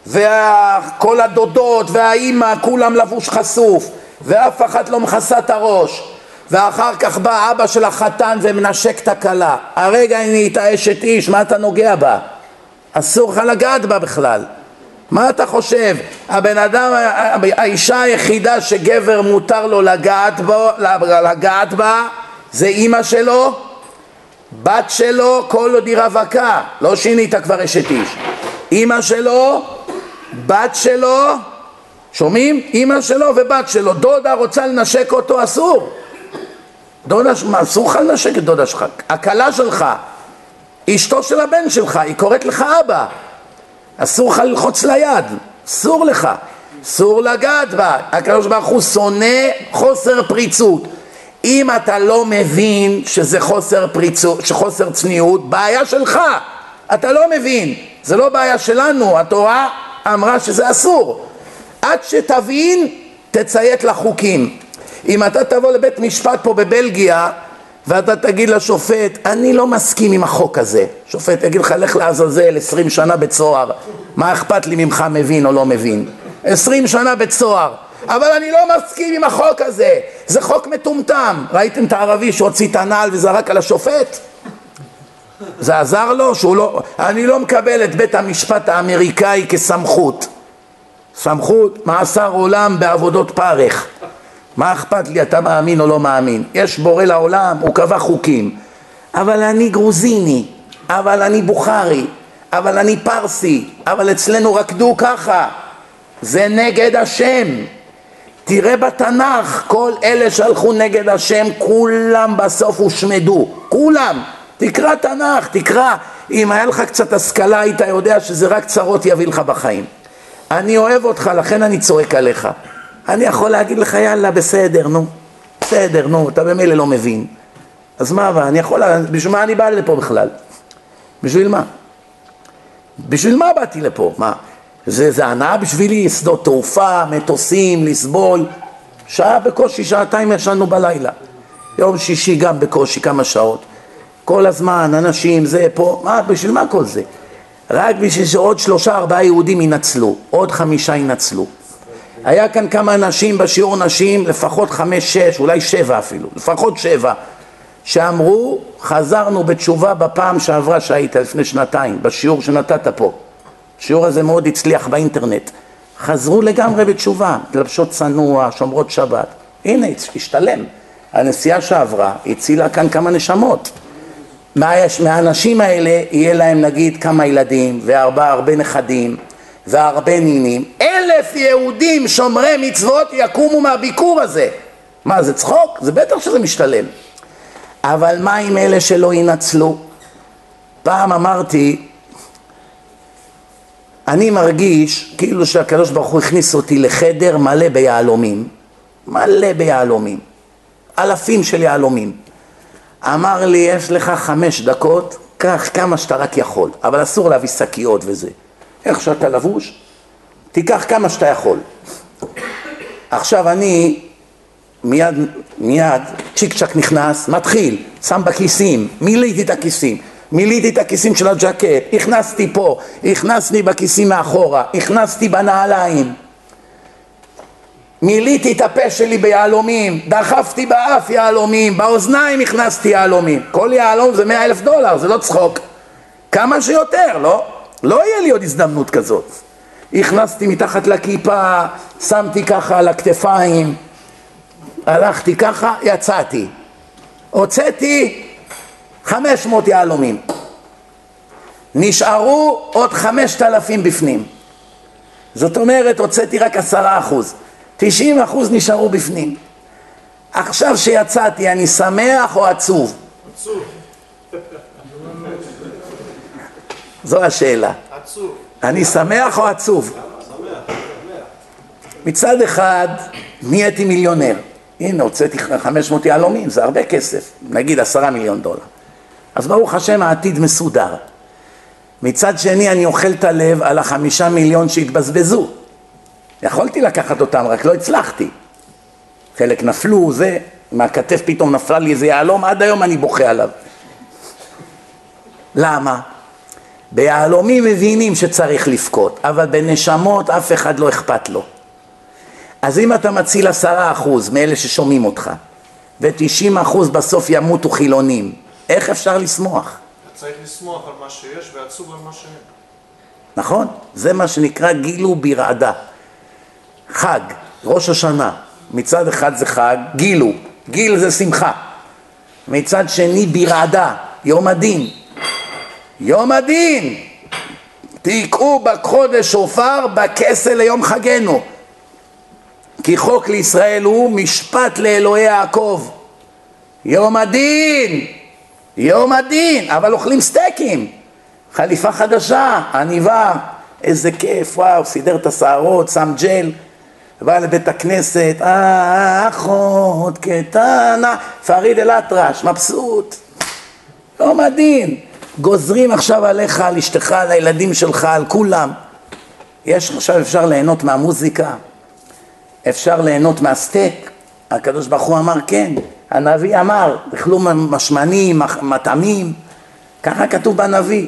A: וכל הדודות והאימא כולם לבוש חשוף ואף אחד לא מכסה את הראש, ואחר כך בא אבא של החתן ומנשק את הכלה, הרגע היא נהייתה אשת איש, מה אתה נוגע בה? אסור לך לגעת בה בכלל. מה אתה חושב? הבן אדם, האישה היחידה שגבר מותר לו לגעת בה זה אמא שלו, בת שלו, כל עוד היא רווקה, לא שינית כבר אשת איש. אמא שלו, בת שלו, שומעים? אמא שלו ובת שלו. דודה רוצה לנשק אותו, אסור. דודה, אסור לך לנשק את דודה שלך. הכלה שלך, אשתו של הבן שלך, היא קוראת לך אבא. אסור לך ללחוץ ליד, אסור לך. אסור לגעת בה. הקדוש ברוך הוא שונא חוסר פריצות. אם אתה לא מבין שזה חוסר פריצות, שחוסר צניעות, בעיה שלך. אתה לא מבין, זה לא בעיה שלנו. התורה אמרה שזה אסור. עד שתבין, תציית לחוקים. אם אתה תבוא לבית משפט פה בבלגיה, ואתה תגיד לשופט, אני לא מסכים עם החוק הזה. שופט יגיד לך, לך לעזאזל, 20 שנה בצוהר. מה אכפת לי ממך מבין או לא מבין? 20 שנה בצוהר. אבל אני לא מסכים עם החוק הזה. זה חוק מטומטם. ראיתם את הערבי שהוציא את הנעל וזרק על השופט? זה עזר לו שהוא לא... אני לא מקבל את בית המשפט האמריקאי כסמכות. סמכות, מאסר עולם בעבודות פרך. מה אכפת לי, אתה מאמין או לא מאמין? יש בורא לעולם, הוא קבע חוקים. אבל אני גרוזיני, אבל אני בוכרי, אבל אני פרסי, אבל אצלנו רקדו ככה. זה נגד השם. תראה בתנ"ך, כל אלה שהלכו נגד השם, כולם בסוף הושמדו. כולם. תקרא תנ"ך, תקרא. אם היה לך קצת השכלה, היית יודע שזה רק צרות יביא לך בחיים. אני אוהב אותך, לכן אני צועק עליך. אני יכול להגיד לך, יאללה, בסדר, נו. בסדר, נו, אתה במילא לא מבין. אז מה, אני יכול... בשביל מה אני בא לפה בכלל? בשביל מה? בשביל מה באתי לפה? מה? זה הנאה בשבילי, שדות תעופה, מטוסים, לסבול. שעה בקושי, שעתיים ישנו בלילה. יום שישי גם בקושי, כמה שעות. כל הזמן, אנשים, זה פה, בשביל מה כל זה? רק בשביל שעוד 3-4 יהודים ינצלו, עוד 5 ינצלו. היה כאן כמה אנשים בשיעור נשים, לפחות 5-6, אולי 7 אפילו, לפחות 7, שאמרו, חזרנו בתשובה בפעם שעברה שהיית לפני 2 בשיעור שנתת פה. השיעור הזה מאוד הצליח באינטרנט. חזרו לגמרי בתשובה, לבשות צנוע, שומרות שבת. הנה, השתלם. הנסיעה שעברה הצילה כאן כמה נשמות. מהאנשים האלה יהיה להם נגיד כמה ילדים הרבה נכדים והרבה נינים. 1,000 יהודים שומרי מצוות יקומו מהביקור הזה. מה, זה צחוק? זה בטח שזה משתלם. אבל מה עם אלה שלא ינצלו? פעם אמרתי, אני מרגיש כאילו שהקדוש ברוך הוא הכניס אותי לחדר מלא ביהלומים. מלא ביהלומים. אלפים של יהלומים. אמר לי, יש לך 5 דקות, קח כמה שאתה רק יכול, אבל אסור להביא שקיות וזה. איך שאתה לבוש, תיקח כמה שאתה יכול. עכשיו אני מיד צ'יק צ'ק נכנס, מתחיל, שם בכיסים, מילאתי את הכיסים של הג'קט, הכנסתי פה, הכנסתי בכיסים מאחורה, הכנסתי בנעליים, מילאתי את הפה שלי ביהלומים, דחפתי באף יהלומים, באוזניים הכנסתי יהלומים. כל יהלום זה $100,000, זה לא צחוק. כמה שיותר, לא יהיה לי עוד הזדמנות כזאת. הכנסתי מתחת לכיפה, שמתי ככה על הכתפיים, הלכתי ככה, יצאתי. הוצאתי 500 יהלומים. נשארו עוד 5,000 בפנים. זאת אומרת, הוצאתי רק 10%. 90% נשארו בפנים. עכשיו שיצאתי, אני שמח או עצוב?
C: עצוב.
A: זו השאלה.
C: עצוב.
A: אני שמח או עצוב? מצד אחד, נהייתי מיליונר. הנה, הוצאתי 500 יהלומים, זה הרבה כסף. נגיד $10 מיליון. אז ברוך השם, העתיד מסודר. מצד שני, אני אוכל את הלב על 5 מיליון שהתבזבזו. יכולתי לקחת אותם, רק לא הצלחתי. חלק נפלו, זה, מהכתף פתאום נפלה לי איזה יהלום, עד היום אני בוכה עליו. למה? ביהלומים מבינים שצריך לפקות, אבל בנשמות אף אחד לא אכפת לו. אז אם אתה מציל 10% מאלה ששומעים אותך, ו90% בסוף ימותו חילונים, איך אפשר לשמוח?
C: צריך לשמוח על מה שיש ועצוב על מה שאין.
A: נכון? זה מה שנקרא גילו ברעדה. חג, ראש השנה, מצד אחד זה חג, גילו, גיל זה שמחה. מצד שני ברעדה, יום הדין. יום הדין, תיקעו בחודש שופר בכסל ליום חגנו. כי חוק לישראל הוא משפט לאלוהי יעקב. יום הדין, יום הדין, אבל אוכלים סטייקים. חליפה חדשה, עניבה, איזה כיף, וואו, סידר את השערות, שם ג'ל, בא לבית הכנסת, אחות קטנה, פריד אל-אטרש, מבסוט. יום הדין, גוזרים עכשיו עליך, על אשתך, על הילדים שלך, על כולם. עכשיו אפשר ליהנות מהמוזיקה, אפשר ליהנות מהסטייק. הקדוש ברוך הוא אמר כן, הנביא אמר, תאכלו משמנים, מטעמים, ככה כתוב בנביא.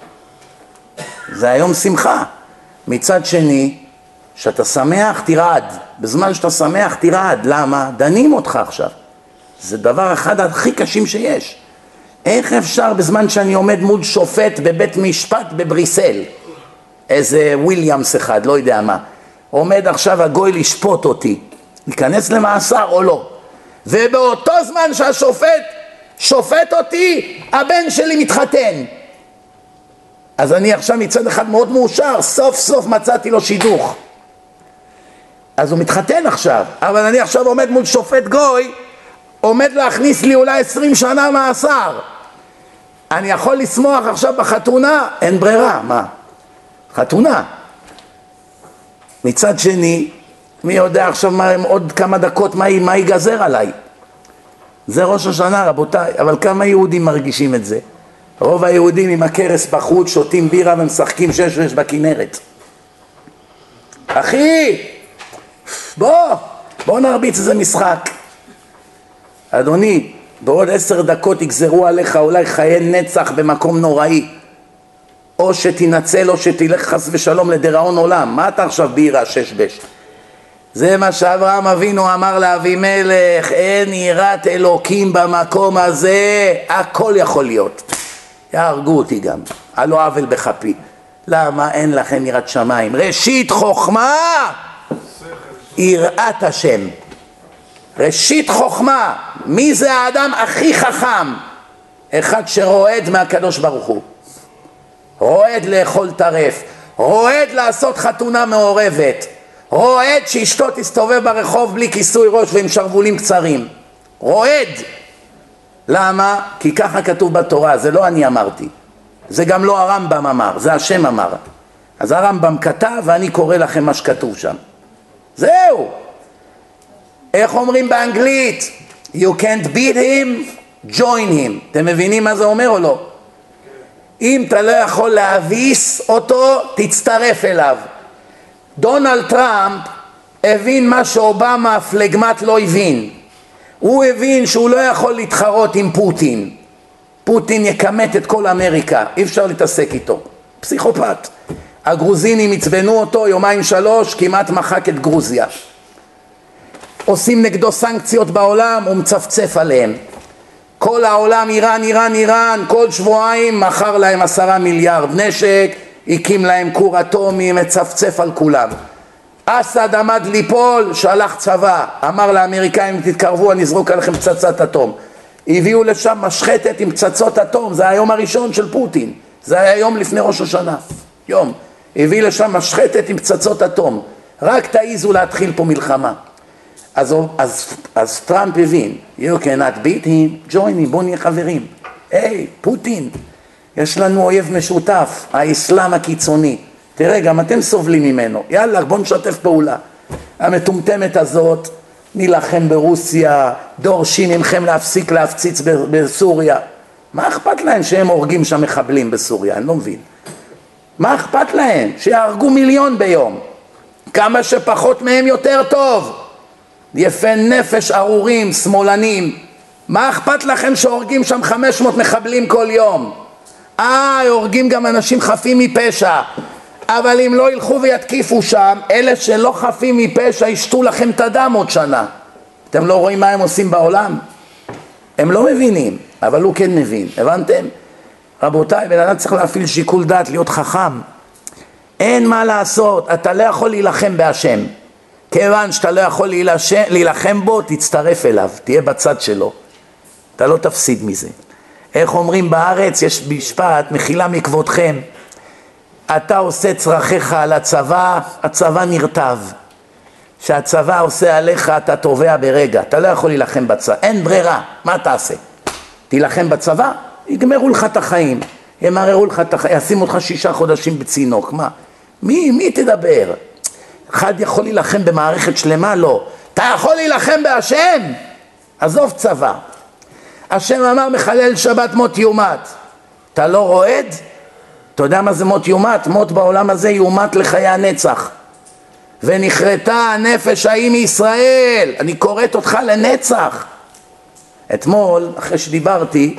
A: זה היום שמחה. מצד שני, שאתה שמח תירד, בזמן שאתה שמח תירד. למה? דנים אותך עכשיו. זה דבר אחד הכי קשים שיש. איך אפשר בזמן שאני עומד מול שופט בבית משפט בבריסל, איזה וויליאמס אחד, לא יודע מה, עומד עכשיו הגוי לשפוט אותי, ייכנס למאסר או לא, ובאותו זמן שהשופט שופט אותי, הבן שלי מתחתן. אז אני עכשיו מצד אחד מאוד מאושר, סוף סוף מצאתי לו שידוך. אז הוא מתחתן עכשיו, אבל אני עכשיו עומד מול שופט גוי, עומד להכניס לי אולי 20 שנה מאסר. אני יכול לשמוח עכשיו בחתונה? אין ברירה, מה? חתונה. מצד שני, מי יודע עכשיו עוד כמה דקות מה ייגזר עליי? זה ראש השנה רבותיי, אבל כמה יהודים מרגישים את זה? רוב היהודים עם הכרס בחוץ שותים בירה ומשחקים 6 בכנרת. אחי, בוא, בואו נרביץ איזה משחק. אדוני, בעוד 10 דקות יגזרו עליך אולי חיי נצח במקום נוראי. או שתנצל או שתלך חס ושלום לדיראון עולם. מה אתה עכשיו בירה ששבש? זה מה שאברהם אבינו אמר לאבימלך, אין יראת אלוקים במקום הזה, הכל יכול להיות. יהרגו אותי גם, על לא עוול בכפי. למה אין לכם יראת שמיים? ראשית חוכמה, יראת השם. ראשית חוכמה, מי זה האדם הכי חכם? אחד שרועד מהקדוש ברוך הוא. רועד לאכול טרף, רועד לעשות חתונה מעורבת, רועד שאשתו תסתובב ברחוב בלי כיסוי ראש ועם שרבולים קצרים. רועד. למה? כי ככה כתוב בתורה, זה לא אני אמרתי. זה גם לא הרמב"ם אמר, זה השם אמר. אז הרמב"ם כתב ואני קורא לכם מה שכתוב שם. זהו. איך אומרים באנגלית? You can't beat him, join him. אתם מבינים מה זה אומר או לא? אם אתה לא יכול להביס אותו, תצטרף אליו. דונלד טראמפ הבין מה שאובמה פלגמט לא הבין. הוא הבין שהוא לא יכול להתחרות עם פוטין. פוטין יקמת את כל אמריקה, אי אפשר להתעסק איתו. פסיכופת. הגרוזינים הצבנו אותו 2-3, כמעט מחק את גרוזיה. עושים נגדו סנקציות בעולם, הוא מצפצף עליהם. כל העולם איראן, איראן, איראן, כל שבועיים מכר להם 10 מיליארד נשק, הקים להם כור אטומי, מצפצף על כולם. אסד עמד ליפול, שלח צבא, אמר לאמריקאים תתקרבו אני אזרוק עליכם פצצת אטום. הביאו לשם משחטת עם פצצות אטום, זה היום הראשון של פוטין, זה היה יום לפני ראש השנה, יום. הביא לשם משחטת עם פצצות אטום, רק תעיזו להתחיל פה מלחמה. אז טראמפ הבין, you cannot beat him, join him, בוא נהיה חברים. היי, פוטין, יש לנו אויב משותף, האסלאם הקיצוני. תראה, גם אתם סובלים ממנו. יאללה, בוא נשתף פעולה. המטומטמת הזאת, נילחם ברוסיה, דורשים ממכם להפסיק להפציץ בסוריה. מה אכפת להם שהם הורגים שם מחבלים בסוריה? אני לא מבין. מה אכפת להם? שיהרגו 1,000,000 ביום. כמה שפחות מהם יותר טוב. יפה נפש, ארורים, שמאלנים. מה אכפת לכם שהורגים שם 500 מחבלים כל יום? הורגים גם אנשים חפים מפשע. אבל אם לא ילכו ויתקיפו שם, אלה שלא חפים מפשע ישתו לכם את הדם עוד שנה. אתם לא רואים מה הם עושים בעולם? הם לא מבינים, אבל הוא כן מבין. הבנתם? רבותיי, בן אדם צריך להפעיל שיקול דעת, להיות חכם. אין מה לעשות, אתה לא יכול להילחם בהשם. כיוון שאתה לא יכול להילחם בו, תצטרף אליו, תהיה בצד שלו. אתה לא תפסיד מזה. איך אומרים בארץ? יש משפט, מחילה מכבודכם. אתה עושה צרכיך על הצבא, הצבא נרטב. שהצבא עושה עליך, אתה תובע ברגע. אתה לא יכול להילחם בצבא, אין ברירה. מה תעשה? תילחם בצבא? יגמרו לך את החיים. ימררו לך את החיים, ישימו אותך 6 חודשים בצינוק. מה? מי תדבר? אחד יכול להילחם במערכת שלמה? לא. אתה יכול להילחם בהשם? עזוב צבא. השם אמר מחלל שבת מות יומת. אתה לא רועד? אתה יודע מה זה מות יומת? מות בעולם הזה יומת לחיי הנצח. ונכרתה הנפש ההיא מישראל. אני קוראת אותך לנצח. אתמול, אחרי שדיברתי,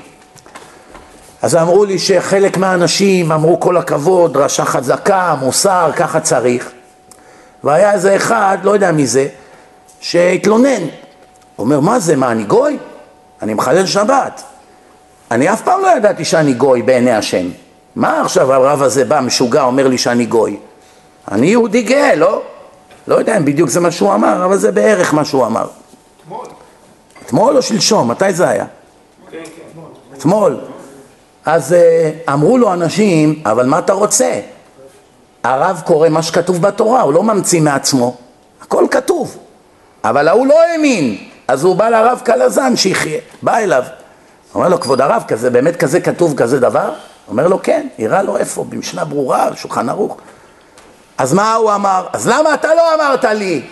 A: אז אמרו לי שחלק מהאנשים אמרו כל הכבוד, דרשה חזקה, מוסר, ככה צריך. והיה איזה אחד, לא יודע מי זה, שהתלונן. הוא אומר, מה זה? מה, אני גוי? אני מחלל שבת. אני אף פעם לא ידעתי שאני גוי בעיני השם. מה עכשיו הרב הזה בא משוגע אומר לי שאני גוי? אני יהודי גאה, לא? לא יודע אם בדיוק זה מה שהוא אמר, אבל זה בערך מה שהוא אמר. אתמול או שלשום? מתי זה היה? אתמול. אז אמרו לו אנשים, אבל מה אתה רוצה? הרב קורא מה שכתוב בתורה, הוא לא ממציא מעצמו. הכל כתוב. אבל הוא לא האמין. אז הוא בא לרב קלזן שיחיה. בא אליו. אומר לו, כבוד הרב, כזה, באמת כזה כתוב כזה דבר? אומר לו, כן. הראה לו איפה? במשנה ברורה, שולחן ערוך. אז מה הוא אמר? אז למה אתה לא אמרת לי?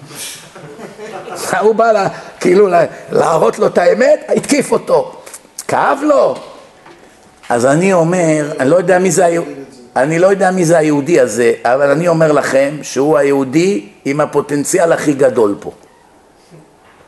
A: הוא בא כאילו להראות לו את האמת, התקיף אותו. כאב לו. אז אני אומר, אני לא יודע מי זה היהודי הזה, אבל אני אומר לכם שהוא היהודי עם הפוטנציאל הכי גדול פה.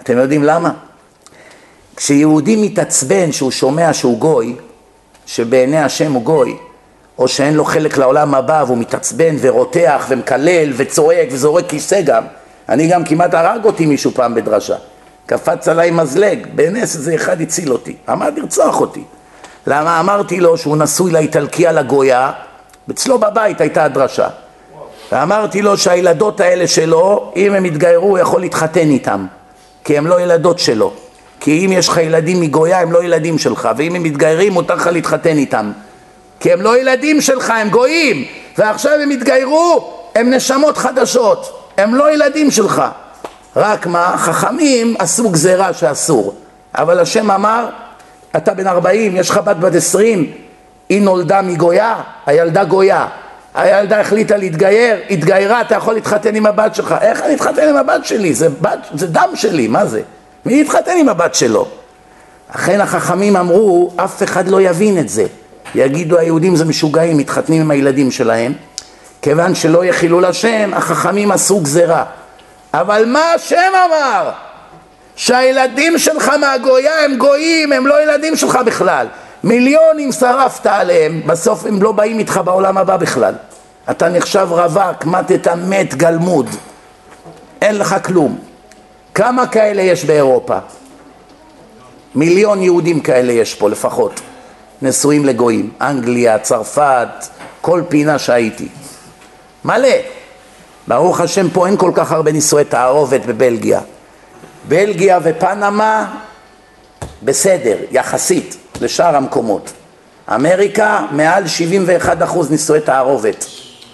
A: אתם יודעים למה? כשיהודי מתעצבן שהוא שומע שהוא גוי, שבעיני השם הוא גוי, או שאין לו חלק לעולם הבא והוא מתעצבן ורותח ומקלל וצועק וזורק כיסא גם, אני גם כמעט הרג אותי מישהו פעם בדרשה, קפץ עליי מזלג, בנס איזה אחד הציל אותי, עמד לרצוח אותי. למה? אמרתי לו שהוא נשוי לאיטלקיה לגויה, אצלו בבית הייתה הדרשה, ואמרתי לו שהילדות האלה שלו, אם הם יתגיירו הוא יכול להתחתן איתם, כי הם לא ילדות שלו, כי אם יש לך ילדים מגויה הם לא ילדים שלך, ואם הם מתגיירים מותר לך להתחתן איתם, כי הם לא ילדים שלך, הם גויים, ועכשיו הם יתגיירו, הם נשמות חדשות, הם לא ילדים שלך. רק מה, חכמים עשו גזירה שאסור, אבל השם אמר, אתה בן 40, יש לך בת 20, היא נולדה מגויה, הילדה גויה, הילדה החליטה להתגייר, התגיירה, אתה יכול להתחתן עם הבת שלך. איך אני אתחתן עם הבת שלי? זה דם שלי, מה זה? מי יתחתן עם הבת שלו? אכן החכמים אמרו, אף אחד לא יבין את זה. יגידו היהודים זה משוגעים, מתחתנים עם הילדים שלהם, כיוון שלא יהיה חילול השם, החכמים עשו גזירה. אבל מה השם אמר? שהילדים שלך מהגויה הם גויים, הם לא ילדים שלך בכלל. מיליונים שרפת עליהם, בסוף הם לא באים איתך בעולם הבא בכלל. אתה נחשב רווק, מתת, מת, גלמוד. אין לך כלום. כמה כאלה יש באירופה? 1,000,000 יהודים כאלה יש פה לפחות. נשואים לגויים, אנגליה, צרפת, כל פינה שהייתי. מלא. ברוך השם פה אין כל כך הרבה נישואי תערובת בבלגיה. בלגיה ופנמה בסדר, יחסית לשאר המקומות. אמריקה מעל 71% נישואי תערובת.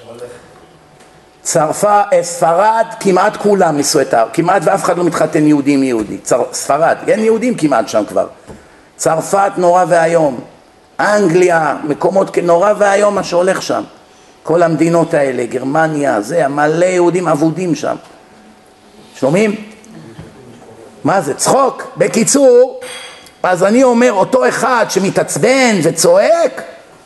A: ספרד כמעט כולם נישואי תערובת, כמעט ואף אחד לא מתחתן יהודי עם יהודי. ספרד, אין יהודים כמעט שם כבר. צרפת נורא והיום. אנגליה, מקומות נורא והיום מה שהולך שם. כל המדינות האלה, גרמניה, זה, מלא יהודים עבודים שם. שומעים? מה זה? צחוק? בקיצור, אז אני אומר, אותו אחד שמתעצבן וצועק,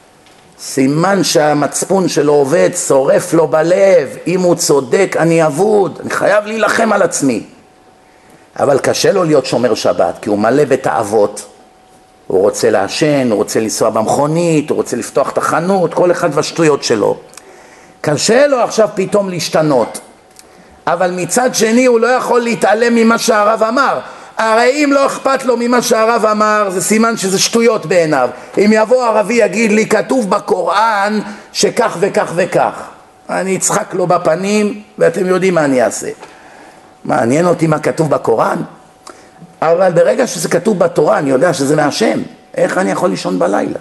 A: סימן שהמצפון שלו עובד, שורף לו בלב, אם הוא צודק אני אבוד, אני חייב להילחם על עצמי. אבל קשה לו להיות שומר שבת, כי הוא מלא בתאוות, הוא רוצה לעשן, הוא רוצה לנסוע במכונית, הוא רוצה לפתוח את החנות, כל אחד והשטויות שלו. קשה לו עכשיו פתאום להשתנות, אבל מצד שני הוא לא יכול להתעלם ממה שהרב אמר. הרי אם לא אכפת לו ממה שהרב אמר, זה סימן שזה שטויות בעיניו. אם יבוא ערבי יגיד לי, כתוב בקוראן שכך וכך וכך, אני אצחק לו בפנים, ואתם יודעים מה אני אעשה. מעניין אותי מה כתוב בקוראן? אבל ברגע שזה כתוב בתורה, אני יודע שזה מהשם. איך אני יכול לישון בלילה?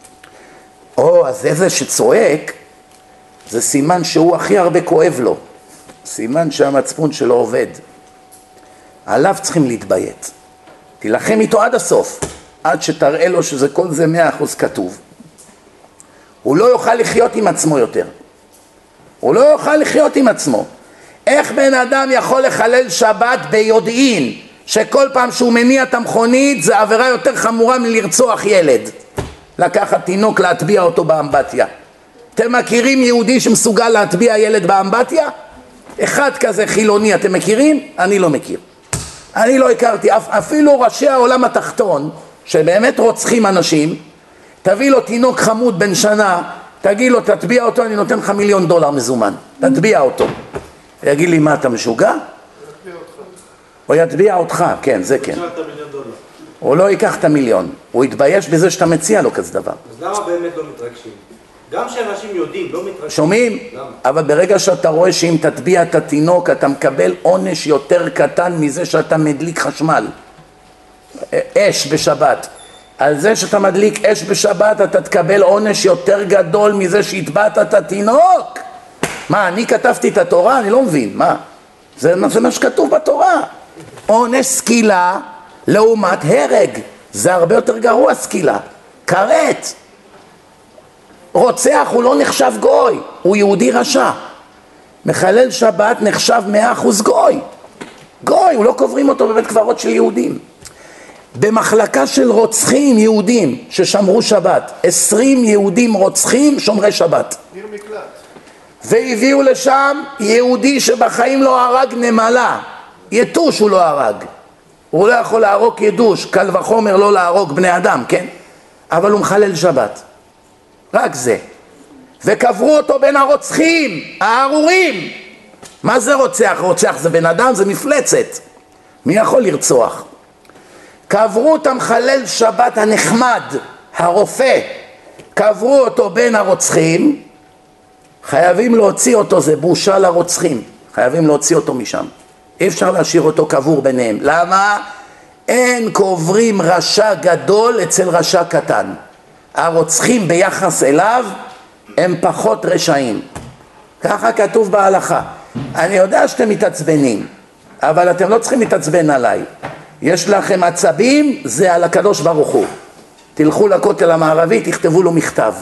A: אז איזה שצועק, זה סימן שהוא הכי הרבה כואב לו. סימן שהמצפון שלו עובד. עליו צריכים להתביית. תילחם איתו עד הסוף, עד שתראה לו שזה כל זה 100% כתוב. הוא לא יוכל לחיות עם עצמו יותר. הוא לא יוכל לחיות עם עצמו. איך בן אדם יכול לחלל שבת ביודעין, שכל פעם שהוא מניע את המכונית זה עבירה יותר חמורה מלרצוח ילד, לקחת תינוק להטביע אותו באמבטיה? אתם מכירים יהודי שמסוגל להטביע ילד באמבטיה? אחד כזה חילוני אתם מכירים? אני לא מכיר. אני לא הכרתי, אפילו ראשי העולם התחתון שבאמת רוצחים אנשים, תביא לו תינוק חמוד בן שנה, תגיד לו תטביע אותו, אני נותן לך $1,000,000 מזומן, תטביע אותו. יגיד לי, מה אתה משוגע? הוא יטביע אותך, כן, זה כן. הוא לא ייקח את $1,000,000, הוא יתבייש בזה שאתה מציע לו כזה דבר.
D: אז למה באמת לא מתרגשים? גם שאנשים יודעים, לא מתרגשים.
A: שומעים? אבל ברגע שאתה רואה שאם תטביע את התינוק, אתה מקבל עונש יותר קטן מזה שאתה מדליק חשמל. אש בשבת. על זה שאתה מדליק אש בשבת, אתה תקבל עונש יותר גדול מזה שהטבעת את התינוק. מה, אני כתבתי את התורה? אני לא מבין, מה? זה מה שכתוב בתורה. עונש סקילה לעומת הרג. זה הרבה יותר גרוע סקילה. כרת. רוצח הוא לא נחשב גוי, הוא יהודי רשע. מחלל שבת נחשב 100% גוי. גוי, הוא לא קוברים אותו בבית קברות של יהודים. במחלקה של רוצחים יהודים ששמרו שבת, 20 יהודים רוצחים שומרי שבת.
C: עיר מקלט.
A: והביאו לשם יהודי שבחיים לא הרג נמלה, יתוש הוא לא הרג. הוא לא יכול להרוג קידוש, קל וחומר לא להרוג בני אדם, כן? אבל הוא מחלל שבת. רק זה. וקברו אותו בין הרוצחים, הארורים. מה זה רוצח? רוצח זה בן אדם, זה מפלצת. מי יכול לרצוח? קברו את המחלל שבת הנחמד, הרופא. קברו אותו בין הרוצחים. חייבים להוציא אותו, זה בושה לרוצחים. חייבים להוציא אותו משם. אי אפשר להשאיר אותו קבור ביניהם. למה? אין קוברים רשע גדול אצל רשע קטן. הרוצחים ביחס אליו הם פחות רשעים. ככה כתוב בהלכה. אני יודע שאתם מתעצבנים, אבל אתם לא צריכים להתעצבן עליי. יש לכם עצבים, זה על הקדוש ברוך הוא. תלכו לכותל המערבי, תכתבו לו מכתב.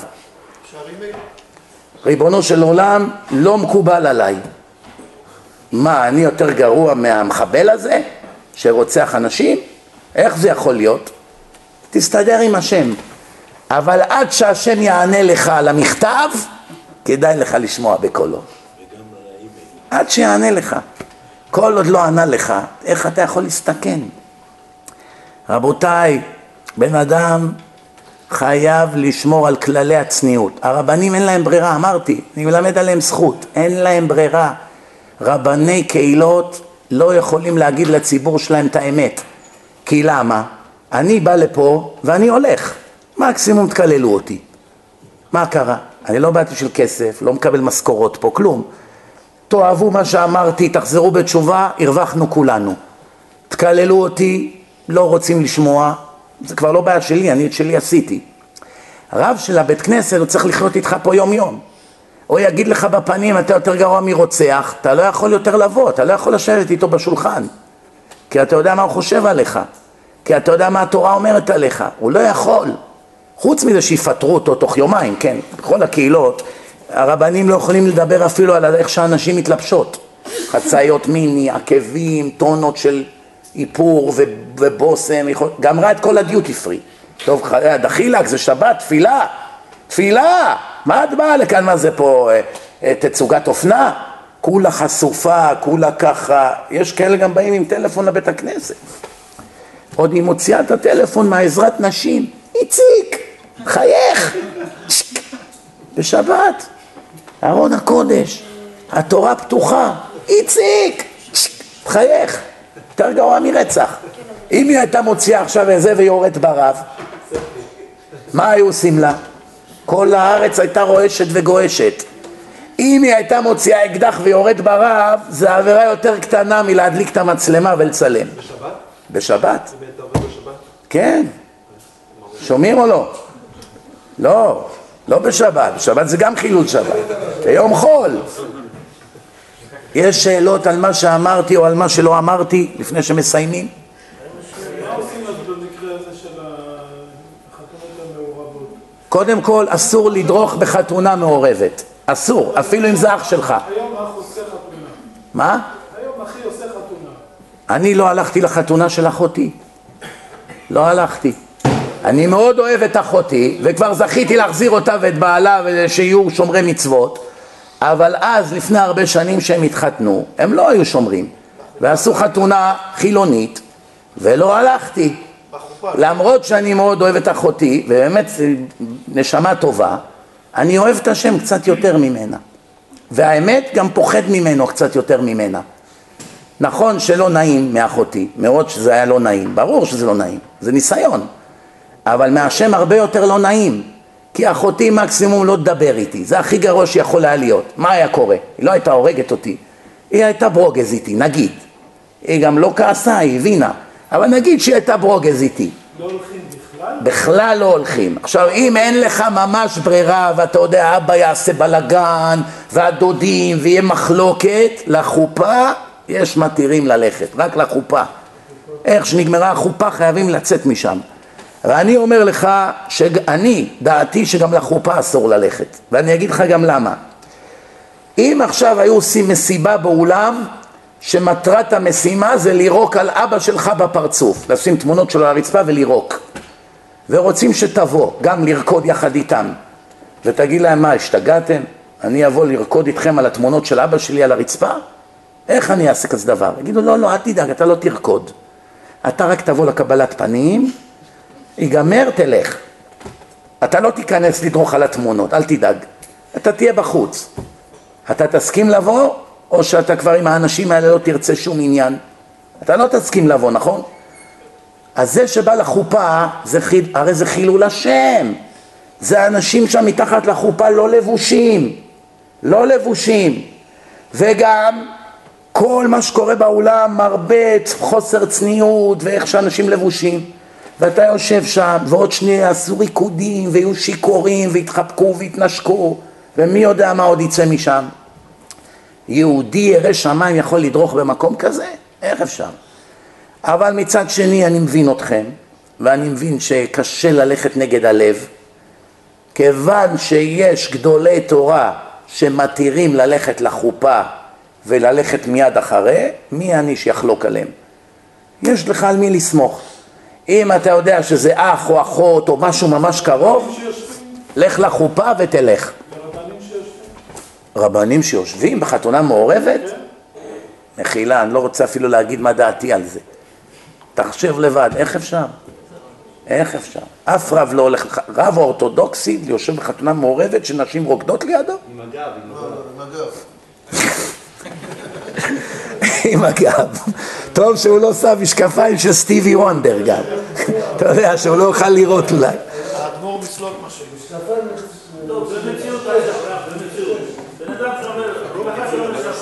A: ריבונו של עולם, לא מקובל עליי. מה, אני יותר גרוע מהמחבל הזה שרוצח אנשים? איך זה יכול להיות? תסתדר עם השם. אבל עד שהשם יענה לך על המכתב, כדאי לך לשמוע בקולו. עד שיענה לך. כל עוד לא ענה לך, איך אתה יכול להסתכן? רבותיי, בן אדם חייב לשמור על כללי הצניעות. הרבנים אין להם ברירה, אמרתי, אני מלמד עליהם זכות, אין להם ברירה. רבני קהילות לא יכולים להגיד לציבור שלהם את האמת. כי למה? אני בא לפה ואני הולך. מקסימום תקללו אותי. מה קרה? אני לא באתי של כסף, לא מקבל משכורות פה, כלום. תאהבו מה שאמרתי, תחזרו בתשובה, הרווחנו כולנו. תקללו אותי, לא רוצים לשמוע, זה כבר לא בעיה שלי, אני את שלי עשיתי. הרב של הבית כנסת הוא צריך לחיות איתך פה יום יום. הוא יגיד לך בפנים, אתה יותר גרוע מרוצח, אתה לא יכול יותר לבוא, אתה לא יכול לשבת איתו בשולחן. כי אתה יודע מה הוא חושב עליך, כי אתה יודע מה התורה אומרת עליך, הוא לא יכול. חוץ מזה שיפטרו אותו תוך יומיים, כן, בכל הקהילות, הרבנים לא יכולים לדבר אפילו על איך שאנשים מתלבשות. חצאיות מיני, עקבים, טונות של איפור ובוסם, גמרה את כל הדיוטי פרי. טוב, דחילק, זה שבת, תפילה, תפילה. מה את באה לכאן? מה זה פה? תצוגת אופנה? כולה חשופה, כולה ככה. יש כאלה גם באים עם טלפון לבית הכנסת. עוד היא מוציאה את הטלפון מהעזרת נשים. איציק, חייך. בשבת, ארון הקודש, התורה פתוחה. איציק, חייך. יותר גרוע מרצח. אם היא הייתה מוציאה עכשיו איזה ויורד ברב, מה היו עושים לה? כל הארץ הייתה רועשת וגועשת. אם היא הייתה מוציאה אקדח ויורד ברב, זה עבירה יותר קטנה מלהדליק את המצלמה ולצלם.
D: בשבת?
A: בשבת.
D: אתה עובד בשבת?
A: כן. שומעים או לא? לא, לא בשבת. בשבת זה גם חילול שבת. ביום חול. יש שאלות על מה שאמרתי או על מה שלא אמרתי לפני שמסיימים?
B: מה עושים אז במקרה הזה של החתונות המעורבות?
A: קודם כל, אסור לדרוך בחתונה מעורבת. אסור, אפילו אם זה אח שלך.
B: היום אח עושה חתונה.
A: מה?
B: היום אחי עושה חתונה.
A: אני לא הלכתי לחתונה של אחותי. לא הלכתי. אני מאוד אוהב את אחותי, וכבר זכיתי להחזיר אותה ואת בעלה ושיהיו שומרי מצוות. אבל אז, לפני הרבה שנים שהם התחתנו, הם לא היו שומרים. ועשו חתונה חילונית, ולא הלכתי. למרות שאני מאוד אוהב את אחותי, ובאמת נשמה טובה, אני אוהב את השם קצת יותר ממנה. והאמת גם פוחד ממנו קצת יותר ממנה. נכון שלא נעים מאחותי, מאוד שזה היה לא נעים, ברור שזה לא נעים, זה ניסיון. אבל מהשם הרבה יותר לא נעים. כי אחותי מקסימום לא תדבר איתי, זה הכי גרוע שיכול היה להיות. מה היה קורה? היא לא הייתה הורגת אותי, היא הייתה ברוגז איתי, נגיד. היא גם לא כעסה, היא הבינה, אבל נגיד שהיא הייתה ברוגז איתי.
B: לא הולכים בכלל?
A: בכלל לא הולכים. עכשיו, אם אין לך ממש ברירה, ואתה יודע, אבא יעשה בלגן, והדודים, ויהיה מחלוקת, לחופה יש מתירים ללכת, רק לחופה. איך שנגמרה החופה חייבים לצאת משם. ואני אומר לך שאני, דעתי שגם לחופה אסור ללכת. ואני אגיד לך גם למה. אם עכשיו היו עושים מסיבה באולם, שמטרת המשימה זה לירוק על אבא שלך בפרצוף, לשים תמונות שלו על הרצפה ולירוק. ורוצים שתבוא, גם לרקוד יחד איתם. ותגיד להם, מה, השתגעתם? אני אבוא לרקוד איתכם על התמונות של אבא שלי על הרצפה? איך אני אעשה כזה דבר? יגידו, לא, אל תדאג, אתה לא תרקוד. אתה רק תבוא לקבלת פנים, ייגמר, תלך. אתה לא תיכנס לדרוך על התמונות, אל תדאג. אתה תהיה בחוץ. אתה תסכים לבוא, או שאתה כבר עם האנשים האלה לא תרצה שום עניין? אתה לא תסכים לבוא, נכון? אז זה שבא לחופה, הרי זה חילול השם. זה האנשים שם מתחת לחופה לא לבושים. לא לבושים. וגם כל מה שקורה בעולם מרבט, חוסר צניעות ואיך שאנשים לבושים. ואתה יושב שם, ועוד שני יעשו ריקודים ויהיו שיקורים והתחבקו והתנשקו, ומי יודע מה עוד יצא משם. יהודי ירא שמיים יכול לדרוך במקום כזה? איך אפשר? אבל מצד שני אני מבין אתכם, ואני מבין שקשה ללכת נגד הלב, כיוון שיש גדולי תורה שמתירים ללכת לחופה וללכת מיד אחרי, מי אני שיחלוק עליהם? יש לך על מי לסמוך. אם אתה יודע שזה אח או אחות או משהו ממש קרוב, לך לחופה ותלך. רבנים שיושבים בחתונה מעורבת? מחילה, אני לא רוצה אפילו להגיד מה דעתי על זה. תחשב לבד, איך אפשר? איך אפשר? אף רב לא הולך, רב אורתודוקסי יושב בחתונה מעורבת שנשים רוקדות לידו?
D: עם הגב, עם הגב.
A: עם הגב. טוב שהוא לא שם משקפיים של סטיבי וונדר גם. אתה יודע שהוא לא יוכל לראות אולי.
C: האדמו"ר מסלוק משהו.
E: לא, במציאות בן אדם שאומר, משפחה שלא משפחה.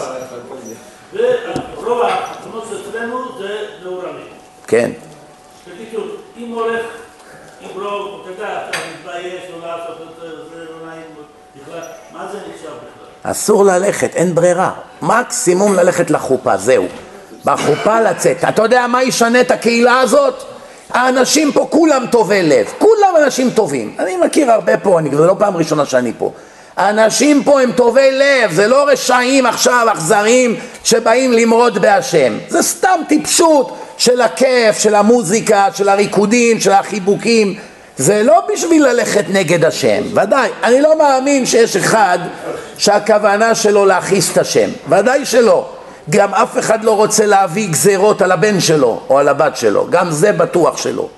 E: ורוב התמונות שאצלנו זה נעורני.
A: כן.
E: בקיצור, אם הולך, אם לא, אתה יודע, אתה מתבייש לא לעשות את זה, לא נעים בכלל, מה זה נחשב בכלל?
A: אסור ללכת, אין ברירה. מקסימום ללכת לחופה, זהו. בחופה לצאת. אתה יודע מה ישנה את הקהילה הזאת? האנשים פה כולם טובי לב, כולם אנשים טובים. אני מכיר הרבה פה, זה לא פעם ראשונה שאני פה. האנשים פה הם טובי לב, זה לא רשעים עכשיו, אכזרים שבאים למרוד בהשם. זה סתם טיפשות של הכיף, של המוזיקה, של הריקודים, של החיבוקים. זה לא בשביל ללכת נגד השם, ודאי. אני לא מאמין שיש אחד שהכוונה שלו להכעיס את השם, ודאי שלא. גם אף אחד לא רוצה להביא גזירות על הבן שלו או על הבת שלו, גם זה בטוח שלא.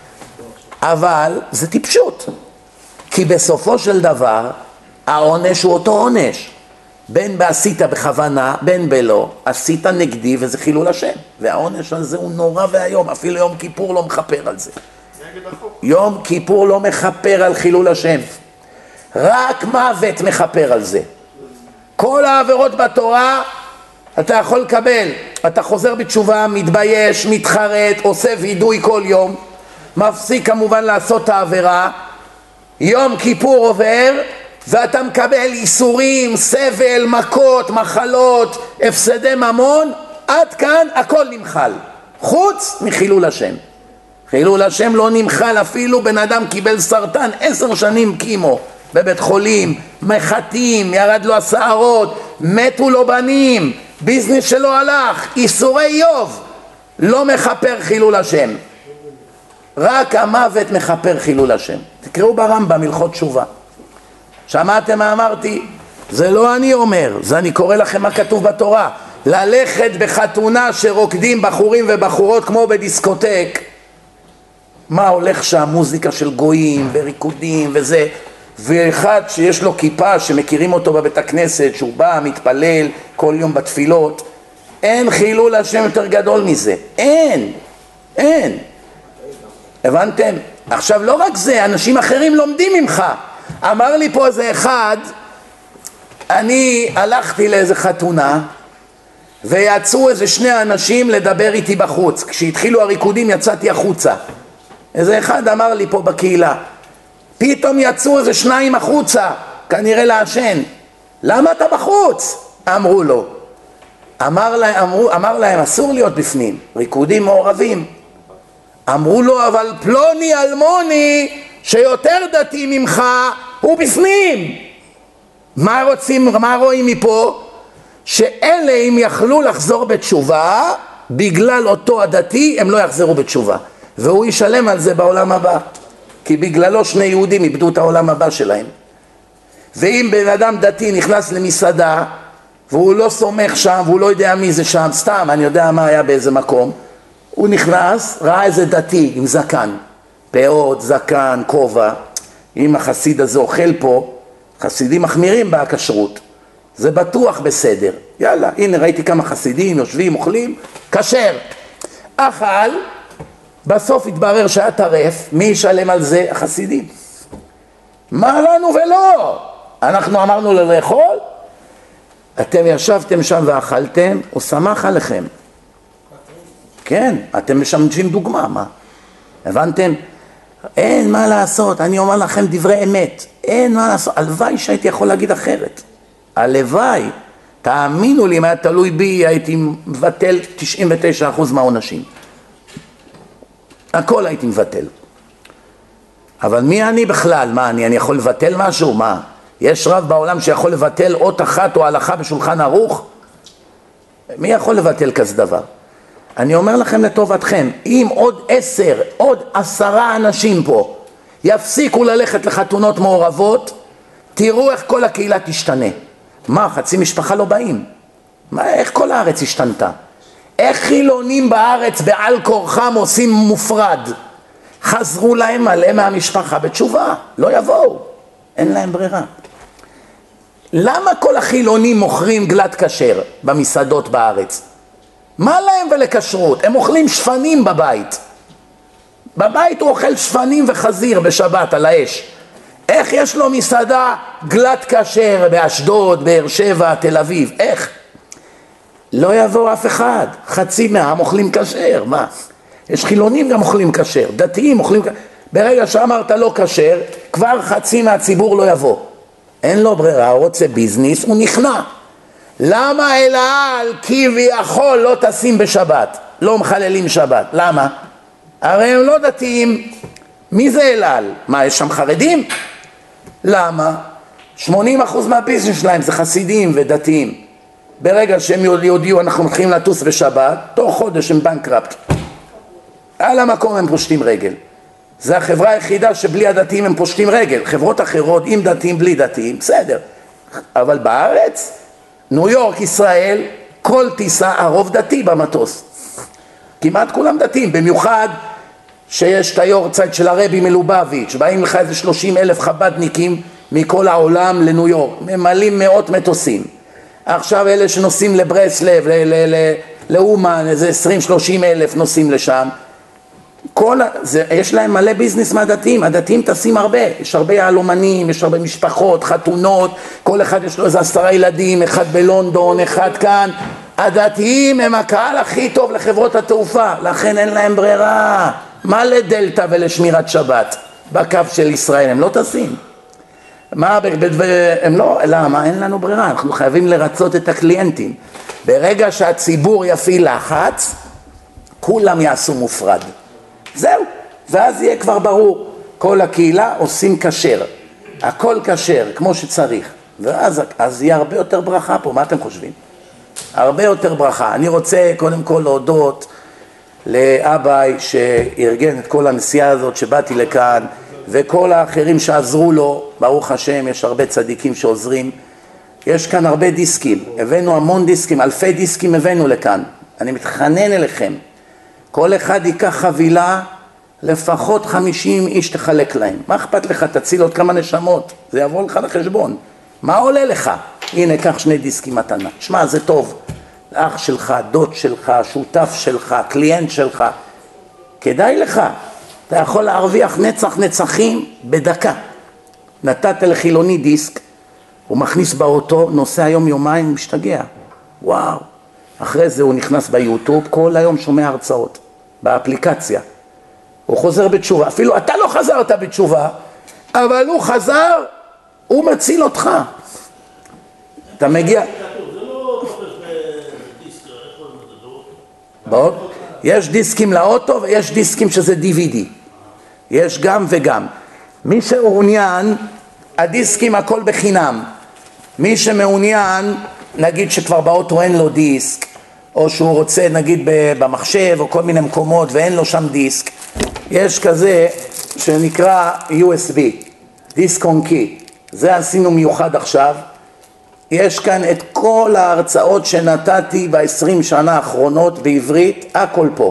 A: אבל זה טיפשות, כי בסופו של דבר העונש הוא אותו עונש. בין בעשית בכוונה, בין בלא, עשית נגדי וזה חילול השם. והעונש הזה הוא נורא והיום, אפילו יום כיפור לא מחפר על זה. יום כיפור לא מחפר על חילול השם. רק מוות מחפר על זה. כל העבירות בתורה אתה יכול לקבל. אתה חוזר בתשובה, מתבייש, מתחרט, עושה וידוי כל יום, מפסיק כמובן לעשות את העבירה. יום כיפור עובר ואתה מקבל איסורים, סבל, מכות, מחלות, הפסדי ממון, עד כאן הכל נמחל, חוץ מחילול השם. חילול השם לא נמחל, אפילו בן אדם קיבל סרטן 10 שנים קימו בבית חולים, מחטים, ירד לו השערות, מתו לו בנים, ביזנס שלו הלך, איסורי איוב, לא מחפר חילול השם. רק המוות מחפר חילול השם. תקראו ברמב"ם הלכות תשובה. שמעתם מה אמרתי? זה לא אני אומר, זה אני קורא לכם מה כתוב בתורה. ללכת בחתונה שרוקדים בחורים ובחורות כמו בדיסקוטק, מה הולך שם? מוזיקה של גויים וריקודים וזה, ואחד שיש לו כיפה שמכירים אותו בבית הכנסת, שהוא בא, מתפלל כל יום בתפילות. אין חילול השם יותר גדול מזה, אין. הבנתם? עכשיו לא רק זה, אנשים אחרים לומדים ממך. אמר לי פה איזה אחד, אני הלכתי לאיזה חתונה ויצאו איזה 2 אנשים לדבר איתי בחוץ. כשהתחילו הריקודים יצאתי החוצה. איזה אחד אמר לי פה בקהילה, פתאום יצאו איזה 2 החוצה, כנראה לעשן. למה אתה בחוץ? אמרו לו. אמר להם אסור להיות בפנים, ריקודים מעורבים. אמרו לו אבל פלוני אלמוני שיותר דתי ממך הוא בפנים. מה רואים מפה? שאלה אם יכלו לחזור בתשובה, בגלל אותו הדתי הם לא יחזרו בתשובה, והוא ישלם על זה בעולם הבא, כי בגללו 2 יהודים איבדו את העולם הבא שלהם. ואם בן אדם דתי נכנס למסעדה והוא לא סומך שם והוא לא יודע מי זה שם, סתם אני יודע מה היה באיזה מקום, הוא נכנס, ראה איזה דתי עם זקן, פאות, זקן, כובע. אם החסיד הזה אוכל פה, חסידים מחמירים בהכשרות, זה בטוח בסדר. יאללה, הנה ראיתי כמה חסידים יושבים, אוכלים, כשר. אכל, בסוף התברר שהיה טרף, מי ישלם על זה? החסידים. מה לנו ולא? אנחנו אמרנו לו לאכול, אתם ישבתם שם ואכלתם, הוא שמח עליכם. כן, אתם משמשים דוגמה, מה? הבנתם? אין מה לעשות, אני אומר לכם דברי אמת, אין מה לעשות, הלוואי שהייתי יכול להגיד אחרת. הלוואי, תאמינו לי, אם היה תלוי בי, הייתי מבטל 99% מהעונשים. הכל הייתי מבטל. אבל מי אני בכלל? מה, אני יכול לבטל משהו? מה? יש רב בעולם שיכול לבטל אות אחת או הלכה בשולחן ערוך? מי יכול לבטל כזה דבר? אני אומר לכם לטובתכם, אם עוד 10 אנשים פה יפסיקו ללכת לחתונות מעורבות, תראו איך כל הקהילה תשתנה. מה, חצי משפחה לא באים? מה, איך כל הארץ השתנתה? איך חילונים בארץ בעל כורחם עושים מופרד? חזרו להם מלא מהמשפחה בתשובה, לא יבואו, אין להם ברירה. למה כל החילונים מוכרים גלת כשר במסעדות בארץ? מה להם ולכשרות? הם אוכלים שפנים בבית. בבית הוא אוכל שפנים וחזיר בשבת על האש. איך יש לו מסעדה גלת כשר באשדוד, באר שבע, תל אביב? איך? לא יבוא אף אחד. חצי מהעם אוכלים כשר. מה? יש חילונים גם אוכלים כשר, דתיים אוכלים כשר. ברגע שאמרת לא כשר, כבר חצי מהציבור לא יבוא. אין לו ברירה, הוא רוצה ביזניס, הוא נכנע. למה אל העל כביכול לא טסים בשבת? לא מחללים שבת. למה? הרי הם לא דתיים. מי זה אל העל? מה, יש שם חרדים? למה? 80% מהביזנס שלהם זה חסידים ודתיים. ברגע שהם יודיעו אנחנו מתחילים לטוס בשבת, תוך חודש הם בנקרפט. על המקום הם פושטים רגל. זה החברה היחידה שבלי הדתיים הם פושטים רגל. חברות אחרות עם דתיים בלי דתיים, בסדר. אבל בארץ, ניו יורק, ישראל, כל טיסה הרוב דתי במטוס. כמעט כולם דתיים, במיוחד שיש את היורצייט של הרבי מלובביץ', באים לך איזה 30,000 חבדניקים מכל העולם לניו יורק, ממלאים מאות מטוסים. עכשיו אלה שנוסעים לברסלב, לאומן, איזה 20-30,000 נוסעים לשם. יש להם מלא ביזנס מהדתיים, הדתיים טסים הרבה, יש הרבה יהלומנים, יש הרבה משפחות, חתונות, כל אחד יש לו איזה 10 ילדים, אחד בלונדון, אחד כאן. הדתיים הם הקהל הכי טוב לחברות התעופה, לכן אין להם ברירה. מה לדלתא ולשמירת שבת בקו של ישראל? הם לא טסים. הם לא, למה? אין לנו ברירה, אנחנו חייבים לרצות את הקליינטים. ברגע שהציבור יפעיל לחץ, כולם יעשו מופרד. זהו, ואז יהיה כבר ברור, כל הקהילה עושים כשר, הכל כשר, כמו שצריך, ואז יהיה הרבה יותר ברכה פה. מה אתם חושבים? הרבה יותר ברכה. אני רוצה קודם כל להודות לאביי שארגן את כל הנסיעה הזאת שבאתי לכאן, וכל האחרים שעזרו לו, ברוך השם, יש הרבה צדיקים שעוזרים. יש כאן הרבה דיסקים, הבאנו המון דיסקים, אלפי דיסקים הבאנו לכאן. אני מתחנן אליכם, כל אחד ייקח חבילה, לפחות 50 איש תחלק להם. מה אכפת לך? תציל עוד כמה נשמות, זה יבוא לך לחשבון. מה עולה לך? הנה, קח 2 דיסקים מתנה. שמע, זה טוב. אח שלך, דוד שלך, שותף שלך, קליינט שלך. כדאי לך. אתה יכול להרוויח נצח נצחים בדקה. נתת לחילוני דיסק, הוא מכניס באוטו, נוסע יום-יומיים, משתגע. וואו. אחרי זה הוא נכנס ביוטיוב, כל היום שומע הרצאות, באפליקציה. הוא חוזר בתשובה, אפילו אתה לא חזרת בתשובה, אבל הוא חזר, הוא מציל אותך. אתה מגיע...
E: זה לא תופס בדיסק, איך קוראים לזה?
A: באות? יש דיסקים לאוטו ויש דיסקים שזה DVD. יש גם וגם. מי שמעוניין, הדיסקים הכל בחינם. מי שמעוניין, נגיד שכבר באוטו אין לו דיסק, או שהוא רוצה נגיד במחשב או כל מיני מקומות ואין לו שם דיסק, יש כזה שנקרא USB, דיסק און קי. זה עשינו מיוחד עכשיו. יש כאן את כל ההרצאות שנתתי ב-20 שנה האחרונות בעברית, הכל פה.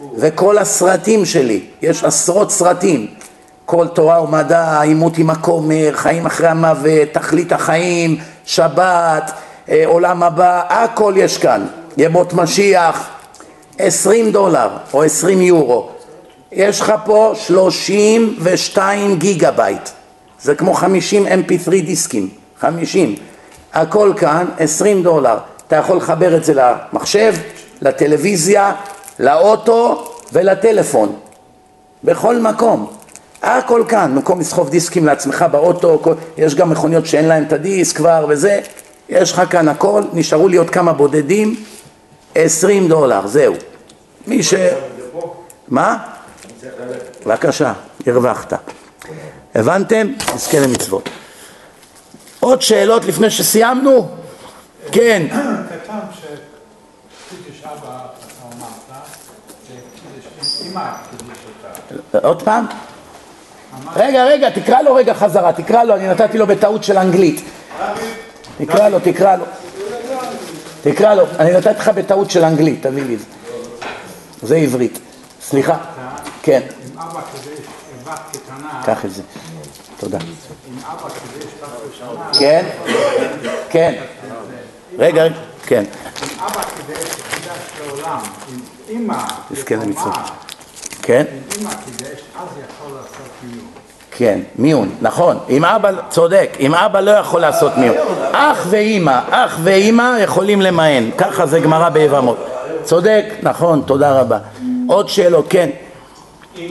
A: וכל הסרטים שלי, יש עשרות סרטים, כל תורה ומדע, עימות עם הכומר, חיים אחרי המוות, תכלית החיים, שבת, עולם הבא, הכל יש כאן. ימות משיח, $20 או 20 יורו. יש לך פה 32 גיגה-בייט. זה כמו 50 mp3 דיסקים, 50. הכל כאן, $20. אתה יכול לחבר את זה למחשב, לטלוויזיה, לאוטו ולטלפון. בכל מקום. הכל כאן, מקום לסחוב דיסקים לעצמך באוטו, יש גם מכוניות שאין להם את הדיסק כבר וזה. יש לך כאן הכל, נשארו לי עוד כמה בודדים, $20, זהו. מי ש... מה? בבקשה, הרווחת. הבנתם? נזכה למצוות. עוד שאלות לפני שסיימנו? כן.
F: כתב שקידש אבא, אתה אמרת, שקידש אמא קידש אותה.
A: עוד פעם? רגע, תקרא לו רגע חזרה, תקרא לו, אני נתתי לו בטעות של אנגלית. תקרא לו, אני נתתי לך בטעות של אנגלית, תביא לי את זה. זה עברית, סליחה. כן.
F: עם אבא קידש בת קטנה.
A: קח את זה, תודה.
F: עם אבא קידש בת קטנה.
A: כן. רגע, כן.
F: עם אבא קידש לעולם, עם אמא.
A: תזכה למצוות. כן?
F: עם אמא קידש, אז יכול לעשות מיון.
A: כן, מיון, נכון. עם אבא, צודק, עם אבא לא יכול לעשות מיון. אח ואמא יכולים למען. ככה זה גמרא ביבמות. צודק, נכון, תודה רבה. עוד שאלות, כן.
G: אם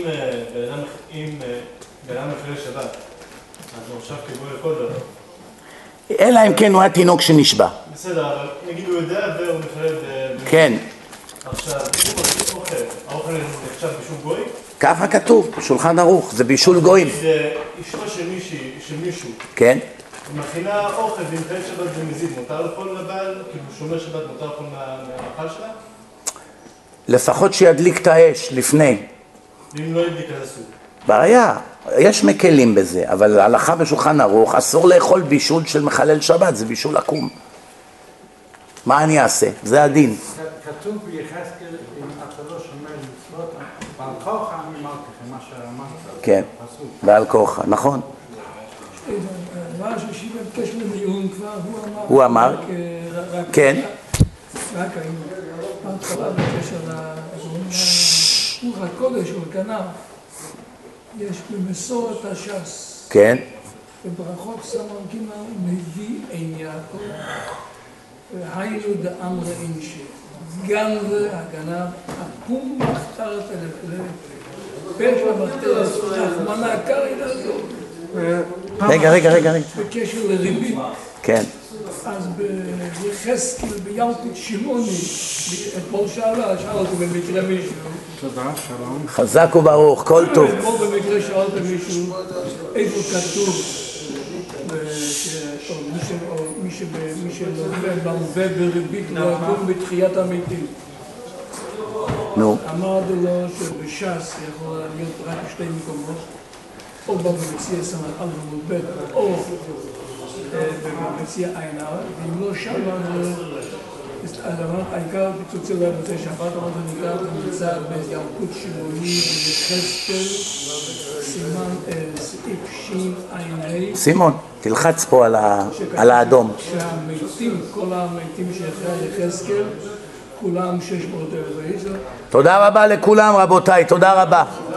G: בן אדם מחלל שבת, אז הוא עכשיו קיבול לכל דבר.
A: אלא אם כן הוא היה תינוק שנשבע.
G: בסדר, אבל נגיד הוא יודע והוא מחלל...
A: כן.
G: עכשיו, האוכל נחשב בישול גוי?
A: ככה כתוב, שולחן ערוך, זה בישול גויים.
G: אשתו של מישהו.
A: כן.
G: היא מכינה אוכל והיא מחלל שבת ומזיד, מותר לאכול לבעל? כאילו שומר שבת מותר לאכול מהאכל שלה?
A: לפחות שידליק את האש לפני.
G: ואם לא ידליק אז אסור.
A: בעיה, יש מקלים בזה, אבל הלכה בשולחן ערוך, אסור לאכול בישול של מחלל שבת, זה בישול עקום. מה אני אעשה? זה הדין.
F: כתוב ביחזקאל, אם אתה לא שומר מצוות, בעל כורחה אני אמרתי לכם מה שאמרת.
A: כן, בעל כורחה, נכון.
H: הדבר השלישי בקשר למיון כבר,
A: הוא אמר, כן.
H: רק בהתחלה בקשר לרוח הקודש ולכנף, יש במסורת הש"ס.
A: כן.
H: בברכות סמ"ג מביא אין יעקב, והיינו דאמר אינשי. גם והגנב, הפום מחתרת פשע בטרס, רחמנא קרעי
A: רגע.
H: בקשר לריבית.
A: כן.
H: אז ביחזקאל בילקוט שמעוני, אתמול שאלה אותי במקרה מישהו.
F: תודה, שלום.
A: חזק וברוך, כל טוב.
H: אתמול במקרה שאלת מישהו, איפה כתוב, מי שלווה בריבית לא יקום בתחיית המתים.
A: נו.
H: אמרתי לו שבש"ס יכול להיות רק בשתי מקומות, או במציע סמ"א עמוד ב' או במציע עין א', ואם לא שם, אז אמרת, העיקר פיצוצי לא יבצע שבת, אמרת נקרא, זה נמצא בילקוט שמעוני ביחזקאל, סימן סעיף שע"ה.
A: סימון, תלחץ פה על האדום.
H: שהמתים, כל המתים שאחרי יחזקאל, כולם 600,000 איש.
A: תודה רבה לכולם רבותיי, תודה רבה.